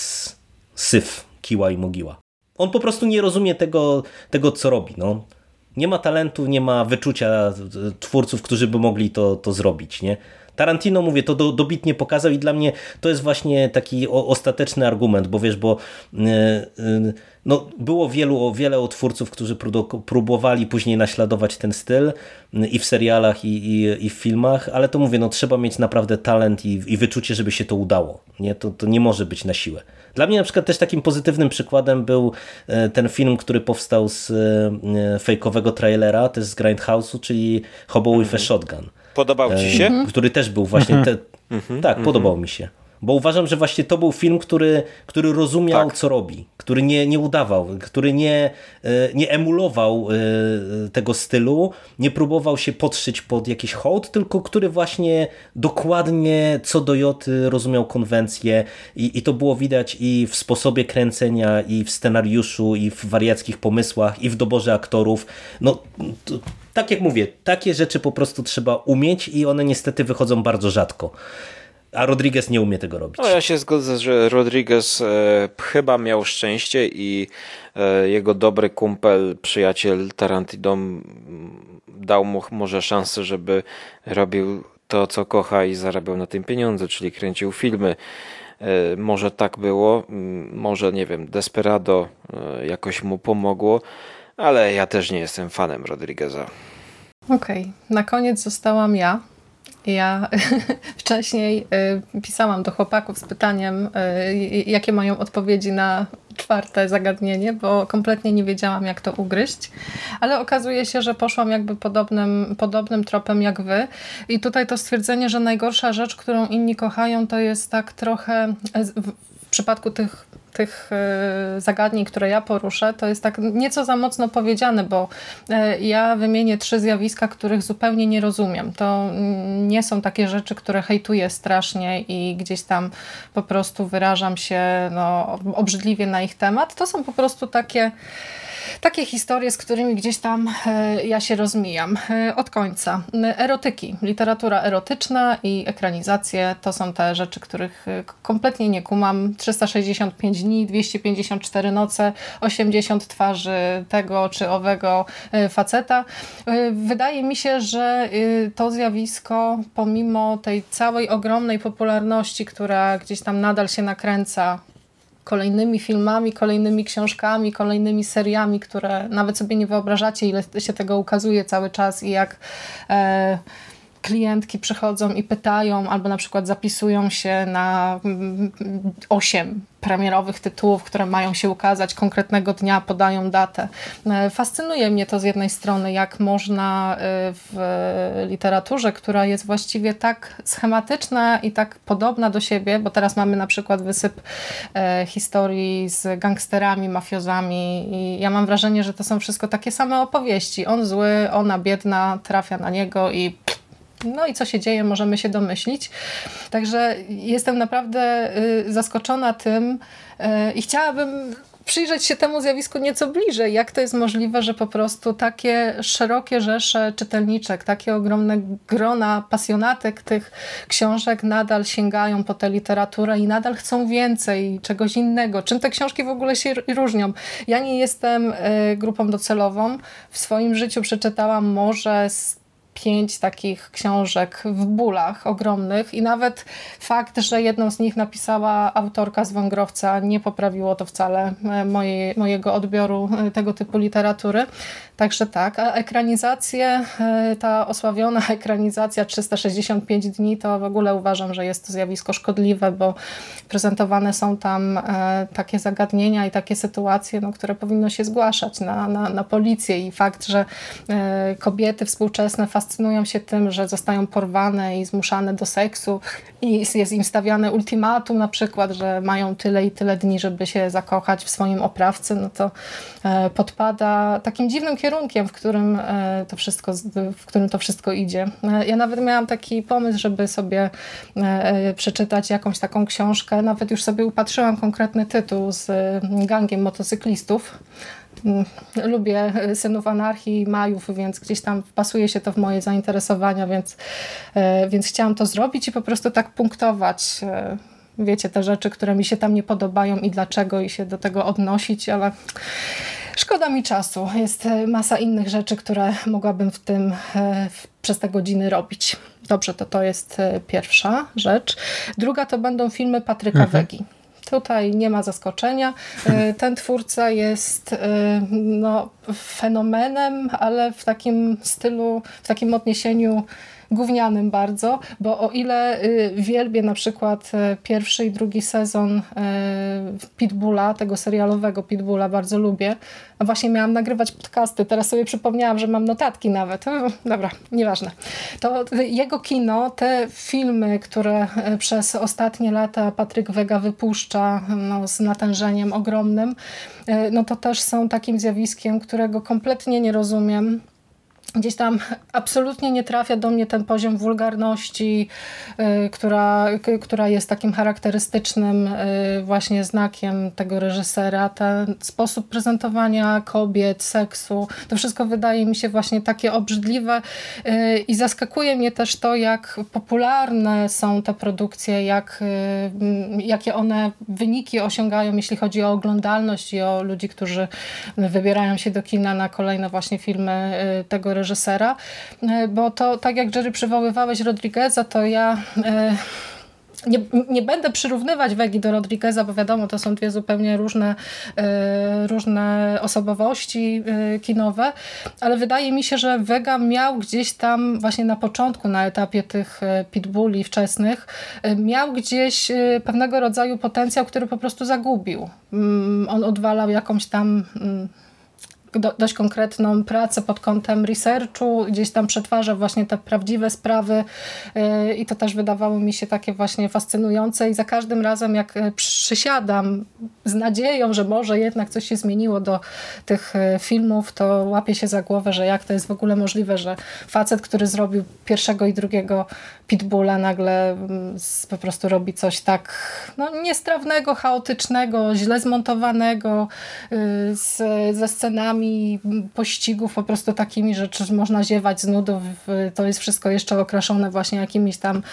syf, kiła i mogiła. On po prostu nie rozumie tego, tego co robi. No. Nie ma talentu, nie ma wyczucia twórców, którzy by mogli to, to zrobić, nie? Tarantino, mówię, to do, dobitnie pokazał i dla mnie to jest właśnie taki o, ostateczny argument, bo wiesz, bo yy, yy, no, było wielu, o wiele twórców, którzy próbowali później naśladować ten styl yy, i w serialach, i, i, i w filmach, ale to mówię, no trzeba mieć naprawdę talent i, i wyczucie, żeby się to udało. Nie? To, to nie może być na siłę. Dla mnie na przykład też takim pozytywnym przykładem był yy, ten film, który powstał z yy, fejkowego trailera, też z Grindhouse'u, czyli Hobo with a Shotgun. Podobał ci się? E, który też był właśnie... Te... Mm-hmm. Tak, mm-hmm. podobał mi się. Bo uważam, że właśnie to był film, który, który rozumiał, tak. co robi. Który nie, nie udawał, który nie, nie emulował tego stylu, nie próbował się podszyć pod jakiś hołd, tylko który właśnie dokładnie co do joty rozumiał konwencję i, i to było widać i w sposobie kręcenia, i w scenariuszu, i w wariackich pomysłach, i w doborze aktorów. No, to, tak jak mówię, takie rzeczy po prostu trzeba umieć i one niestety wychodzą bardzo rzadko. A Rodriguez nie umie tego robić. No ja się zgodzę, że Rodriguez e, chyba miał szczęście i e, jego dobry kumpel, przyjaciel Tarantino dał mu może szansę, żeby robił to, co kocha i zarabiał na tym pieniądze, czyli kręcił filmy. E, może tak było, może nie wiem, Desperado e, jakoś mu pomogło, ale ja też nie jestem fanem Rodrigueza. Okej, okay. Na koniec zostałam ja. Ja wcześniej y, pisałam do chłopaków z pytaniem, y, jakie mają odpowiedzi na czwarte zagadnienie, bo kompletnie nie wiedziałam, jak to ugryźć, ale okazuje się, że poszłam jakby podobnym, podobnym tropem jak wy i tutaj to stwierdzenie, że najgorsza rzecz, którą inni kochają, to jest tak trochę w, w przypadku tych tych zagadnień, które ja poruszę, to jest tak nieco za mocno powiedziane, bo ja wymienię trzy zjawiska, których zupełnie nie rozumiem. To nie są takie rzeczy, które hejtuję strasznie i gdzieś tam po prostu wyrażam się no, obrzydliwie na ich temat. To są po prostu takie Takie historie, z którymi gdzieś tam ja się rozmijam. Od końca. Erotyki, literatura erotyczna i ekranizacje to są te rzeczy, których kompletnie nie kumam. trzysta sześćdziesiąt pięć dni, dwieście pięćdziesiąt cztery noce, osiemdziesiąt twarzy tego czy owego faceta. Wydaje mi się, że to zjawisko, pomimo tej całej ogromnej popularności, która gdzieś tam nadal się nakręca kolejnymi filmami, kolejnymi książkami, kolejnymi seriami, które nawet sobie nie wyobrażacie, ile się tego ukazuje cały czas i jak e, klientki przychodzą i pytają, albo na przykład zapisują się na osiem premierowych tytułów, które mają się ukazać konkretnego dnia, podają datę. Fascynuje mnie to z jednej strony, jak można w literaturze, która jest właściwie tak schematyczna i tak podobna do siebie, bo teraz mamy na przykład wysyp historii z gangsterami, mafiozami i ja mam wrażenie, że to są wszystko takie same opowieści. On zły, ona biedna, trafia na niego i No i co się dzieje, możemy się domyślić. Także jestem naprawdę zaskoczona tym i chciałabym przyjrzeć się temu zjawisku nieco bliżej. Jak to jest możliwe, że po prostu takie szerokie rzesze czytelniczek, takie ogromne grona pasjonatek tych książek nadal sięgają po tę literaturę i nadal chcą więcej, czegoś innego. Czym te książki w ogóle się różnią? Ja nie jestem grupą docelową. W swoim życiu przeczytałam może z pięć takich książek w bólach ogromnych i nawet fakt, że jedną z nich napisała autorka z Węgrowca, nie poprawiło to wcale moje, mojego odbioru tego typu literatury. Także tak, a ekranizacje, ta osławiona ekranizacja trzysta sześćdziesiąt pięć dni, to w ogóle uważam, że jest to zjawisko szkodliwe, bo prezentowane są tam takie zagadnienia i takie sytuacje, no, które powinno się zgłaszać na, na, na policję i fakt, że kobiety współczesne fascynują się tym, że zostają porwane i zmuszane do seksu i jest im stawiane ultimatum na przykład, że mają tyle i tyle dni, żeby się zakochać w swoim oprawcy, no to podpada takim dziwnym kierunkiem, w którym to wszystko, w którym to wszystko idzie. Ja nawet miałam taki pomysł, żeby sobie przeczytać jakąś taką książkę, nawet już sobie upatrzyłam konkretny tytuł z gangiem motocyklistów. Lubię Synów Anarchii i Majów, więc gdzieś tam wpasuje się to w moje zainteresowania, więc, więc chciałam to zrobić i po prostu tak punktować, wiecie, te rzeczy, które mi się tam nie podobają i dlaczego i się do tego odnosić, ale szkoda mi czasu. Jest masa innych rzeczy, które mogłabym w tym w, przez te godziny robić. Dobrze, to to jest pierwsza rzecz. Druga to będą filmy Patryka mhm. Wegi. Tutaj nie ma zaskoczenia. Ten twórca jest no, fenomenem, ale w takim stylu, w takim odniesieniu gównianym bardzo, bo o ile wielbię na przykład pierwszy i drugi sezon Pitbulla, tego serialowego Pitbulla, bardzo lubię, a właśnie miałam nagrywać podcasty, teraz sobie przypomniałam, że mam notatki nawet, dobra, nieważne. To jego kino, te filmy, które przez ostatnie lata Patryk Wega wypuszcza no, z natężeniem ogromnym, no to też są takim zjawiskiem, którego kompletnie nie rozumiem. Gdzieś tam absolutnie nie trafia do mnie ten poziom wulgarności, y, która, y, która jest takim charakterystycznym y, właśnie znakiem tego reżysera. Ten sposób prezentowania kobiet, seksu, to wszystko wydaje mi się właśnie takie obrzydliwe y, i zaskakuje mnie też to, jak popularne są te produkcje, jak, y, jakie one wyniki osiągają, jeśli chodzi o oglądalność i o ludzi, którzy wybierają się do kina na kolejne właśnie filmy y, tego reżysera. reżysera, bo to tak jak Jerry przywoływałeś Rodrigueza, to ja nie, nie będę przyrównywać Wegi do Rodrigueza, bo wiadomo, to są dwie zupełnie różne, różne osobowości kinowe, ale wydaje mi się, że Wega miał gdzieś tam właśnie na początku, na etapie tych Pitbulli wczesnych, miał gdzieś pewnego rodzaju potencjał, który po prostu zagubił. On odwalał jakąś tam Do, dość konkretną pracę pod kątem researchu, gdzieś tam przetwarza właśnie te prawdziwe sprawy yy, i to też wydawało mi się takie właśnie fascynujące i za każdym razem jak przysiadam z nadzieją, że może jednak coś się zmieniło do tych filmów, to łapię się za głowę, że jak to jest w ogóle możliwe, że facet, który zrobił pierwszego i drugiego Pitbulla, nagle z, po prostu robi coś tak no, niestrawnego, chaotycznego, źle zmontowanego, yy, z, ze scenami pościgów po prostu takimi, że można ziewać z nudów. To jest wszystko jeszcze okraszone właśnie jakimiś tam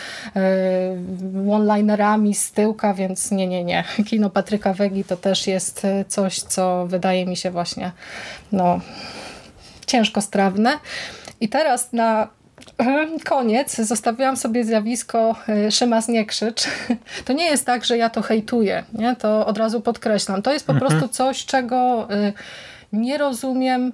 one-linerami z tyłka, więc nie, nie, nie. Kino Patryka Wegi to też jest coś, co wydaje mi się właśnie no, ciężko strawne. I teraz na koniec zostawiłam sobie zjawisko Szymas nie krzycz. To nie jest tak, że ja to hejtuję, nie? To od razu podkreślam. To jest po mhm. prostu coś, czego nie rozumiem,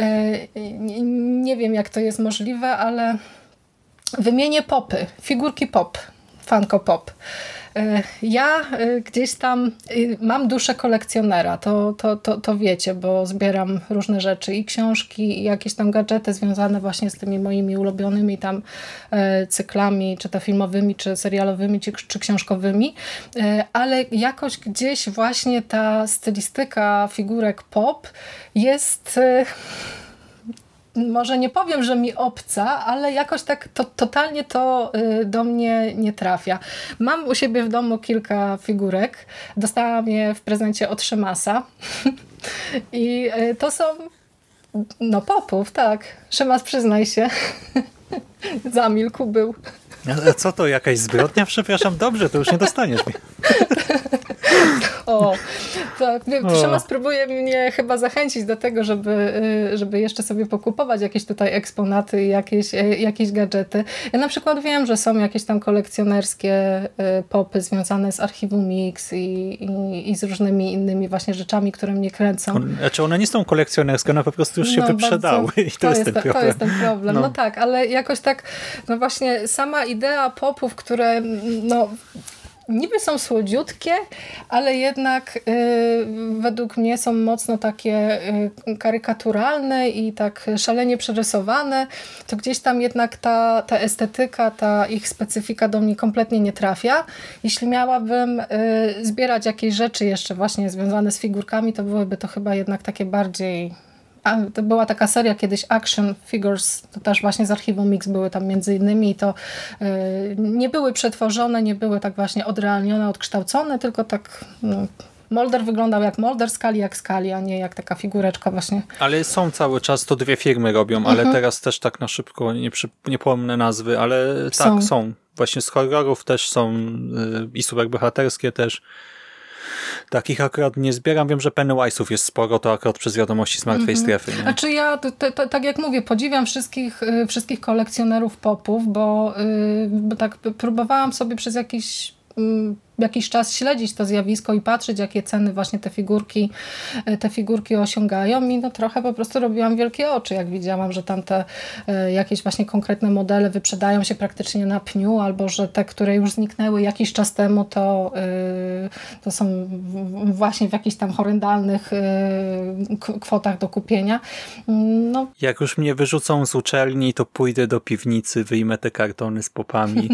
nie wiem jak to jest możliwe, ale wymienię popy, figurki pop, Funko Pop. Ja gdzieś tam mam duszę kolekcjonera, to, to, to, to wiecie, bo zbieram różne rzeczy i książki, i jakieś tam gadżety związane właśnie z tymi moimi ulubionymi tam cyklami, czy to filmowymi, czy serialowymi, czy, czy książkowymi, ale jakoś gdzieś właśnie ta stylistyka figurek pop jest może nie powiem, że mi obca, ale jakoś tak to, totalnie to do mnie nie trafia. Mam u siebie w domu kilka figurek. Dostałam je w prezencie od Szymasa. I to są no popów, tak. Szymas, przyznaj się. Zamilkł był. A co to, jakaś zbrodnia? Przepraszam, dobrze, to już nie dostaniesz mi. O, tak. Szymas próbuje mnie chyba zachęcić do tego, żeby, żeby jeszcze sobie pokupować jakieś tutaj eksponaty i jakieś, jakieś gadżety. Ja na przykład wiem, że są jakieś tam kolekcjonerskie popy związane z archiwum Mix i, i, i z różnymi innymi właśnie rzeczami, które mnie kręcą. Znaczy one nie są kolekcjonerskie, one po prostu już się no, wyprzedały bardzo, i to, to jest, jest ten problem. To jest ten problem. No. no tak, ale jakoś tak, no właśnie sama idea popów, które no niby są słodziutkie, ale jednak y, według mnie są mocno takie y, karykaturalne i tak szalenie przerysowane, to gdzieś tam jednak ta, ta estetyka, ta ich specyfika do mnie kompletnie nie trafia. Jeśli miałabym y, zbierać jakieś rzeczy jeszcze właśnie związane z figurkami, to byłyby to chyba jednak takie bardziej... A, to była taka seria kiedyś Action Figures, to też właśnie z archiwum Mix były tam między innymi i to yy, nie były przetworzone, nie były tak właśnie odrealnione, odkształcone, tylko tak no, Molder wyglądał jak Molder, Skali jak Skali, a nie jak taka figureczka właśnie. Ale są cały czas, to dwie firmy robią, ale mhm. teraz też tak na szybko, nie, przy, nie pomnę nazwy, ale tak są. są. Właśnie z horrorów też są yy, i superbohaterskie też. Takich akurat nie zbieram. Wiem, że Pennywise'ów jest sporo, to akurat przez wiadomości z martwej mm-hmm. strefy. Nie? Znaczy ja, to, to, tak jak mówię, podziwiam wszystkich, wszystkich kolekcjonerów popów, bo, yy, bo tak próbowałam sobie przez jakiś yy, jakiś czas śledzić to zjawisko i patrzeć, jakie ceny właśnie te figurki, te figurki osiągają i no trochę po prostu robiłam wielkie oczy, jak widziałam, że tam te y, jakieś właśnie konkretne modele wyprzedają się praktycznie na pniu, albo że te, które już zniknęły jakiś czas temu, to, y, to są w, właśnie w jakichś tam horrendalnych y, kwotach do kupienia. No. Jak już mnie wyrzucą z uczelni, to pójdę do piwnicy, wyjmę te kartony z popami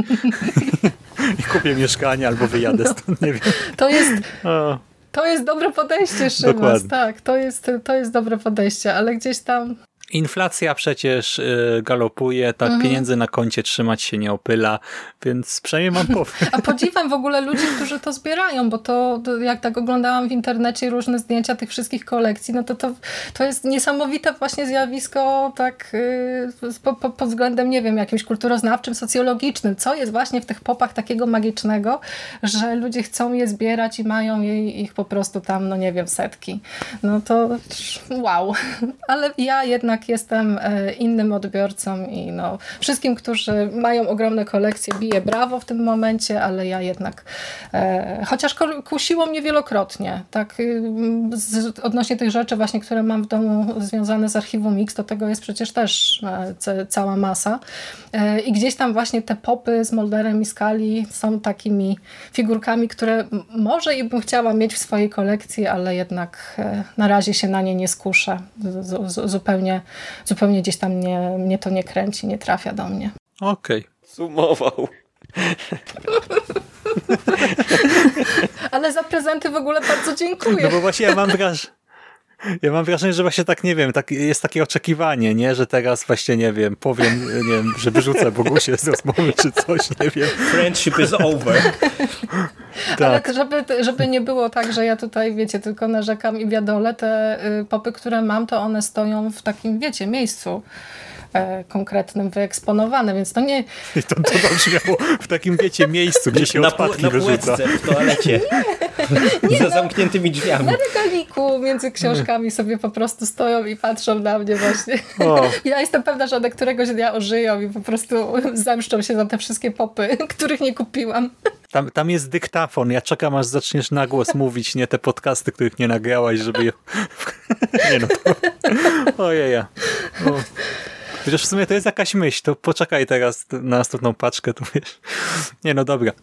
i kupię mieszkanie albo wyjadę. Stąd, nie wiem. To jest, to jest dobre podejście, Szymas. Tak, to jest, to jest dobre podejście, ale gdzieś tam... Inflacja przecież y, galopuje, tak, mhm. pieniędzy na koncie trzymać się nie opyla, więc przynajmniej mam powód. A podziwiam w ogóle ludzi, którzy to zbierają, bo to, to jak tak oglądałam w internecie różne zdjęcia tych wszystkich kolekcji, no to to, to jest niesamowite właśnie zjawisko tak y, po, po, pod względem, nie wiem, jakimś kulturoznawczym, socjologicznym. Co jest właśnie w tych popach takiego magicznego, że ludzie chcą je zbierać i mają je, ich po prostu tam, no nie wiem, setki. No to wow. Ale ja jednak jestem innym odbiorcą i no, wszystkim, którzy mają ogromne kolekcje, biję brawo w tym momencie, ale ja jednak e, chociaż kusiło mnie wielokrotnie, tak, z, odnośnie tych rzeczy właśnie, które mam w domu związane z archiwum Mix, to tego jest przecież też e, c, cała masa e, i gdzieś tam właśnie te popy z Molderem i Skali są takimi figurkami, które może i bym chciała mieć w swojej kolekcji, ale jednak e, na razie się na nie nie skuszę. Z, z, zupełnie Zupełnie gdzieś tam mnie, mnie to nie kręci, nie trafia do mnie. Okej. Okay. Sumował. Ale za prezenty w ogóle bardzo dziękuję. No bo właśnie ja mam wrażenie, ja mam wrażenie, że właśnie tak, nie wiem, tak, jest takie oczekiwanie, nie, że teraz właśnie, nie wiem, powiem, nie wiem, że wyrzucę Bogusię z rozmowy czy coś, nie wiem. Friendship is over. Tak. Ale żeby, żeby nie było tak, że ja tutaj, wiecie, tylko narzekam i wiadolę, te y, popy, które mam, to one stoją w takim, wiecie, miejscu e, konkretnym, wyeksponowane, więc to nie... I to, to brzmiało w takim, wiecie, miejscu, gdzie się na odpadki na wyrzuca. w toalecie. Nie, nie, za zamkniętymi drzwiami. Na regaliku między książkami sobie po prostu stoją i patrzą na mnie właśnie. O. Ja jestem pewna, że one któregoś dnia ożyją i po prostu zemszczą się za te wszystkie popy, których nie kupiłam. Tam, tam jest dyktafon. Ja czekam, aż zaczniesz na głos mówić, nie te podcasty, których nie nagrałaś, żeby je... Nie no. To... Ojeja. O. Chociaż w sumie to jest jakaś myśl, to poczekaj teraz na następną paczkę, to wiesz. Nie no, dobra.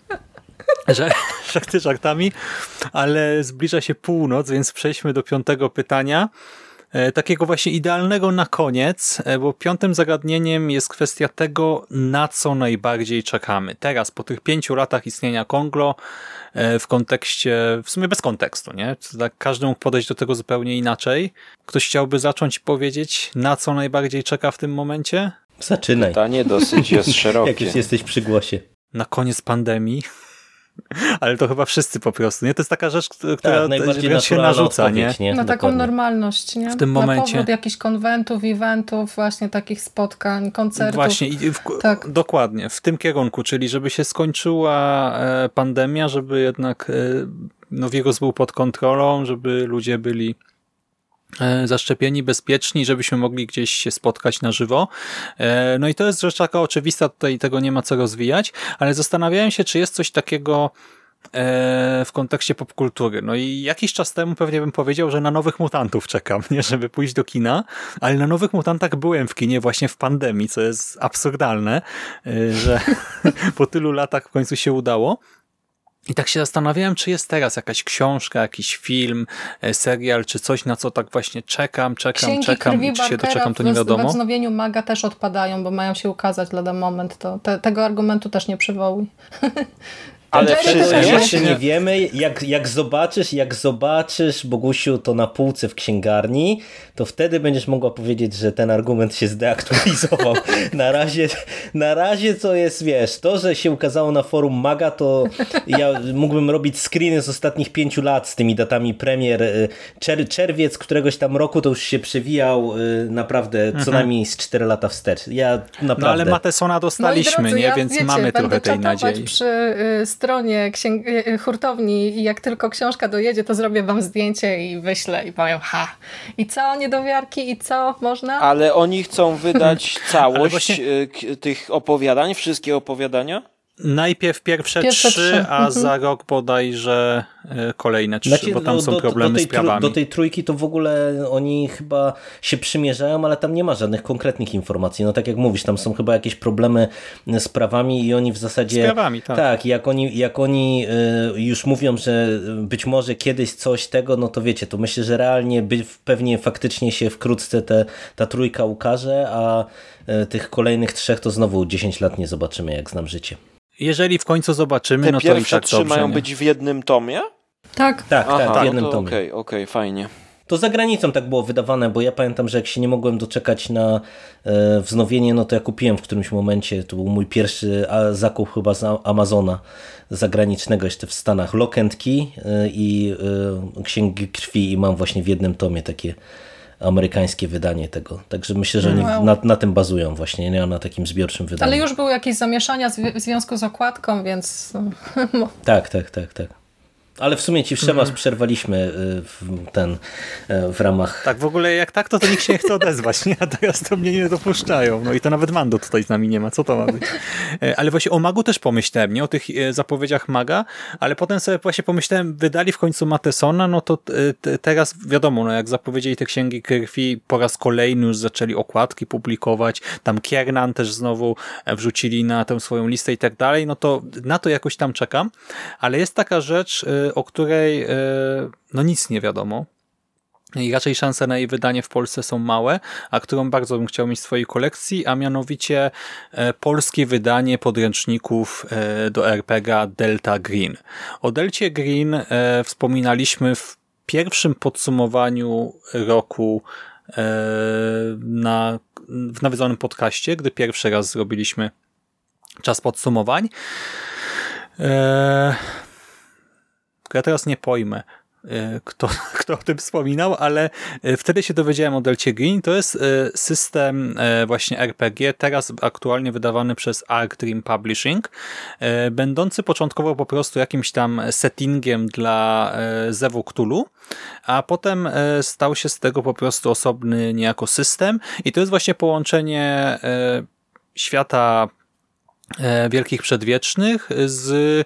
Żarty żartami, ale zbliża się północ, więc przejdźmy do piątego pytania. takiego właśnie idealnego na koniec, bo piątym zagadnieniem jest kwestia tego, na co najbardziej czekamy. Teraz, po tych pięciu latach istnienia Konglo, w kontekście, w sumie bez kontekstu, nie? Tak, każdy mógł podejść do tego zupełnie inaczej. Ktoś chciałby zacząć i powiedzieć, na co najbardziej czeka w tym momencie? Zaczynaj. Pytanie dosyć jest szerokie. Jak już jesteś przy głosie. Na koniec pandemii. Ale to chyba wszyscy po prostu, nie? To jest taka rzecz, która tak, najbardziej się narzuca, nie? nie? Na taką Dokładnie. normalność, nie? W tym na momencie. powrót jakichś konwentów, eventów, właśnie takich spotkań, koncertów. Właśnie, i w, tak. dokładnie, w tym kierunku, czyli żeby się skończyła e, pandemia, żeby jednak e, no, wirus był pod kontrolą, żeby ludzie byli zaszczepieni, bezpieczni, żebyśmy mogli gdzieś się spotkać na żywo. No i to jest rzecz taka oczywista, tutaj tego nie ma co rozwijać, ale zastanawiałem się, czy jest coś takiego w kontekście popkultury. No i jakiś czas temu pewnie bym powiedział, że na Nowych Mutantów czekam, nie, żeby pójść do kina, ale na Nowych Mutantach byłem w kinie właśnie w pandemii, co jest absurdalne, że po tylu latach w końcu się udało. I tak się zastanawiałem, czy jest teraz jakaś książka, jakiś film, serial, czy coś, na co tak właśnie czekam, czekam, Księgi czekam krwi i czy się Barkera doczekam, to nie wiadomo. We wznowieniu Maga też odpadają, bo mają się ukazać lada moment. To te, tego argumentu też nie przywołuj. Ale Jeszcze, nie? jeszcze nie wiemy, jak, jak zobaczysz, jak zobaczysz, Bogusiu, to na półce w księgarni, to wtedy będziesz mogła powiedzieć, że ten argument się zdeaktualizował. Na razie, na razie to jest, wiesz, to, że się ukazało na forum Maga, to ja mógłbym robić screeny z ostatnich pięciu lat z tymi datami premier. Czer, czerwiec któregoś tam roku to już się przewijał naprawdę mhm. co najmniej z cztery lata wstecz. Ja naprawdę... No ale Matesona dostaliśmy, drodzy, nie? Ja, Więc wiecie, mamy trochę tej nadziei. Przy y, stronie księg... hurtowni i jak tylko książka dojedzie, to zrobię wam zdjęcie i wyślę i powiem ha. I co, niedowiarki? I co? Można? Ale oni chcą wydać całość właśnie... tych opowiadań, wszystkie opowiadania? Najpierw pierwsze, pierwsze trzy, trzy, a mhm. za rok bodajże kolejne trzy, znaczy, bo tam do, są do, problemy do tej z prawami. Tru, do tej trójki to w ogóle oni chyba się przymierzają, ale tam nie ma żadnych konkretnych informacji. No tak jak mówisz, tam są chyba jakieś problemy z prawami i oni w zasadzie... Z prawami, tak. Tak, jak oni, jak oni już mówią, że być może kiedyś coś tego, no to wiecie, to myślę, że realnie by, pewnie faktycznie się wkrótce te, ta trójka ukaże, a tych kolejnych trzech to znowu dziesięć lat nie zobaczymy, jak znam życie. Jeżeli w końcu zobaczymy, Te no to i pierwsze tak trzy dobrze, mają nie? być w jednym tomie? Tak. Tak, Aha, tak, w jednym no to tomie. Okej, okay, okej, okay, fajnie. To za granicą tak było wydawane, bo ja pamiętam, że jak się nie mogłem doczekać na e, wznowienie, no to ja kupiłem w którymś momencie, to był mój pierwszy zakup chyba z Amazona zagranicznego jeszcze w Stanach, Lock and Key e, i e, Księgi Krwi i mam właśnie w jednym tomie takie amerykańskie wydanie tego. Także myślę, że oni wow. na, na tym bazują właśnie, nie? Na takim zbiorczym wydaniu. Ale już były jakieś zamieszania w związku z okładką, więc... Tak, tak, tak, tak. Ale w sumie ci wszema mm. przerwaliśmy w ten w ramach... Tak, w ogóle jak tak, to to nikt się nie chce odezwać, nie? A teraz to mnie nie dopuszczają. No i to nawet Mando tutaj z nami nie ma. Co to ma być? Ale właśnie o Magu też pomyślałem, nie? O tych zapowiedziach Maga, ale potem sobie właśnie pomyślałem, wydali w końcu Matesona, no to t- teraz wiadomo, no jak zapowiedzieli te Księgi Krwi, po raz kolejny już zaczęli okładki publikować, tam Kiernan też znowu wrzucili na tę swoją listę i tak dalej, no to na to jakoś tam czekam, ale jest taka rzecz, o której no nic nie wiadomo i raczej szanse na jej wydanie w Polsce są małe, a którą bardzo bym chciał mieć w swojej kolekcji, a mianowicie polskie wydanie podręczników do er pe gie a Delta Green. O Delcie Green wspominaliśmy w pierwszym podsumowaniu roku na, w nawiedzonym podcaście, gdy pierwszy raz zrobiliśmy czas podsumowań. Eee... Ja teraz nie pojmę, kto, kto o tym wspominał, ale wtedy się dowiedziałem o Delcie Green. To jest system właśnie er pe gie, teraz aktualnie wydawany przez Arc Dream Publishing, będący początkowo po prostu jakimś tam settingiem dla Zewu Cthulhu, a potem stał się z tego po prostu osobny niejako system i to jest właśnie połączenie świata Wielkich Przedwiecznych z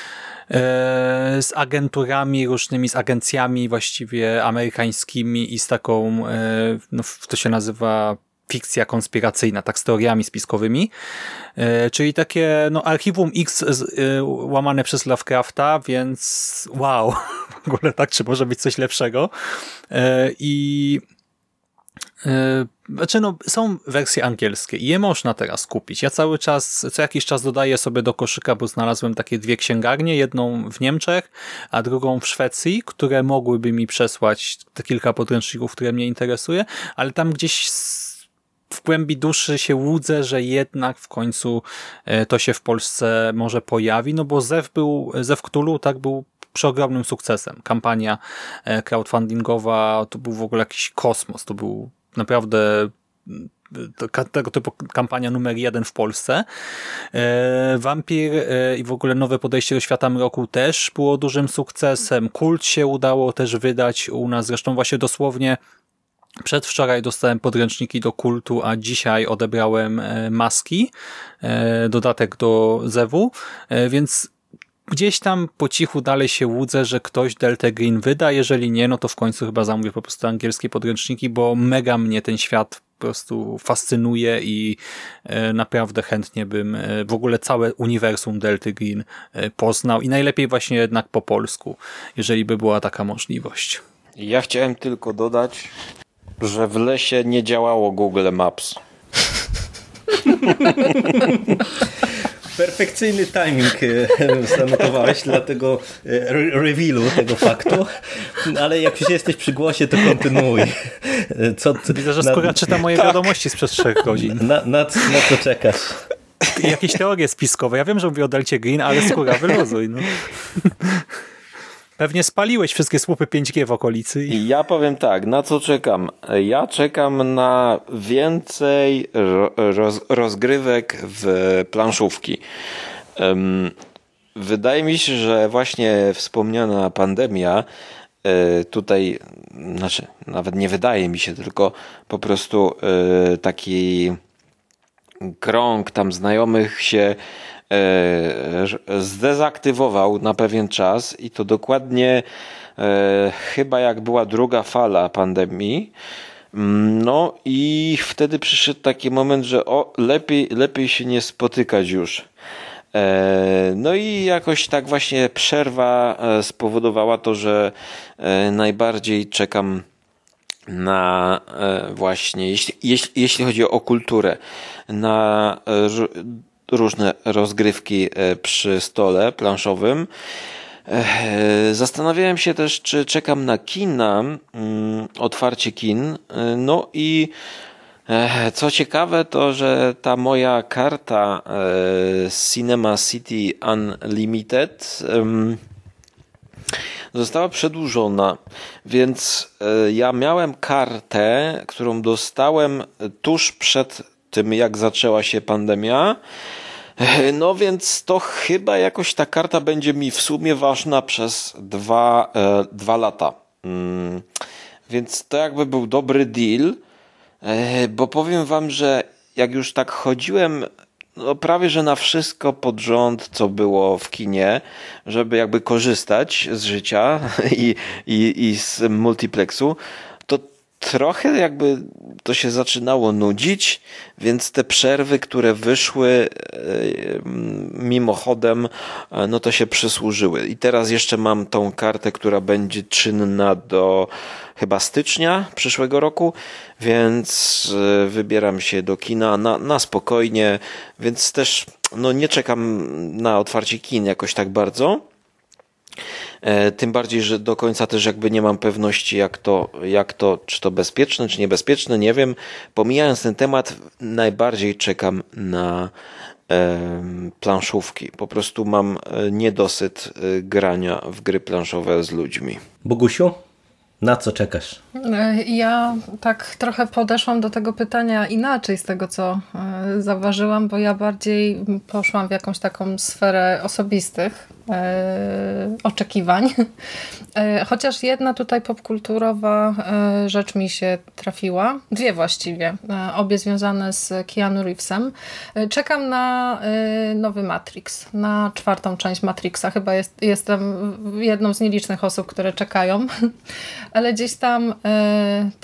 z agenturami różnymi, z agencjami właściwie amerykańskimi i z taką, no, to się nazywa fikcja konspiracyjna, tak z teoriami spiskowymi, czyli takie no, archiwum X łamane przez Lovecrafta, więc wow, w ogóle tak, czy może być coś lepszego. I Znaczy no, są wersje angielskie i je można teraz kupić. Ja cały czas, co jakiś czas dodaję sobie do koszyka, bo znalazłem takie dwie księgarnie, jedną w Niemczech, a drugą w Szwecji, które mogłyby mi przesłać te kilka podręczników, które mnie interesuje, ale tam gdzieś w głębi duszy się łudzę, że jednak w końcu to się w Polsce może pojawi, no bo Zew był, Zew Cthulhu tak był przeogromnym sukcesem. Kampania crowdfundingowa to był w ogóle jakiś kosmos, to był naprawdę tego typu kampania numer jeden w Polsce. Wampir i w ogóle nowe podejście do świata mroku też było dużym sukcesem. Kult się udało też wydać u nas, zresztą właśnie dosłownie przedwczoraj dostałem podręczniki do Kultu, a dzisiaj odebrałem Maski, dodatek do Zewu, więc gdzieś tam po cichu dalej się łudzę, że ktoś Delta Green wyda, jeżeli nie, no to w końcu chyba zamówię po prostu angielskie podręczniki, bo mega mnie ten świat po prostu fascynuje i naprawdę chętnie bym w ogóle całe uniwersum Delta Green poznał i najlepiej właśnie jednak po polsku, jeżeli by była taka możliwość. Ja chciałem tylko dodać, że w lesie nie działało Google Maps. Perfekcyjny timing zanotowałeś dla tego revealu, tego faktu, ale jak już jesteś przy głosie, to kontynuuj. Co ty, Widzę, że skóra na, czyta moje tak. wiadomości sprzed trzech godzin. Na, na, na co czekasz? Jakieś teorie spiskowe. Ja wiem, że mówię o Delcie Green, ale skóra, wyluzuj. No. Pewnie spaliłeś wszystkie słupy pięć G w okolicy. I... Ja powiem tak, na co czekam? Ja czekam na więcej roz, rozgrywek w planszówki. Um, wydaje mi się, że właśnie wspomniana pandemia y, tutaj, znaczy nawet nie wydaje mi się, tylko po prostu y, taki krąg tam znajomych się zdezaktywował na pewien czas i to dokładnie e, chyba jak była druga fala pandemii. No i wtedy przyszedł taki moment, że o, lepiej, lepiej się nie spotykać już. E, no i jakoś tak właśnie przerwa spowodowała to, że e, najbardziej czekam na e, właśnie, jeśli, jeśli, jeśli chodzi o kulturę, na e, różne rozgrywki przy stole planszowym. Zastanawiałem się też, czy czekam na kina, otwarcie kin. No i co ciekawe, to że ta moja karta Cinema City Unlimited została przedłużona, więc ja miałem kartę, którą dostałem tuż przed tym, jak zaczęła się pandemia. No więc to chyba jakoś ta karta będzie mi w sumie ważna przez dwa, e, dwa lata. Mm, więc to jakby był dobry deal, e, bo powiem wam, że jak już tak chodziłem no prawie, że na wszystko pod rząd, co było w kinie, żeby jakby korzystać z życia i, i, i z multiplexu, to trochę jakby to się zaczynało nudzić, więc te przerwy, które wyszły mimochodem, no to się przysłużyły. I teraz jeszcze mam tą kartę, która będzie czynna do chyba stycznia przyszłego roku, więc wybieram się do kina na, na spokojnie, więc też no nie czekam na otwarcie kin jakoś tak bardzo. Tym bardziej, że do końca też jakby nie mam pewności, jak to, jak to, czy to bezpieczne, czy niebezpieczne, nie wiem. Pomijając ten temat, najbardziej czekam na e, planszówki. Po prostu mam niedosyt grania w gry planszowe z ludźmi. Bogusiu, na co czekasz? Ja tak trochę podeszłam do tego pytania inaczej z tego, co zauważyłam, bo ja bardziej poszłam w jakąś taką sferę osobistych e, oczekiwań. E, chociaż jedna tutaj popkulturowa e, rzecz mi się trafiła. Dwie właściwie. E, obie związane z Keanu Reevesem. E, czekam na e, nowy Matrix. Na czwartą część Matrixa. Chyba jest, jestem jedną z nielicznych osób, które czekają. Ale gdzieś tam ten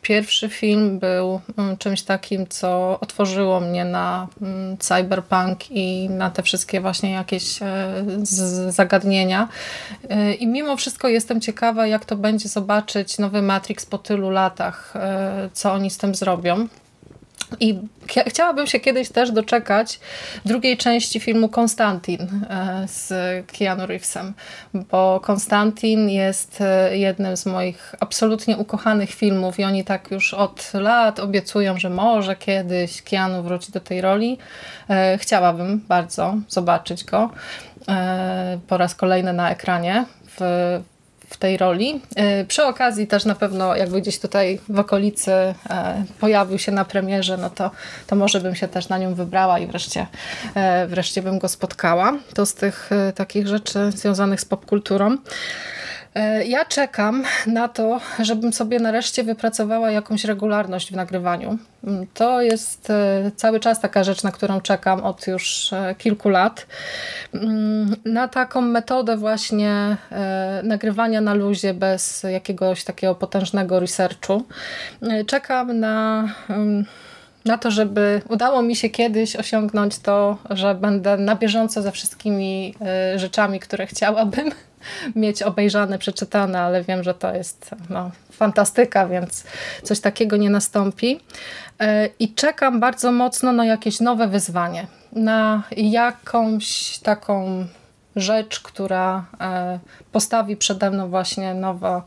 pierwszy film był czymś takim, co otworzyło mnie na cyberpunk i na te wszystkie właśnie jakieś zagadnienia. I mimo wszystko jestem ciekawa, jak to będzie zobaczyć nowy Matrix po tylu latach, co oni z tym zrobią. I chciałabym się kiedyś też doczekać drugiej części filmu Konstantin z Keanu Reevesem, bo Konstantin jest jednym z moich absolutnie ukochanych filmów i oni tak już od lat obiecują, że może kiedyś Keanu wróci do tej roli. Chciałabym bardzo zobaczyć go po raz kolejny na ekranie w w tej roli. Przy okazji też na pewno jakby gdzieś tutaj w okolicy pojawił się na premierze, no to, to może bym się też na nią wybrała i wreszcie, wreszcie bym go spotkała. To z tych takich rzeczy związanych z popkulturą. Ja czekam na to, żebym sobie nareszcie wypracowała jakąś regularność w nagrywaniu. To jest cały czas taka rzecz, na którą czekam od już kilku lat. Na taką metodę właśnie nagrywania na luzie bez jakiegoś takiego potężnego researchu. Czekam na... na to, żeby udało mi się kiedyś osiągnąć to, że będę na bieżąco ze wszystkimi rzeczami, które chciałabym mieć obejrzane, przeczytane, ale wiem, że to jest no, fantastyka, więc coś takiego nie nastąpi. I czekam bardzo mocno na jakieś nowe wyzwanie, na jakąś taką rzecz, która postawi przede mną właśnie nowo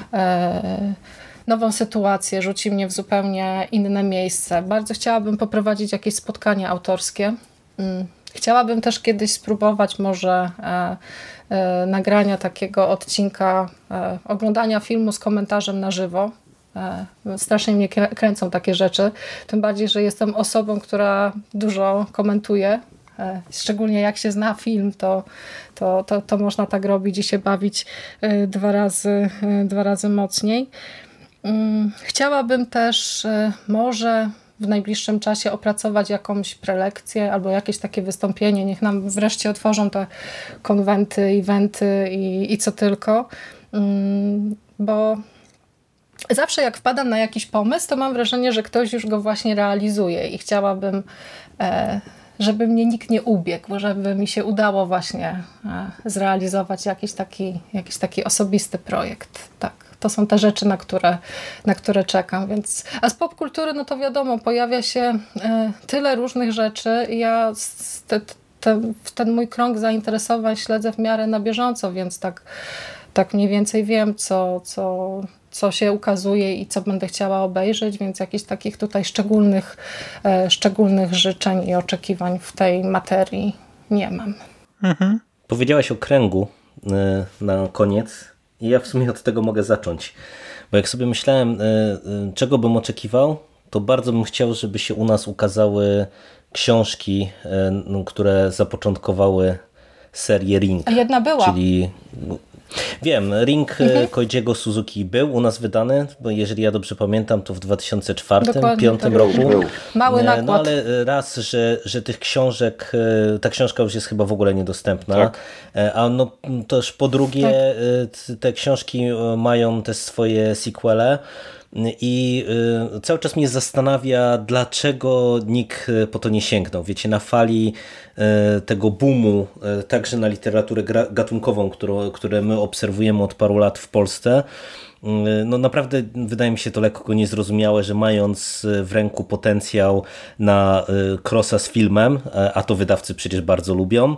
nową sytuację, rzuci mnie w zupełnie inne miejsce. Bardzo chciałabym poprowadzić jakieś spotkania autorskie. Chciałabym też kiedyś spróbować może e, e, nagrania takiego odcinka e, oglądania filmu z komentarzem na żywo. E, strasznie mnie kręcą takie rzeczy. Tym bardziej, że jestem osobą, która dużo komentuje. E, szczególnie jak się zna film, to, to, to, to można tak robić i się bawić e, dwa razy, e, dwa razy mocniej. Chciałabym też może w najbliższym czasie opracować jakąś prelekcję albo jakieś takie wystąpienie. Niech nam wreszcie otworzą te konwenty, eventy i, i co tylko. Bo zawsze jak wpadam na jakiś pomysł, to mam wrażenie, że ktoś już go właśnie realizuje i chciałabym, żeby mnie nikt nie ubiegł, żeby mi się udało właśnie zrealizować jakiś taki, jakiś taki osobisty projekt. Tak. To są te rzeczy, na które, na które czekam. Więc, a z popkultury, no to wiadomo, pojawia się y, tyle różnych rzeczy. Ja te, te, ten mój krąg zainteresowań śledzę w miarę na bieżąco, więc tak, tak mniej więcej wiem, co, co, co się ukazuje i co będę chciała obejrzeć, więc jakichś takich tutaj szczególnych, y, szczególnych życzeń i oczekiwań w tej materii nie mam. Mhm. Powiedziałaś o kręgu y, na koniec. I ja w sumie od tego mogę zacząć, bo jak sobie myślałem, czego bym oczekiwał, to bardzo bym chciał, żeby się u nas ukazały książki, które zapoczątkowały serię Ring. A jedna była. Czyli wiem, Ring mhm. Koichiego Suzuki był u nas wydany, bo jeżeli ja dobrze pamiętam, to w dwa tysiące czwartym, dwa tysiące piątym tak roku. Był. Mały nakład. No ale raz, że, że tych książek, ta książka już jest chyba w ogóle niedostępna, tak. A no też po drugie tak. Te książki mają te swoje sequele. I y, cały czas mnie zastanawia, dlaczego nikt po to nie sięgnął. Wiecie, na fali y, tego boomu, y, także na literaturę gatunkową, którą, które my obserwujemy od paru lat w Polsce, y, no naprawdę wydaje mi się to lekko niezrozumiałe, że mając w ręku potencjał na y, crossa z filmem, a to wydawcy przecież bardzo lubią,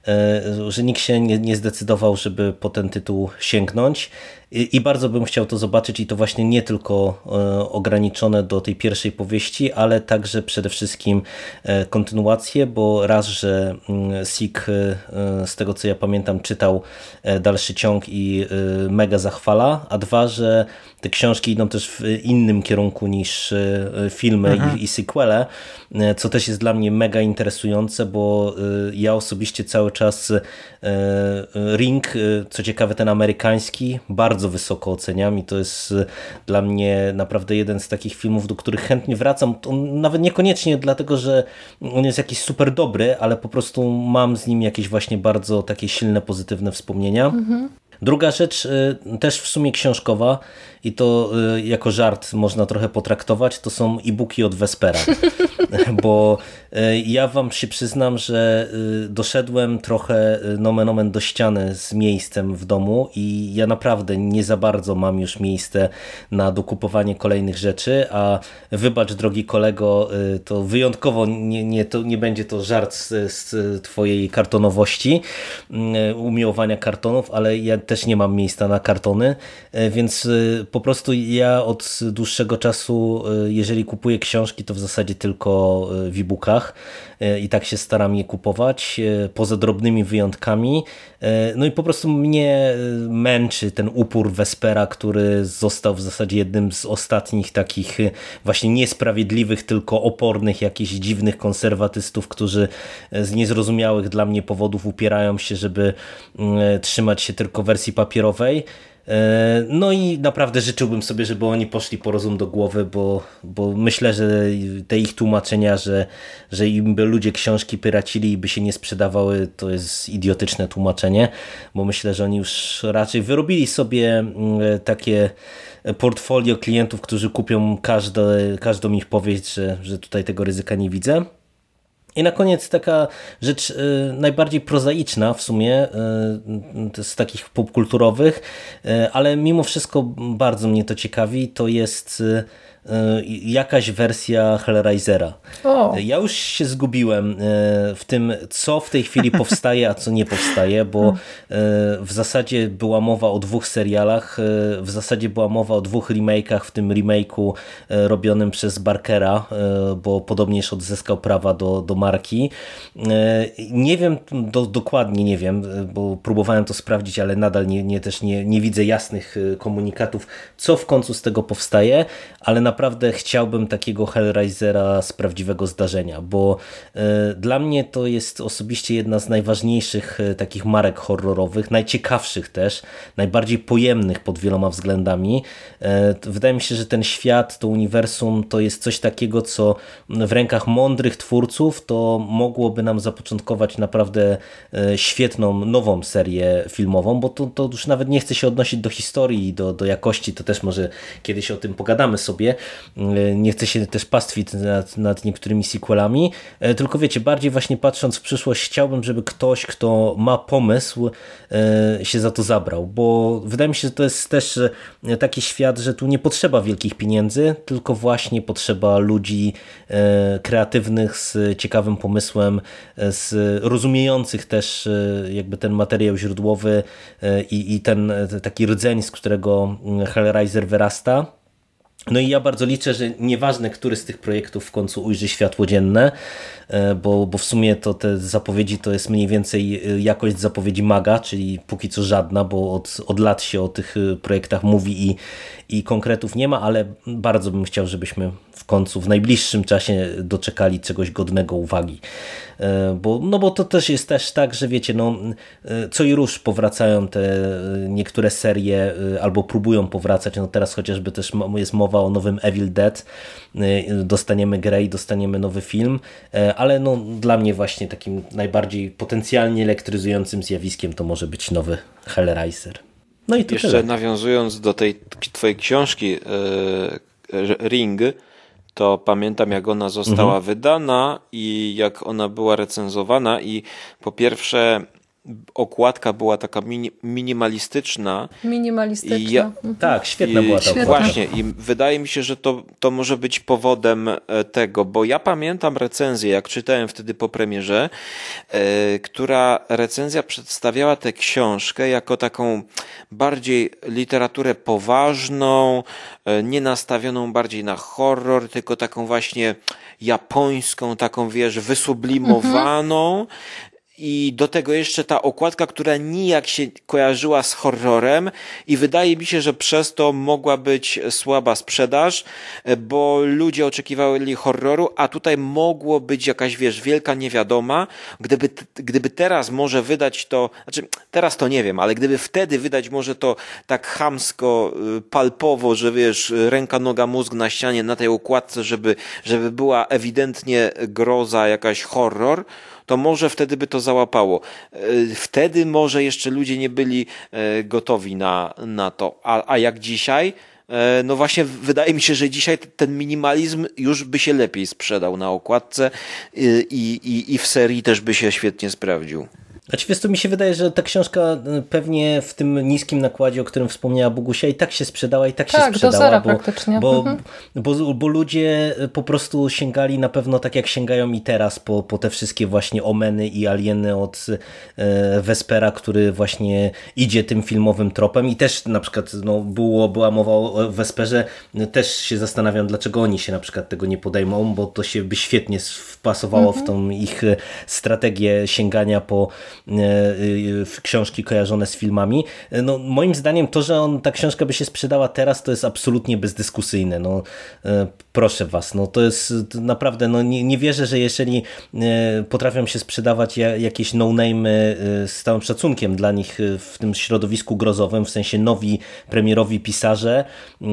y, że nikt się nie, nie zdecydował, żeby po ten tytuł sięgnąć. I bardzo bym chciał to zobaczyć i to właśnie nie tylko ograniczone do tej pierwszej powieści, ale także przede wszystkim kontynuację, bo raz, że Sik z tego co ja pamiętam czytał dalszy ciąg i mega zachwala, a dwa, że te książki idą też w innym kierunku niż filmy mhm. i, i sequele, co też jest dla mnie mega interesujące, bo ja osobiście cały czas Ring, co ciekawe ten amerykański, bardzo wysoko oceniam i to jest dla mnie naprawdę jeden z takich filmów, do których chętnie wracam. On nawet niekoniecznie dlatego, że on jest jakiś super dobry, ale po prostu mam z nim jakieś właśnie bardzo takie silne, pozytywne wspomnienia. Mhm. Druga rzecz, też w sumie książkowa, i to jako żart można trochę potraktować, to są e-booki od Vespera. Bo ja wam się przyznam, że doszedłem trochę nomen omen do ściany z miejscem w domu i ja naprawdę nie za bardzo mam już miejsce na dokupowanie kolejnych rzeczy, a wybacz, drogi kolego, to wyjątkowo nie, nie, to nie będzie to żart z, z twojej kartonowości, umiłowania kartonów, ale ja też nie mam miejsca na kartony, więc po prostu ja od dłuższego czasu, jeżeli kupuję książki, to w zasadzie tylko w e-bookach i tak się staram je kupować, poza drobnymi wyjątkami. No i po prostu mnie męczy ten upór Vespera, który został w zasadzie jednym z ostatnich takich właśnie niesprawiedliwych, tylko opornych jakichś dziwnych konserwatystów, którzy z niezrozumiałych dla mnie powodów upierają się, żeby trzymać się tylko wersji papierowej. No i naprawdę życzyłbym sobie, żeby oni poszli po rozum do głowy, bo, bo myślę, że te ich tłumaczenia, że, że im by ludzie książki pyracili i by się nie sprzedawały, to jest idiotyczne tłumaczenie, bo myślę, że oni już raczej wyrobili sobie takie portfolio klientów, którzy kupią każde, każdą ich powieść, że, że tutaj tego ryzyka nie widzę. I na koniec taka rzecz y, najbardziej prozaiczna w sumie y, z takich popkulturowych, y, ale mimo wszystko bardzo mnie to ciekawi, to jest y, jakaś wersja Hellraisera. O. Ja już się zgubiłem w tym, co w tej chwili powstaje, a co nie powstaje, bo w zasadzie była mowa o dwóch serialach, w zasadzie była mowa o dwóch remake'ach, w tym remake'u robionym przez Barkera, bo podobnież odzyskał prawa do, do marki. Nie wiem, do, dokładnie nie wiem, bo próbowałem to sprawdzić, ale nadal nie, nie, też nie, nie widzę jasnych komunikatów, co w końcu z tego powstaje, ale na naprawdę chciałbym takiego Hellraisera z prawdziwego zdarzenia, bo y, dla mnie to jest osobiście jedna z najważniejszych y, takich marek horrorowych, najciekawszych też, najbardziej pojemnych pod wieloma względami. Y, wydaje mi się, że ten świat, to uniwersum to jest coś takiego, co w rękach mądrych twórców to mogłoby nam zapoczątkować naprawdę y, świetną, nową serię filmową, bo to, to już nawet nie chcę się odnosić do historii i do, do jakości, to też może kiedyś o tym pogadamy sobie. Nie chcę się też pastwić nad, nad niektórymi sequelami, tylko wiecie, bardziej właśnie patrząc w przyszłość, chciałbym, żeby ktoś, kto ma pomysł, się za to zabrał, bo wydaje mi się, że to jest też taki świat, że tu nie potrzeba wielkich pieniędzy, tylko właśnie potrzeba ludzi kreatywnych, z ciekawym pomysłem, z rozumiejących też jakby ten materiał źródłowy i, i ten taki rdzeń, z którego Hellraiser wyrasta. No i ja bardzo liczę, że nieważne, który z tych projektów w końcu ujrzy światło dzienne, bo, bo w sumie to te zapowiedzi to jest mniej więcej jakość zapowiedzi Maga, czyli póki co żadna, bo od, od lat się o tych projektach mówi i, i konkretów nie ma, ale bardzo bym chciał, żebyśmy w końcu w najbliższym czasie doczekali czegoś godnego uwagi. Bo, no bo to też jest też tak, że wiecie, no, co i róż powracają te niektóre serie albo próbują powracać, no teraz chociażby też jest mowa o nowym Evil Dead, dostaniemy grę i dostaniemy nowy film, ale no, dla mnie właśnie takim najbardziej potencjalnie elektryzującym zjawiskiem to może być nowy Hellraiser. No i to jeszcze tyle. Nawiązując do tej twojej książki yy, Ring, to pamiętam, jak ona została mhm. wydana i jak ona była recenzowana i po pierwsze okładka była taka mini, minimalistyczna. Minimalistyczna. I ja, mhm. Tak, świetna i, była ta okładka. Właśnie i wydaje mi się, że to, to może być powodem tego, bo ja pamiętam recenzję, jak czytałem wtedy po premierze, yy, która recenzja przedstawiała tę książkę jako taką bardziej literaturę poważną, yy, nie nastawioną bardziej na horror, tylko taką właśnie japońską, taką wiesz, wysublimowaną. Mhm. I do tego jeszcze ta okładka, która nijak się kojarzyła z horrorem i wydaje mi się, że przez to mogła być słaba sprzedaż, bo ludzie oczekiwali horroru, a tutaj mogło być jakaś, wiesz, wielka niewiadoma. Gdyby, gdyby teraz może wydać to, znaczy teraz to nie wiem, ale gdyby wtedy wydać może to tak chamsko, palpowo, że wiesz, ręka, noga, mózg na ścianie na tej okładce, żeby, żeby była ewidentnie groza, jakaś horror, to może wtedy by to załapało. Wtedy może jeszcze ludzie nie byli gotowi na, na to. A, a jak dzisiaj? No właśnie wydaje mi się, że dzisiaj ten minimalizm już by się lepiej sprzedał na okładce i, i, i w serii też by się świetnie sprawdził. Znaczy, wiesz, to mi się wydaje, że ta książka pewnie w tym niskim nakładzie, o którym wspomniała Bogusia, i tak się sprzedała, i tak, tak się sprzedała, do zera bo, praktycznie. Bo, mhm. bo, bo, bo ludzie po prostu sięgali na pewno tak, jak sięgają i teraz po, po te wszystkie właśnie Omeny i Alieny od e, Vespera, który właśnie idzie tym filmowym tropem, i też na przykład no, było, była mowa o Vesperze, też się zastanawiam, dlaczego oni się na przykład tego nie podejmą, bo to się by świetnie wpasowało mhm. w tą ich strategię sięgania po w książki kojarzone z filmami. No, moim zdaniem to, że on, ta książka by się sprzedała teraz, to jest absolutnie bezdyskusyjne. No, proszę was, no, to jest naprawdę, no, nie, nie wierzę, że jeżeli potrafią się sprzedawać jakieś no-name'y z całym szacunkiem dla nich w tym środowisku grozowym, w sensie nowi premierowi pisarze,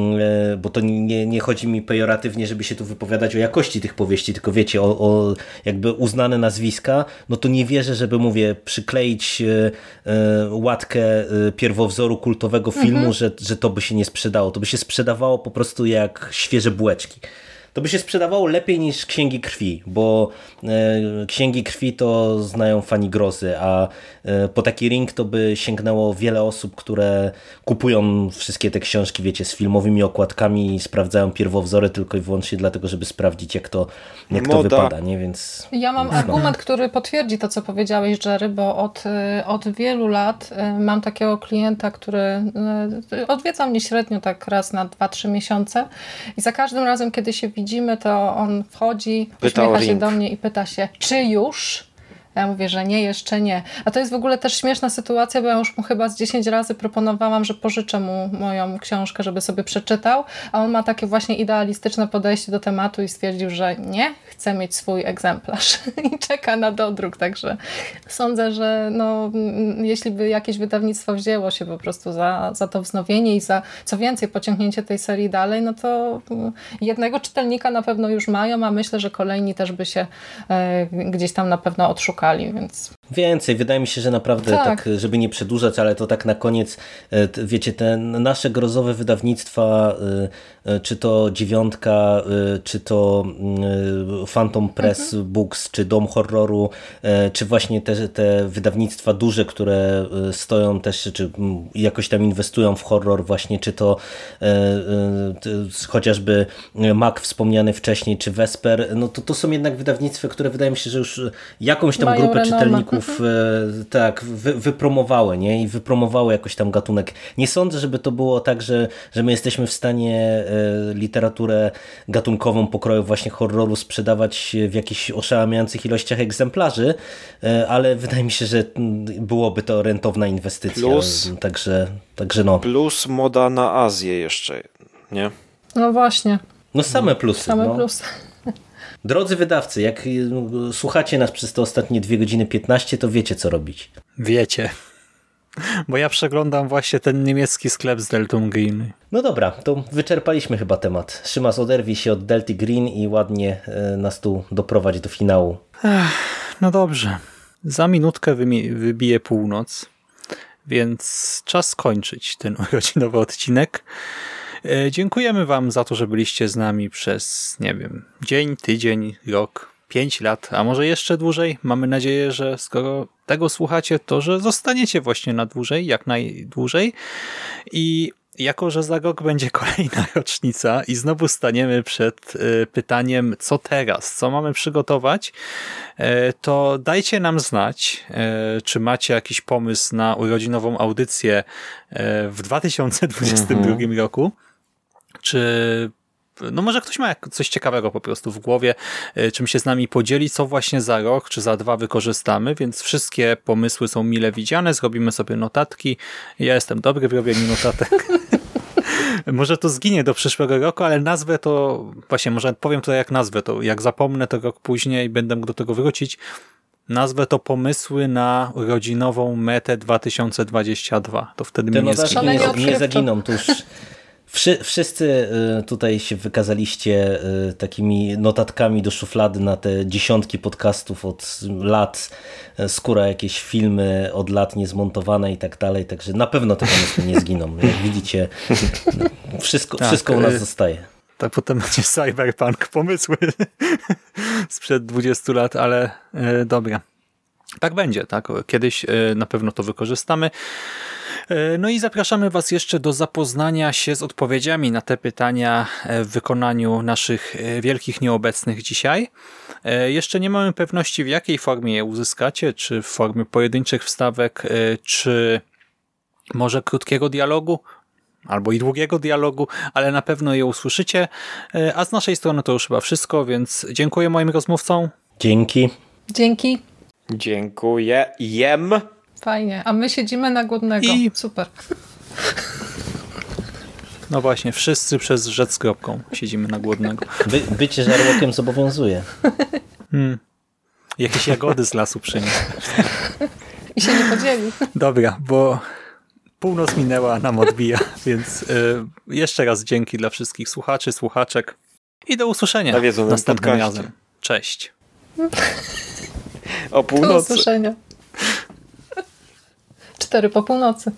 bo to nie, nie chodzi mi pejoratywnie, żeby się tu wypowiadać o jakości tych powieści, tylko wiecie, o, o jakby uznane nazwiska, no to nie wierzę, żeby, mówię, przykleić e, e, łatkę e, pierwowzoru kultowego filmu, mhm. że, że to by się nie sprzedało. To by się sprzedawało po prostu jak świeże bułeczki. To by się sprzedawało lepiej niż Księgi Krwi, bo e, Księgi Krwi to znają fani grozy, a e, po taki ring to by sięgnęło wiele osób, które kupują wszystkie te książki, wiecie, z filmowymi okładkami i sprawdzają pierwowzory tylko i wyłącznie dlatego, żeby sprawdzić, jak to, jak to wypada, nie? Więc ja mam więc argument, no. który potwierdzi to, co powiedziałeś, Jerry, bo od, od wielu lat mam takiego klienta, który odwiedza mnie średnio tak raz na dwa trzy miesiące i za każdym razem, kiedy się widzimy, to on wchodzi, uśmiecha się do mnie i pyta się, czy już? Ja mówię, że nie, jeszcze nie. A to jest w ogóle też śmieszna sytuacja, bo ja już mu chyba z dziesięć razy proponowałam, że pożyczę mu moją książkę, żeby sobie przeczytał, a on ma takie właśnie idealistyczne podejście do tematu i stwierdził, że nie, chce mieć swój egzemplarz i czeka na dodruk, także sądzę, że no, jeśli by jakieś wydawnictwo wzięło się po prostu za, za to wznowienie i za co więcej pociągnięcie tej serii dalej, no to jednego czytelnika na pewno już mają, a myślę, że kolejni też by się e, gdzieś tam na pewno odszukali. Więc... Więcej, wydaje mi się, że naprawdę tak. tak, żeby nie przedłużać, ale to tak na koniec, wiecie, te nasze grozowe wydawnictwa, czy to Dziewiątka, czy to Phantom Press mhm. Books, czy Dom Horroru, czy właśnie te, te wydawnictwa duże, które stoją też, czy jakoś tam inwestują w horror właśnie, czy to chociażby Mac wspomniany wcześniej, czy Vesper, no to to są jednak wydawnictwa, które wydaje mi się, że już jakąś tam Mają grupę renomę. czytelników mhm. tak, wy, wypromowały, nie? I wypromowały jakoś tam gatunek. Nie sądzę, żeby to było tak, że, że my jesteśmy w stanie e, literaturę gatunkową pokroju właśnie horroru sprzedawać w jakichś oszałamiających ilościach egzemplarzy, e, ale wydaje mi się, że byłoby to rentowna inwestycja. Plus, także, także no. Plus moda na Azję jeszcze, nie? No właśnie. No same plusy. Same no. plusy. Drodzy wydawcy, jak słuchacie nas przez te ostatnie dwie godziny piętnaście, to wiecie, co robić. Wiecie. Bo ja przeglądam właśnie ten niemiecki sklep z Deltą Green. No dobra, to wyczerpaliśmy chyba temat. Szymas, oderwij się od Delty Green i ładnie nas tu doprowadź do finału. Ech, no dobrze. Za minutkę wybije północ, więc czas skończyć ten urodzinowy odcinek. Dziękujemy wam za to, że byliście z nami przez, nie wiem, dzień, tydzień, rok, pięć lat, a może jeszcze dłużej. Mamy nadzieję, że skoro tego słuchacie, to że zostaniecie właśnie na dłużej, jak najdłużej. I jako, że za rok będzie kolejna rocznica i znowu staniemy przed pytaniem, co teraz, co mamy przygotować, to dajcie nam znać, czy macie jakiś pomysł na urodzinową audycję w dwa tysiące dwudziestym drugim mhm. roku. Czy no może ktoś ma coś ciekawego po prostu w głowie, czym się z nami podzieli, co właśnie za rok czy za dwa wykorzystamy, więc wszystkie pomysły są mile widziane, zrobimy sobie notatki. Ja jestem dobry w robieniu notatek. Może to zginie do przyszłego roku, ale nazwę to, właśnie może powiem to jak nazwę, to jak zapomnę to rok później będę mógł do tego wrócić. Nazwę to pomysły na urodzinową metę dwa tysiące dwudziesty drugi. To wtedy te mnie nie zginie. Nie, nie zaginą, to już Wszy, wszyscy tutaj się wykazaliście takimi notatkami do szuflady na te dziesiątki podcastów od lat, skóra jakieś filmy od lat niezmontowane i tak dalej, także na pewno te pomysły nie zginą. Jak widzicie, wszystko, tak, wszystko u nas zostaje. Tak, potem będzie cyberpunk, pomysły sprzed dwudziestu lat, ale e, dobra. Tak będzie, tak? Kiedyś e, na pewno to wykorzystamy. E, no i zapraszamy Was jeszcze do zapoznania się z odpowiedziami na te pytania w wykonaniu naszych wielkich nieobecnych dzisiaj. E, jeszcze nie mamy pewności, w jakiej formie je uzyskacie, czy w formie pojedynczych wstawek, e, czy może krótkiego dialogu, albo i długiego dialogu, ale na pewno je usłyszycie. A z naszej strony to już chyba wszystko, więc dziękuję moim rozmówcom. Dzięki. Dzięki. Dziękuję. Jem. Fajnie. A my siedzimy na głodnego. I... Super. No właśnie, wszyscy przez rzecz z kropką siedzimy na głodnego. By, bycie żarłokiem zobowiązuje. Hmm. Jakieś jagody z lasu przyniósł. I się nie podzielił. Dobra, bo północ minęła, nam odbija, więc y, jeszcze raz dzięki dla wszystkich słuchaczy, słuchaczek i do usłyszenia następnym razem. Cześć. O północy. Do usłyszenia. Cztery po północy.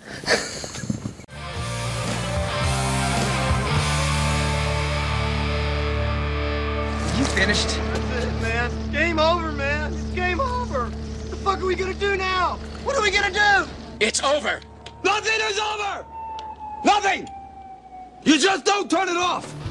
You finished? That's it, man. Game over, man. It's game over. What the fuck are we gonna do now? What are we gonna do? It's over. Nothing is over! Nothing! You just don't turn it off!